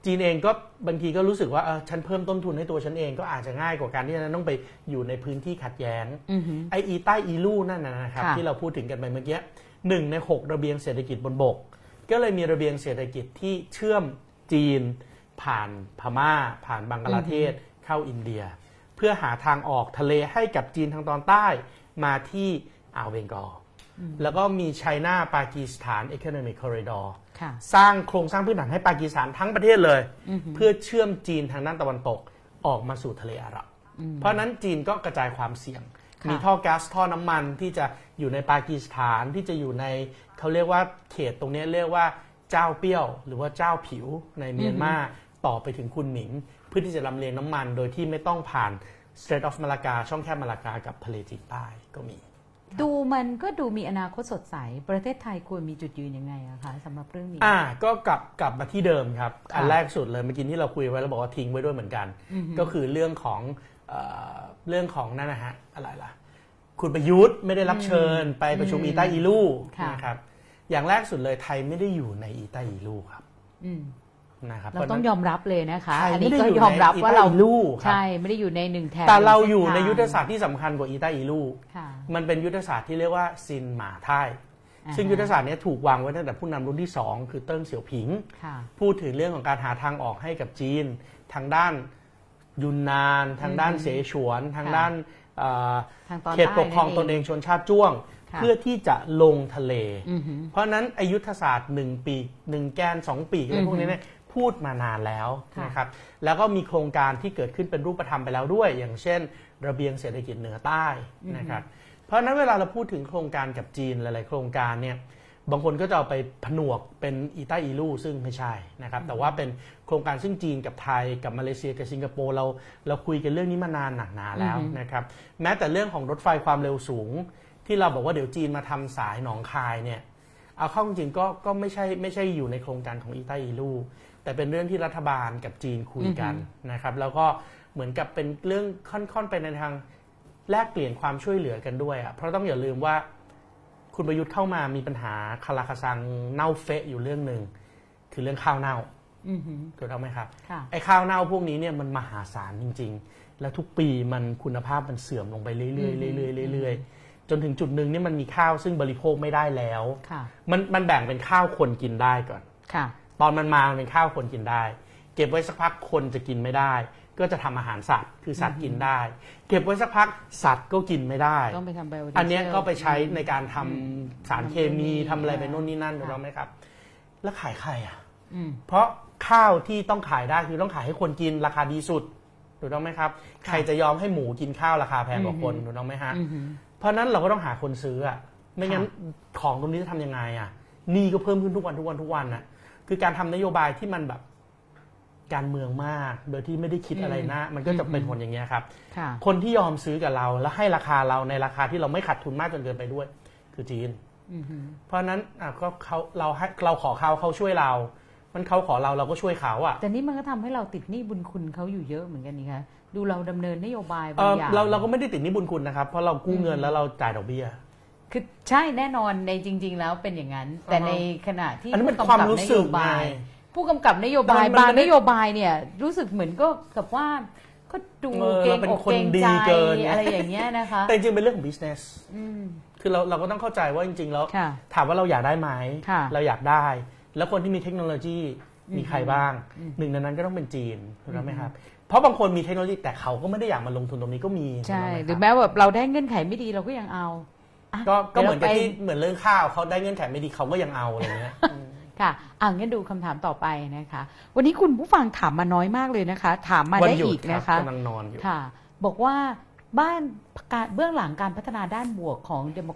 จีนเองก็บางทีก็รู้สึกว่าเออฉันเพิ่มต้นทุนให้ตัวฉันเองก็อาจจะง่ายกว่าการที่ฉันต้องไปอยู่ในพื้นที่ขัดแย้งไออีใต้อีลู่นั่นนะครับที่เราพูดถึงกันไปเมื่อกี้หนึ่งในหกระเบียงเศรษฐกิจบนบกก็เลยมีระเบียงเศรษฐกิจที่เชื่อมจีนผ่านพม่าผ่านบังกลาเทศเข้าอินเดียเพื่อหาทางออกทะเลให้กับจีนทางตอนใต้มาที่อ่าวเบงกอลแล้วก็มีไชน่าปากีสถาน Economic Corridor สร้างโครงสร้างพื้นฐานให้ปากีสถานทั้งประเทศเลยเพื่อเชื่อมจีนทางด้านตะวันตกออกมาสู่ทะเลอาหรับเพราะนั้นจีนก็กระจายความเสี่ยงมีท่อแก๊สท่อน้ำมันที่จะอยู่ในปากีสถานที่จะอยู่ในเขาเรียกว่าเขตตรงนี้เรียกว่าเจ้าเปี้ยวหรือว่าเจ้าผิวในเมียนมาต่อไปถึงคุนหมิงเพื่อที่จะลำเลียงน้ำมันโดยที่ไม่ต้องผ่าน Strait of Malacca ช่องแคบมาลากากับทะเลจีนใต้ก็มี
ดูมันก็ดูมีอนาคตสดใสประเทศไทยควรมีจุดยืนยังไงอะคะสำหรับเรื่องนี้
อ่าก็กลับกลับมาที่เดิมครับอันแรกสุดเลยเมื่อกี้ที่เราคุยไว้เราบอกว่าทิ้งไว้ด้วยเหมือนกันก็คือเรื่องของเอ่อเรื่องของนั่นนะฮะอะไรล่ะคุณประยุทธ์ไม่ได้รับเชิญไปประชุมอีใต้อีลู่นะครับอย่างแรกสุดเลยไทยไม่ได้อยู่ในอีใต้อีลู่ครับนะครับ
เราต้องยอมรับเลยนะคะอันนี้ก็ยอมรับว่าเราใช่ไม่ได้อยู่ในหนึ่งแถบ
แต่เราอยู่ในยุทธศาสตร์ที่สำคัญกว่าอีใต้อีลู่มันเป็นยุทธศาสตร์ที่เรียกว่าซินหม่าไท่ซึ่งยุทธศาสตร์นี้ถูกวางไว้ตั้งแต่ผู้นำรุ่นที่สองคือเติ้งเสี่ยวผิงพูดถึงเรื่องของการหาทางออกให้กับจีนทางด้านยุนนานทางด้านเสฉวนทางด้านเขตปกครองตนเองชนชาติจ้วงเพื่อที่จะลงทะเลเพราะนั้นอายุทธศาสตร์หนึ่งปีหนึ่งแกนสองปีอะไรพวกนี้เนี่ยพูดมานานแล้วนะครับแล้วก็มีโครงการที่เกิดขึ้นเป็นรูปธรรมไปแล้วด้วยอย่างเช่นระเบียงเศรษฐกิจเหนือใต้นะครับเพราะนั้นเวลาเราพูดถึงโครงการกับจีนหลายๆโครงการเนี่ยบางคนก็จะเอาไปผนวกเป็นอีใต้อีลู่ซึ่งไม่ใช่นะครับแต่ว่าเป็นโครงการซึ่งจีนกับไทยกับมาเลเซียกับสิงคโปร์เราเราคุยกันเรื่องนี้มานานหนักหนาแล้วนะครับแม้แต่เรื่องของรถไฟความเร็วสูงที่เราบอกว่าเดี๋ยวจีนมาทำสายหนองคายเนี่ยเอาเข้าจริงๆก็ก็ไม่ใช่ไม่ใช่อยู่ในโครงการของอีใต้อีลู่แต่เป็นเรื่องที่รัฐบาลกับจีนคุยกันนะครับแล้วก็เหมือนกับเป็นเรื่องค่อนๆไปในทางแลกเปลี่ยนความช่วยเหลือกันด้วยอ่ะเพราะต้องอย่าลืมว่าคุณประยุทธ์เข้ามามีปัญหาคาราคาซังเน่าเฟะอยู่เรื่องหนึ่งคือเรื่องข้าวเน่าถูกต้องไหมครับไอ้ข้าวเน่าพวกนี้เนี่ยมันมหาศาลจริงๆแล้วทุกปีมันคุณภาพมันเสื่อมลงไปเรื่อยๆเรื่อยๆเรื่อยๆจนถึงจุดหนึ่งนี่มันมีข้าวซึ่งบริโภคไม่ได้แล้วมันมันแบ่งเป็นข้าวคนกินได้ก่อนตอนมันมามันเป็นข้าวคนกินได้เก็บไว้สักพักคนจะกินไม่ได้ก็จะทำอาหารสัตว์คือสัตว์กินได้เก็บไว้สักพักสัตว์ก็กินไม่ได้
ต้องไปทำไบโอดีเซล
อันนี้ก็ไปใช้ในการทำสารเคมีทำอะไรไปโน่นนี่นั่นถูกต้องไหมครับแล้วขายใครอ่ะเพราะข้าวที่ต้องขายได้คือต้องขายให้คนกินราคาดีสุดถูกต้องไหมครับใครจะยอมให้หมูกินข้าวราคาแพงกว่าคนถูกต้องไหมฮะเพราะนั้นเราก็ต้องหาคนซื้ออ่ะไม่งั้นของตรงนี้จะทำยังไงอ่ะหนี้ก็เพิ่มขึ้นทุกวันทุกวันทุกวันอ่ะคือการทำนโยบายที่มันแบบการเมืองมากโดยที่ไม่ได้คิดอะไรนะมันก็จะเป็นผลอย่างเงี้ยครับคนที่ยอมซื้อกับเราแล้วให้ราคาเราในราคาที่เราไม่ขาดทุนมากจนเกินไปด้วยคือจีนเพราะนั้นก็เขาเราให้เราขอเขาเขาช่วยเรามันเขาขอเราเราก็ช่วยเขาอ่ะ
แต่นี่มันก็ทำให้เราติดหนี้บุญคุณเขาอยู่เยอะเหมือนกันนี่คะดูเราดำเนินนโยบายบางอย่าง
เราเราก็ไม่ได้ติดหนี้บุญคุณนะครับเพราะเรากู้เงินแล้วเราจ่ายดอกเบี้ย
คือใช่แน่นอนในจริงๆแล้วเป็นอย่างนั้นแต่ในขณะที่
ผู้กำกับนโยบาย
ผู้กำกับนโยบายบางนโยบายเนี่ยรู้สึกเหมือนก็กับว่าก็ดูเกรงอกเกรงใจอะไรอย่างเงี้ยนะคะ
แต่จริงเป็นเรื่องของ business คือเราเราก็ต้องเข้าใจว่าจริงๆแล้วถามว่าเราอยากได้ไหมเราอยากได้แล้วคนที่มีเทคโนโลยีมีใครบ้างหนึ่งในนั้นก็ต้องเป็นจีนถูกไหมครับเพราะบางคนมีเทคโนโลยีแต่เขาก็ไม่ได้อยากมาลงทุนตรงนี้ก็มี
ใช่หรือแม้ว่าเราได้เงื่อนไขไม่ดีเราก็ยังเอา
ก็ก็เหมือนกับที่เหมือนเรื่องข้าวเขาได้เงื่อนไขไม่ดีเขาก็ยังเอาอะไรเงี้ย
ค่ะอ่ะงั้นดูคำถามต่อไปนะคะวันนี้คุณผู้ฟังถามมาน้อยมากเลยนะคะถามมาได้อีกนะคะ
กำลังนอนอยู่
ค่ะบอกว่าบ้านเบื้องหลังการพัฒนาด้านบวกของ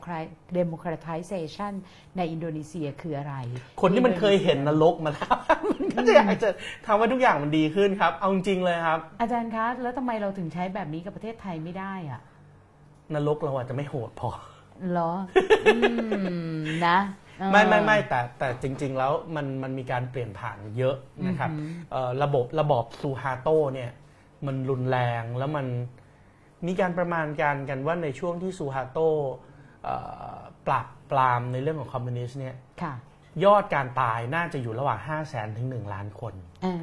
democratization ในอินโดนีเซียคืออะไร
คนที่มันเคยเห็นนรกมาแล้วมันก็จะอยากจะทำให้ทุกอย่างมันดีขึ้นครับเอาจริงเลยครับ
อาจารย์คะแล้วทำไมเราถึงใช้แบบนี้กับประเทศไทยไม่ได้อะ
นรกเราอาจจะไม่โหดพอ
เหรอนะ
ไม่ไม่ไม่แต่แต่จริงๆแล้วมันมันมีการเปลี่ยนผ่านเยอะนะครับระบบระบอบซูฮาโตเนี่ยมันรุนแรงแล้วมันมีการประมาณการกันว่าในช่วงที่ซูฮาโตปราบปรามในเรื่องของคอมมิวนิสต์เนี่ยยอดการตายน่าจะอยู่ระหว่างห้าแสนถึงหนึ่งล้านคน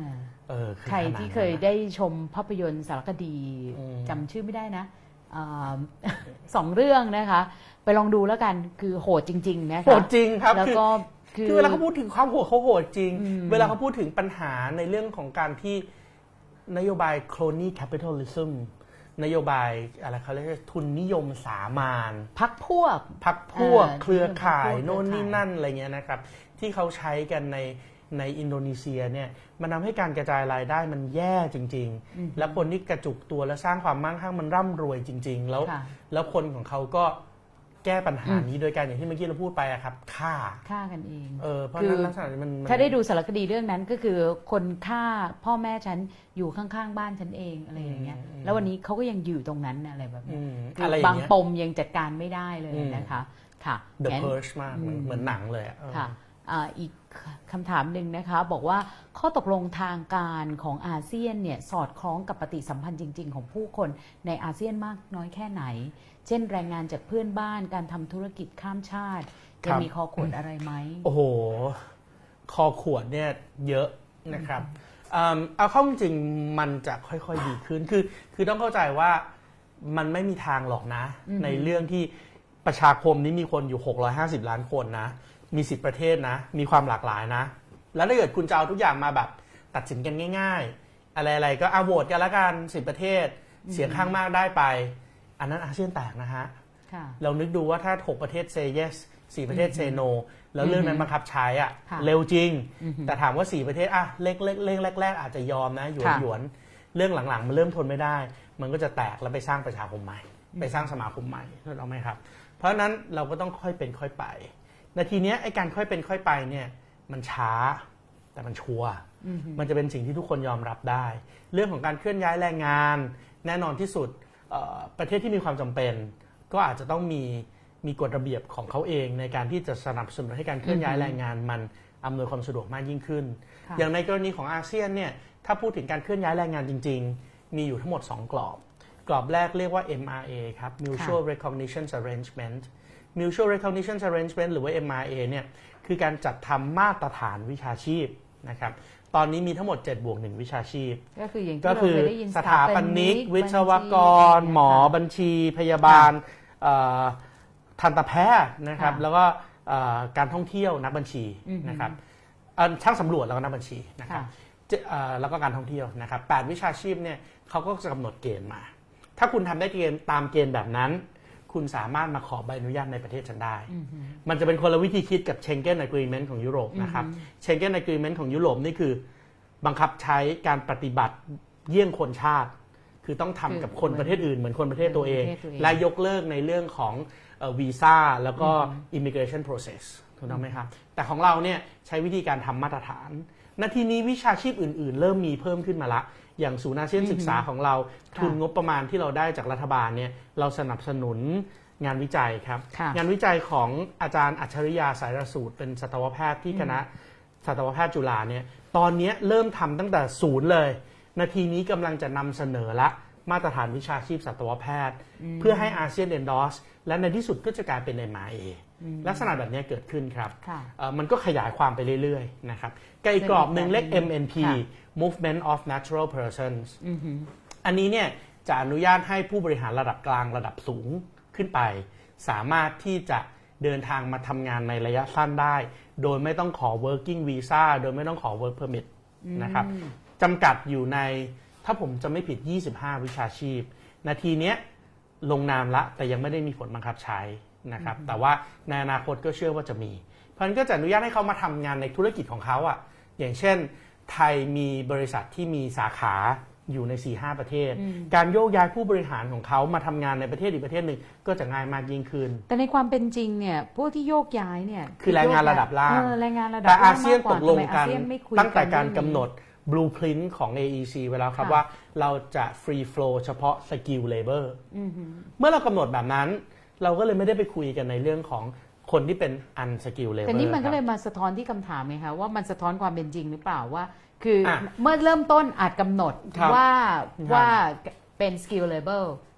เอออ
ใครที่เคยได้ชมภาพยนตร์สารคดีจำชื่อไม่ได้นะอ สองเรื่องนะคะไปลองดูแล้วกันคือโหดจริงๆนะคะ
โหดจริงครับ
แล้วก็
คือเวลาเขาพูดถึงความโหดเขาโหดจริงเวลาเขาพูดถึงปัญหาในเรื่องของการที่นโยบาย crony capitalism นโยบายอะไรเขาเรียกทุนนิยมสามาน
พักพวก
พักพวกเครือข่ายโน่นนี่นั่นอะไรเงี้ยนะครับที่เขาใช้กันในในอินโดนีเซียเนี่ยมันทำให้การกระจายรายได้มันแย่จริงๆแล้วคนที่กระจุกตัวและสร้างความมั่งคั่งมันร่ำรวยจริงๆแล้วแล้วคนของเขาก็แก้ปัญหานี้โดยการอย่างที่เมื่อกี้เราพูดไปอะครับฆ่า
ฆ่ากันเอง
เออเพราะนั้นลักษณะมัน
ถ้าได้ดูสารคดีเรื่องนั้นก็คือคนฆ่าพ่อแม่ฉันอยู่ข้างๆบ้านฉันเองอะไรอย่างเงี้ยแล้ววันนี้เขาก็ยังอยู่ตรงนั้นอะไรแบบนี้คือบางปมยังจัดการไม่ได้เลยนะคะค่ะ
The Purge มากเหมือนหนังเลย
ค่ะอีกคำถามหนึ่งนะคะบอกว่าข้อตกลงทางการของอาเซียนเนี่ยสอดคล้องกับปฏิสัมพันธ์จริงๆของผู้คนในอาเซียนมากน้อยแค่ไหนเช่นแรงงานจากเพื่อนบ้านการทำธุรกิจข้ามชาติจะมีคอขวดอะไรไหม
โอ้โหคอขวดเนี่ยเยอะนะครับเอาเข้าจริงมันจะค่อยๆดีขึ้นคือคือต้องเข้าใจว่ามันไม่มีทางหรอกนะในเรื่องที่ประชาคมนี้มีคนอยู่หกร้อยห้าสิบล้านคนนะมีสิบประเทศนะมีความหลากหลายนะแล้วถ้าเกิดคุณจะเอาทุกอย่างมาแบบตัดสินกันง่ายๆอะไรๆก็เอาโหวตกันละกันสิบประเทศเสียงข้างมากได้ไปอันนั้นอาเซียนแตกนะฮะเรานึกดูว่าถ้าหกประเทศ say yes สี่ประเทศ say no แล้วเรื่องนั้นบังคับใช้อ่ะเร็วจริงแต่ถามว่าสี่ประเทศอ่ะเล็กๆเล็กแรกๆอาจจะยอมนะหยวนหยวนเรื่องหลังๆมันเริ่มทนไม่ได้มันก็จะแตกแล้วไปสร้างประชาคมใหม่ไปสร้างสมาคมใหม่ถูกต้องไหมครับเพราะฉะนั้นเราก็ต้องค่อยเป็นค่อยไปนาทีนี้ไอ้การค่อยเป็นค่อยไปเนี่ยมันช้าแต่มันชัวร์มันจะเป็นสิ่งที่ทุกคนยอมรับได้เรื่องของการเคลื่อนย้ายแรงงานแน่นอนที่สุดประเทศที่มีความจำเป็นก็อาจจะต้องมีมีกฎระเบียบของเขาเองในการที่จะสนับสนุนให้การเคลื่อนย้ายแรงงานมันอำนวยความสะดวกมากยิ่งขึ้นอย่างในกรณีของอาเซียนเนี่ยถ้าพูดถึงการเคลื่อนย้ายแรงงานจริงๆมีอยู่ทั้งหมดสองกรอบกรอบแรกเรียกว่า เอ็ม อาร์ เอ ครับ Mutual Recognition Arrangement Mutual Recognition Arrangement หรือว่า เอ็ม อาร์ เอ เนี่ยคือการจัดทำมาตรฐานวิชาชีพนะครับตอนนี้มีทั้งหมดเจ็ดบวกหนึ่งวิชาชีพ
ก็คืออย่างที่เราเคยได้ยิน
สถาปนิกวิศวกรหมอบัญชีพยาบาลทันตแพทย์นะครับแล้วก็การท่องเที่ยวนักบัญชีนะครับช่างสำรวจแล้วก็นักบัญชีนะครับแล้วก็การท่องเที่ยวนะครับแปดวิชาชีพเนี่ยเขาก็จะกำหนดเกณฑ์มาถ้าคุณทำได้เกณฑ์ตามเกณฑ์แบบนั้นคุณสามารถมาขอใบอนุญาตในประเทศฉันได้ mm-hmm. มันจะเป็นคนละวิธีคิดกับ Schengen Agreement ของยุโรปนะครับ mm-hmm. Schengen Agreement ของยุโรปนี่คือบังคับใช้การปฏิบัติเยี่ยงคนชาติคือต้องทำกับคนประเทศอื่นเหมือนคนประเทศตัวเองและยกเลิกในเรื่องของวีซ่าแล้วก็ mm-hmm. immigration process ถูกต้องไหมครับแต่ของเราเนี่ยใช้วิธีการทำมาตรฐานนาทีนี้วิชาชีพอื่นๆเริ่มมีเพิ่มขึ้นมาละอย่างศูนย์อาเซียนศึกษาของเราทุนงบประมาณที่เราได้จากรัฐบาลเนี่ยเราสนับสนุนงานวิจัยครับงานวิจัยของอาจารย์อัจฉริยาสายรสูตรเป็นสัตวแพทย์ที่คณะสัตวแพทย์จุฬาเนี่ยตอนนี้เริ่มทำตั้งแต่ศูนย์เลยนาทีนี้กำลังจะนำเสนอละมาตรฐานวิชาชีพสัตวแพทย์เพื่อให้อาเซียน endorse และในที่สุดก็จะกลายเป็น เอ็ม อาร์ เอ ลักษณะแบบนี้เกิดขึ้นครับมันก็ขยายความไปเรื่อยๆนะครับกับอีกกรอบหนึ่งเรียก เอ็ม เอ็น พี Movement of Natural Persons อันนี้เนี่ยจะอนุญาตให้ผู้บริหารระดับกลางระดับสูงขึ้นไปสามารถที่จะเดินทางมาทำงานในระยะสั้นได้โดยไม่ต้องขอ working visa โดยไม่ต้องขอ work permit นะครับจำกัดอยู่ในถ้าผมจะไม่ผิดยี่สิบห้าวิชาชีพนาทีนี้ลงนามละแต่ยังไม่ได้มีผลบังคับใช้นะครับแต่ว่าในอนาคตก็เชื่อว่าจะมีเพราะฉะนั้นก็จะอนุญาตให้เขามาทำงานในธุรกิจของเขาอ่ะอย่างเช่นไทยมีบริษัทที่มีสาขาอยู่ใน สี่ห้า ประเทศการโยกย้ายผู้บริหารของเขามาทำงานในประเทศอีกประเทศหนึ่งก็จะง่ายมากยิ่งขึ้น
แต่ในความเป็นจริงเนี่ยพวกที่โยกย้ายเนี่ย
คือแรงงานระดับล่างแต่อาเซียนตกลงกันตั้งแต่การกำหนด blueprint ของ เอ อี ซี ไว้แล้วครับว่าเราจะ free flow เฉพาะ skill labor เมื่อเรากำหนดแบบนั้นเราก็เลยไม่ได้ไปคุยกันในเรื่องของคนที่เป็น unskilled labor
แต่นี่มันก็เลยมาสะท้อนที่คำถามไงคะว่ามันสะท้อนความเป็นจริงหรือเปล่าว่าคือเมื่อเริ่มต้นอาจกำหนดว่าว่าเป็น skill labor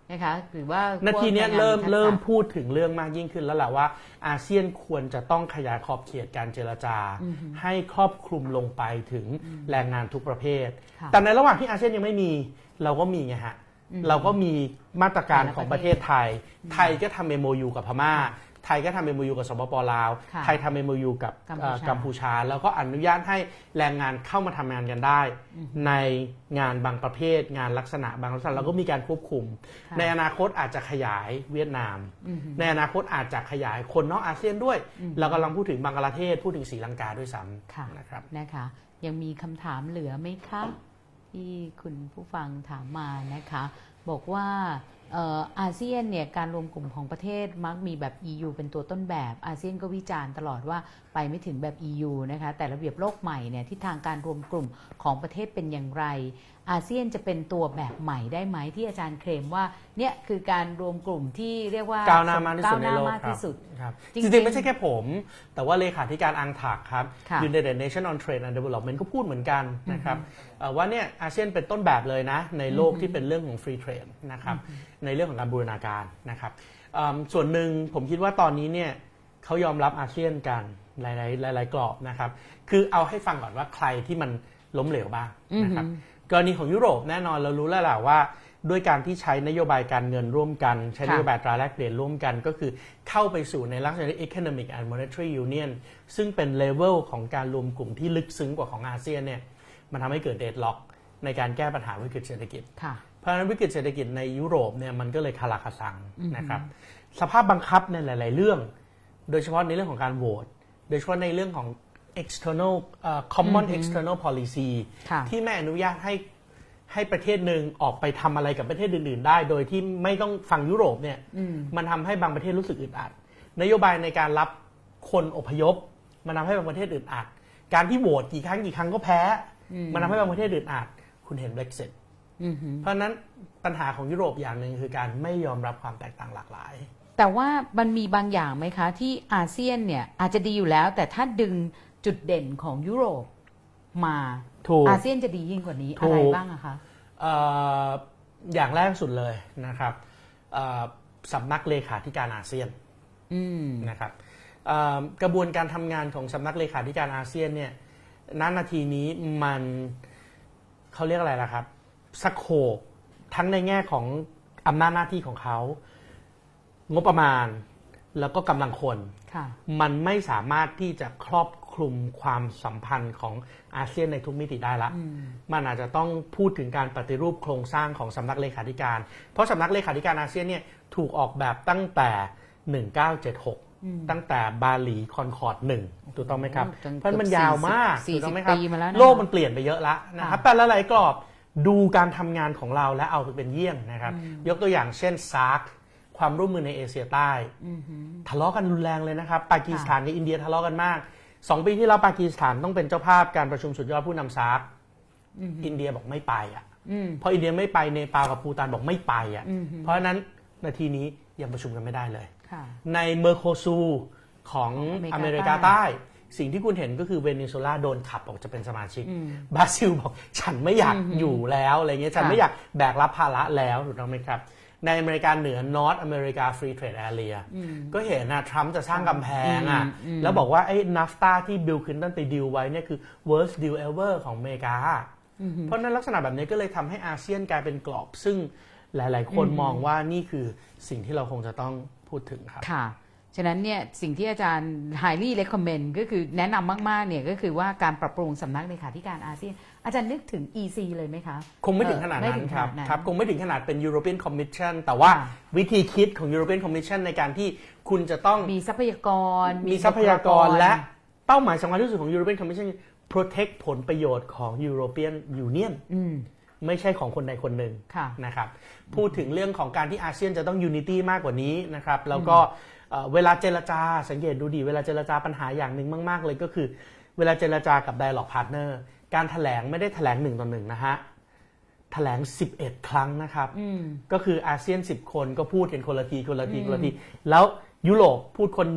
นะคะหรือว่า
นาทีนี้เริ่มเริ่มพูดถึงเรื่องมากยิ่งขึ้นแล้วแหละว่าอาเซียนควรจะต้องขยายขอบเขตการเจรจาให้ครอบคลุมลงไปถึงแรงงานทุกประเภทแต่ในระหว่างที่อาเซียนยังไม่มีเราก็มีไงฮะเราก็มีมาตรการของประเทศไทยไทยก็ทำ เอ็ม โอ ยู กับพม่าไทยก็ทำ เอ็ม โอ ยู กับสปป.ลาวไทยทำ เอ็ม โอ ยู กับกัมพูชาแล้วก็อนุญาตให้แรงงานเข้ามาทำงานกันได้ในงานบางประเภทงานลักษณะบางลักษณะเราก็มีการควบคุมในอนาคตอาจจะขยายเวียดนามในอนาคตอาจจะขยายคนนอกอาเซียนด้วยเรากำลังพูดถึงบังกลาเทศพูดถึงศรีลังกาด้วยซ้ำนะครับ
นะคะยังมีคำถามเหลือไหมคะที่คุณผู้ฟังถามมานะคะบอกว่าอาเซียนเนี่ยการรวมกลุ่มของประเทศมักมีแบบ อี ยู เป็นตัวต้นแบบอาเซียนก็วิจารณ์ตลอดว่าไปไม่ถึงแบบ อี ยู นะคะแต่ระเบียบโลกใหม่เนี่ยทิศทางการรวมกลุ่มของประเทศเป็นอย่างไรอาเซียนจะเป็นตัวแบบใหม่ได้ไหมที่อาจารย์เคลมว่าเนี่ยคือการรวมกลุ่มที่เรียกว่า
ก้าวหน้ามากที่สุดในโลกครับจริงๆไม่ใช่แค่ผมแต่ว่าเลขาธิการอังถักครับ United Nations on Trade and Development ก็พูดเหมือนกันนะครับว่าเนี่ยอาเซียนเป็นต้นแบบเลยนะในโลกที่เป็นเรื่องของ Free Trade นะครับในเรื่องของการบูรณาการนะครับส่วนหนึ่งผมคิดว่าตอนนี้เนี่ยเขายอมรับอาเซียนกันหลายๆหลายๆกรอบนะครับคือเอาให้ฟังก่อนว่าใครที่มันล้มเหลวบ้างนะครับกรณีของยุโรปแน่นอนเรารู้แล้วแหละว่าด้วยการที่ใช้นโยบายการเงินร่วมกันใช้นโยบายตราแลกเปลี่ยนร่วมกันก็คือเข้าไปสู่ในลักษณะ Economic and Monetary Union ซึ่งเป็นเลเวลของการรวมกลุ่มที่ลึกซึ้งกว่าของอาเซียนเนี่ยมันทำให้เกิดเดดล็อกในการแก้ปัญหาวิกฤตเศรษฐกิจเพราะฉะนั้นวิกฤตเศรษฐกิจในยุโรปเนี่ยมันก็เลยคาราคาซังนะครับสภาพบังคับในหลายๆเรื่องโดยเฉพาะในเรื่องของการโหวตโดยเฉพาะในเรื่องของ external uh, common external policy ที่ไม่อนุญาตให้ให้ประเทศหนึ่งออกไปทำอะไรกับประเทศอื่นๆได้โดยที่ไม่ต้องฟังยุโรปเนี่ยมันทำให้บางประเทศรู้สึกอึดอัดนโยบายในการรับคนอพยพมันทำให้บางประเทศอึดอัดการที่โหวตกี่ครั้งกี่ครั้งก็แพ้มันทำให้บางประเทศอึดอัดคุณเห็น Brexit เพราะฉะนั้นปัญหาของยุโรปอย่างหนึ่งคือการไม่ยอมรับความแตกต่างหลากหลาย
แต่ว่ามันมีบางอย่างไหมคะที่อาเซียนเนี่ยอาจจะดีอยู่แล้วแต่ถ้าดึงจุดเด่นของยุโรปมาอาเซียนจะดียิ่งกว่านี้อะไรบ้างอะคะ
อ, อย่างแรกสุดเลยนะครับสำนักเลขาธิการอาเซียนนะครับกระบวนการทำงานของสำนักเลขาธิการอาเซียนเนี่ยณนาทีนี้มันเขาเรียกอะไรล่ะครับสโคปทั้งในแง่ของอำนาจหน้าที่ของเขางบประมาณแล้วก็กำลังคนมันไม่สามารถที่จะครอบคลุมความสัมพันธ์ของอาเซียนในทุกมิติได้ละมันอาจจะต้องพูดถึงการปฏิรูปโครงสร้างของสำนักเลขาธิการเพราะสำนักเลขาธิการอาเซียนเนี่ยถูกออกแบบตั้งแต่หนึ่งพันเก้าร้อยเจ็ดสิบหกตั้งแต่บาหลีคอนคอร์ดหนึ่งถูกต้องไหมครับเพราะมันยาวมากถูกต้องไหมครับโลกมันเปลี่ยนไปเยอะแล้วนะครับแต่ละหลายกรอบดูการทำงานของเราและเอาไปเป็นเยี่ยงนะครับยกตัวอย่างเช่นซาร์กความร่วมมือในเอเชียใต้ทะเลาะกันรุนแรงเลยนะครับปากีสถานกับอินเดียทะเลาะกันมากสองปีที่แล้วปากีสถานต้องเป็นเจ้าภาพการประชุมสุดยอดผู้นำซาร์กอินเดียบอกไม่ไปอ่ะพออินเดียไม่ไปเนปาลกับภูฏานบอกไม่ไปอ่ะเพราะฉะนั้นนาทีนี้ยังประชุมกันไม่ได้เลยในเมอร์โคซูของอเมริกาใต้สิ่งที่คุณเห็นก็คือเวเนซุเอลาโดนขับออกจะเป็นสมาชิกบราซิลบอกฉันไม่อยากอยู่แล้วอะไรเงี้ยฉันไม่อยากแบกรับภาระแล้วถูกต้องไหมครับในอเมริกาเหนือ North America Free Trade Area ก็เห็นนะทรัมป์จะสร้างกำแพงอ่ะแล้วบอกว่าไอ้นัฟตาที่บิลคลินตันไปดีลไว้เนี่ยคือ worst deal ever ของอเมริกาเพราะนั้นลักษณะแบบนี้ก็เลยทำให้อาเซียนกลายเป็นกรอบซึ่งหลายๆคนมองว่านี่คือสิ่งที่เราคงจะต้องพูดถึงครับ
ค่ะฉะนั้นเนี่ยสิ่งที่อาจารย์ highly recommend ก็คือแนะนำมากๆเนี่ยก็คือว่าการปรับปรุงสำนักเลขาธิการอาเซียนอาจารย์นึกถึง อี ซี เลยไหมคะ
คงไม่ถึงขนาดนั้นครับครับคงไม่ถึงขนาดเป็น European Commission แต่ว่าวิธีคิดของ European Commission ในการที่คุณจะต้อง
มีทรัพยากร
มีทรัพยากรและเป้าหมายสำคัญที่สุดของ European Commission protect ผลประโยชน์ของ European Union ไม่ใช่ของคนใดคนหนึ่งนะครับพูดถึงเรื่องของการที่อาเซียนจะต้อง unity มากกว่านี้นะครับแล้วก็เวลาเจรจาสังเกตดูดีเวลาเจรจาปัญหาอย่างหนึ่งมากๆเลยก็คือเวลาเจรจากับ Dialogue Partner การแถลงไม่ได้แถลงหนึ่งต่อหนึ่งนะฮะแถลงสิบเอ็ดครั้งนะครับก็คืออาเซียนสิบคนก็พูดกันคนละทีคนละทีคนละทีแล้วยุโรปพูดคนนึง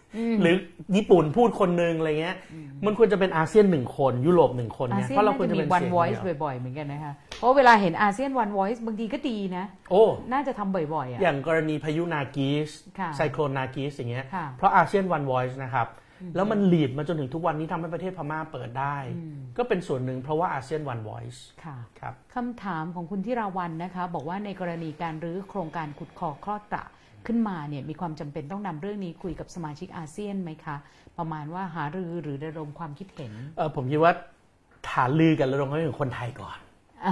หรือญี่ปุ่นพูดคนนึงอะไรเงี้ยมันควรจะเป็นอาเซียนหนึ่งคนยุโรปหนึ่งคนเนี่ยเพราะเราควรจะเป็น
one voice บ่อยๆเหมือนกันนะคะเพราะเวลาเห็นอาเซียน one voice บางทีก็ดีนะ
โอ้
น่าจะทำบ่อยๆอ่ะ
อย่างกรณีพายุนากิสไซโคลนนากิสอย่างเงี้ยเพราะอาเซียน one voice นะครับแล้วมันลีดมาจนถึงทุกวันนี้ทำให้ประเทศพม่าเปิดได้ก็เป็นส่วนหนึ่งเพราะว่าอาเซียน one voice
ค่ะ
ครับ
คำถามของคุณที่ราวันนะคะบอกว่าในกรณีการรื้อโครงการขุดคอคลอดกระขึ้นมาเนี่ยมีความจำเป็นต้องนำเรื่องนี้คุยกับสมาชิกอาเซียนไหมคะประมาณว่าหารือหรือระดมความคิดเห็น
เออผมคิดว่าหารือกันระดมความคิดเห็นคนไทยก่อน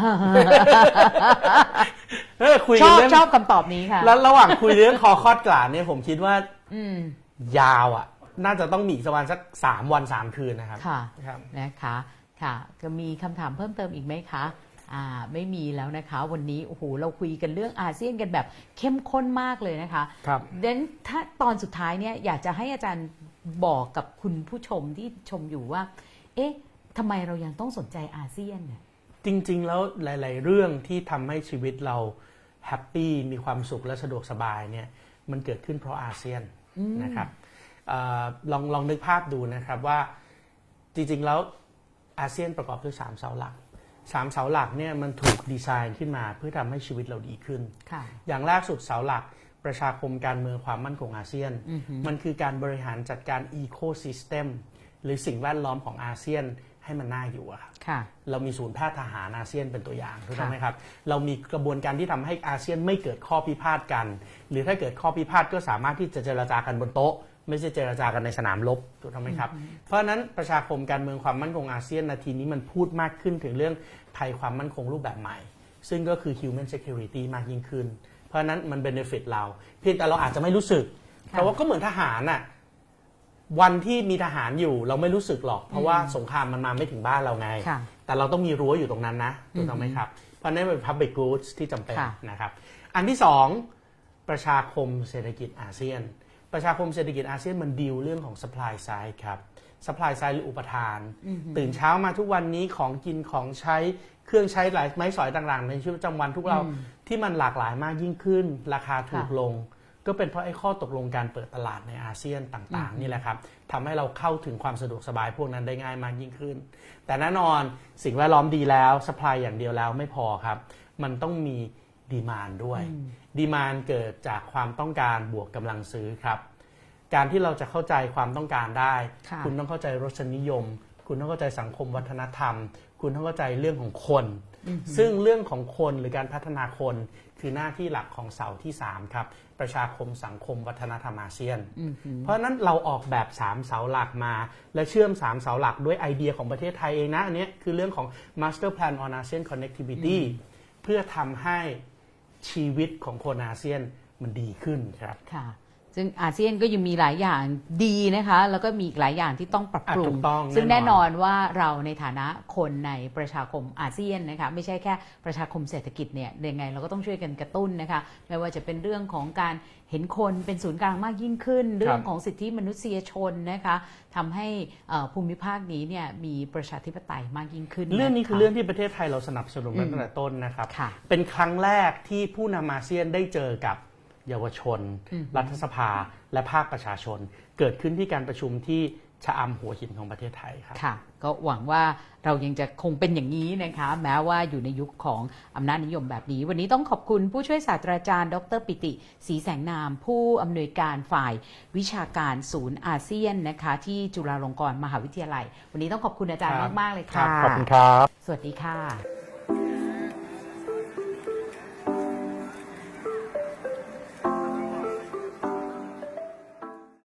เออคุยกันเรื่องชอบคำตอบนี้ค่ะ
แล้วระหว่างคุยเรื่องคอคลอดกระเนี่ยผมคิดว่ายาวอ่ะน่าจะต้องมีประมาณสักสามวันสามคืนนะครับ
ค่ะนะคะค่ะจะมีคำถามเพิ่มเติมอีกไหมคะอ่าไม่มีแล้วนะคะวันนี้โอ้โหเราคุยกันเรื่องอาเซียนกันแบบเข้มข้นมากเลยนะคะ
ครับ
ดังนั้นถ้าตอนสุดท้ายเนี่ยอยากจะให้อาจารย์บอกกับคุณผู้ชมที่ชมอยู่ว่าเอ๊ะทำไมเรายังต้องสนใจอาเซียนเนี่ย
จริงๆแล้วหลายๆเรื่องที่ทำให้ชีวิตเราแฮปปี้มีความสุขและสะดวกสบายเนี่ยมันเกิดขึ้นเพราะอาเซียนนะครับลองลองนึกภาพดูนะครับว่าจริงๆแล้วอาเซียนประกอบด้วยสามเสาหลักสามเสาหลักเนี่ยมันถูกดีไซน์ขึ้นมาเพื่อทำให้ชีวิตเราดีขึ้นอย่างแรกสุดเสาหลักประชาคมการเมืองความมั่นคงอาเซียนมันคือการบริหารจัดการอีโคซิสเต็มหรือสิ่งแวดล้อมของอาเซียนให้มันน่าอยู่อะครับเรามีศูนย์แพทย์ทหารอาเซียนเป็นตัวอย่างถูกไหมครับเรามีกระบวนการที่ทำให้อาเซียนไม่เกิดข้อพิพาทกันหรือถ้าเกิดข้อพิพาทก็สามารถที่จะเจรจากันบนโต๊ะไม่ใช่เจรจากันในสนามรบถูกต้องไหมครับเพราะฉะนั้นประชาคมการเมืองความมั่นคงอาเซียนนาทีนี้มันพูดมากขึ้นถึงเรื่องภัยความมั่นคงรูปแบบใหม่ซึ่งก็คือ human security มากยิ่งขึ้นเพราะฉะนั้นมัน benefit เราเพียงแต่เราอาจจะไม่รู้สึกแต่ว่าก็เหมือนทหารน่ะวันที่มีทหารอยู่เราไม่รู้สึกหรอกเพราะว่าสงครามมันมาไม่ถึงบ้านเราไงแต่เราต้องมีรั้วอยู่ตรงนั้นนะถูกต้องไหมครับเพราะนั้นเป็น public goods ที่จำเป็นนะครับอันที่สองประชาคมเศรษฐกิจอาเซียนประชาคมเศรษฐกิจอาเซียนมันดีลเรื่องของ supply side ครับ supply side หรืออุปทานตื่นเช้ามาทุกวันนี้ของกินของใช้เครื่องใช้หลายไม้สอยต่างๆในชีวิตประจำวันทุกเราที่มันหลากหลายมากยิ่งขึ้นราคาถูกลงก็เป็นเพราะไอ้ข้อตกลงการเปิดตลาดในอาเซียนต่างๆนี่แหละครับทำให้เราเข้าถึงความสะดวกสบายพวกนั้นได้ง่ายมากยิ่งขึ้นแต่แน่นอนสิ่งแวดล้อมดีแล้ว supply อย่างเดียวแล้วไม่พอครับมันต้องมีดีมานด์ด้วยดีมานด์เกิดจากความต้องการบวกกำลังซื้อครับการที่เราจะเข้าใจความต้องการได้ คุณต้องเข้าใจรสนิยมคุณต้องเข้าใจสังคมวัฒนธรรมคุณต้องเข้าใจเรื่องของคนซึ่งเรื่องของคนหรือการพัฒนาคนคือหน้าที่หลักของเสาที่สามครับประชาคมสังคมวัฒนธรรมอาเซียนเพราะนั้นเราออกแบบสามเสาหลักมาและเชื่อมสามเสาหลักด้วยไอเดียของประเทศไทยเองนะอันนี้คือเรื่องของ Master Plan on ASEAN Connectivity เพื่อทำให้ชีวิตของคนอาเซียนมันดีขึ้นครับ
ซึ่งอาเซียนก็ยังมีหลายอย่างดีนะคะแล้วก็มีอีกหลายอย่างที่ต้องปรับปรุงซึ่งแน่นอนว่าเราในฐานะคนในประชาคมอาเซียนนะคะไม่ใช่แค่ประชาคมเศรษฐกิจเนี่ยยังไงเราก็ต้องช่วยกันกระตุ้นนะคะไม่ว่าจะเป็นเรื่องของการเห็นคนเป็นศูนย์กลางมากยิ่งขึ้นเรื่องของสิทธิมนุษยชนนะคะทำให้ภูมิภาคนี้เนี่ยมีประชาธิปไตยมากยิ่งขึ้น
เรื่องนี้คือเรื่องที่ประเทศไทยเราสนับสนุนมาตั้งแต่ต้นนะครับเป็นครั้งแรกที่ผู้นำอาเซียนได้เจอกับเยาวชนรัฐสภาและภาคประชาชนเกิดขึ้นที่การประชุมที่ชะอำหัวหินของประเทศไทยครับ
ค่ะก็หวังว่าเรายังจะคงเป็นอย่างนี้นะคะแม้ว่าอยู่ในยุคของอำนาจนิยมแบบนี้วันนี้ต้องขอบคุณผู้ช่วยศาสตราจารย์ดรปิติศรีแสงนามผู้อำนวยการฝ่ายวิชาการศูนย์อาเซียนนะคะที่จุฬาลงกรณ์มหาวิทยาลัยวันนี้ต้องขอบคุณอาจารย์มากๆเลยค่ะ
ขอบคุณครับ
สวัสดีค่ะ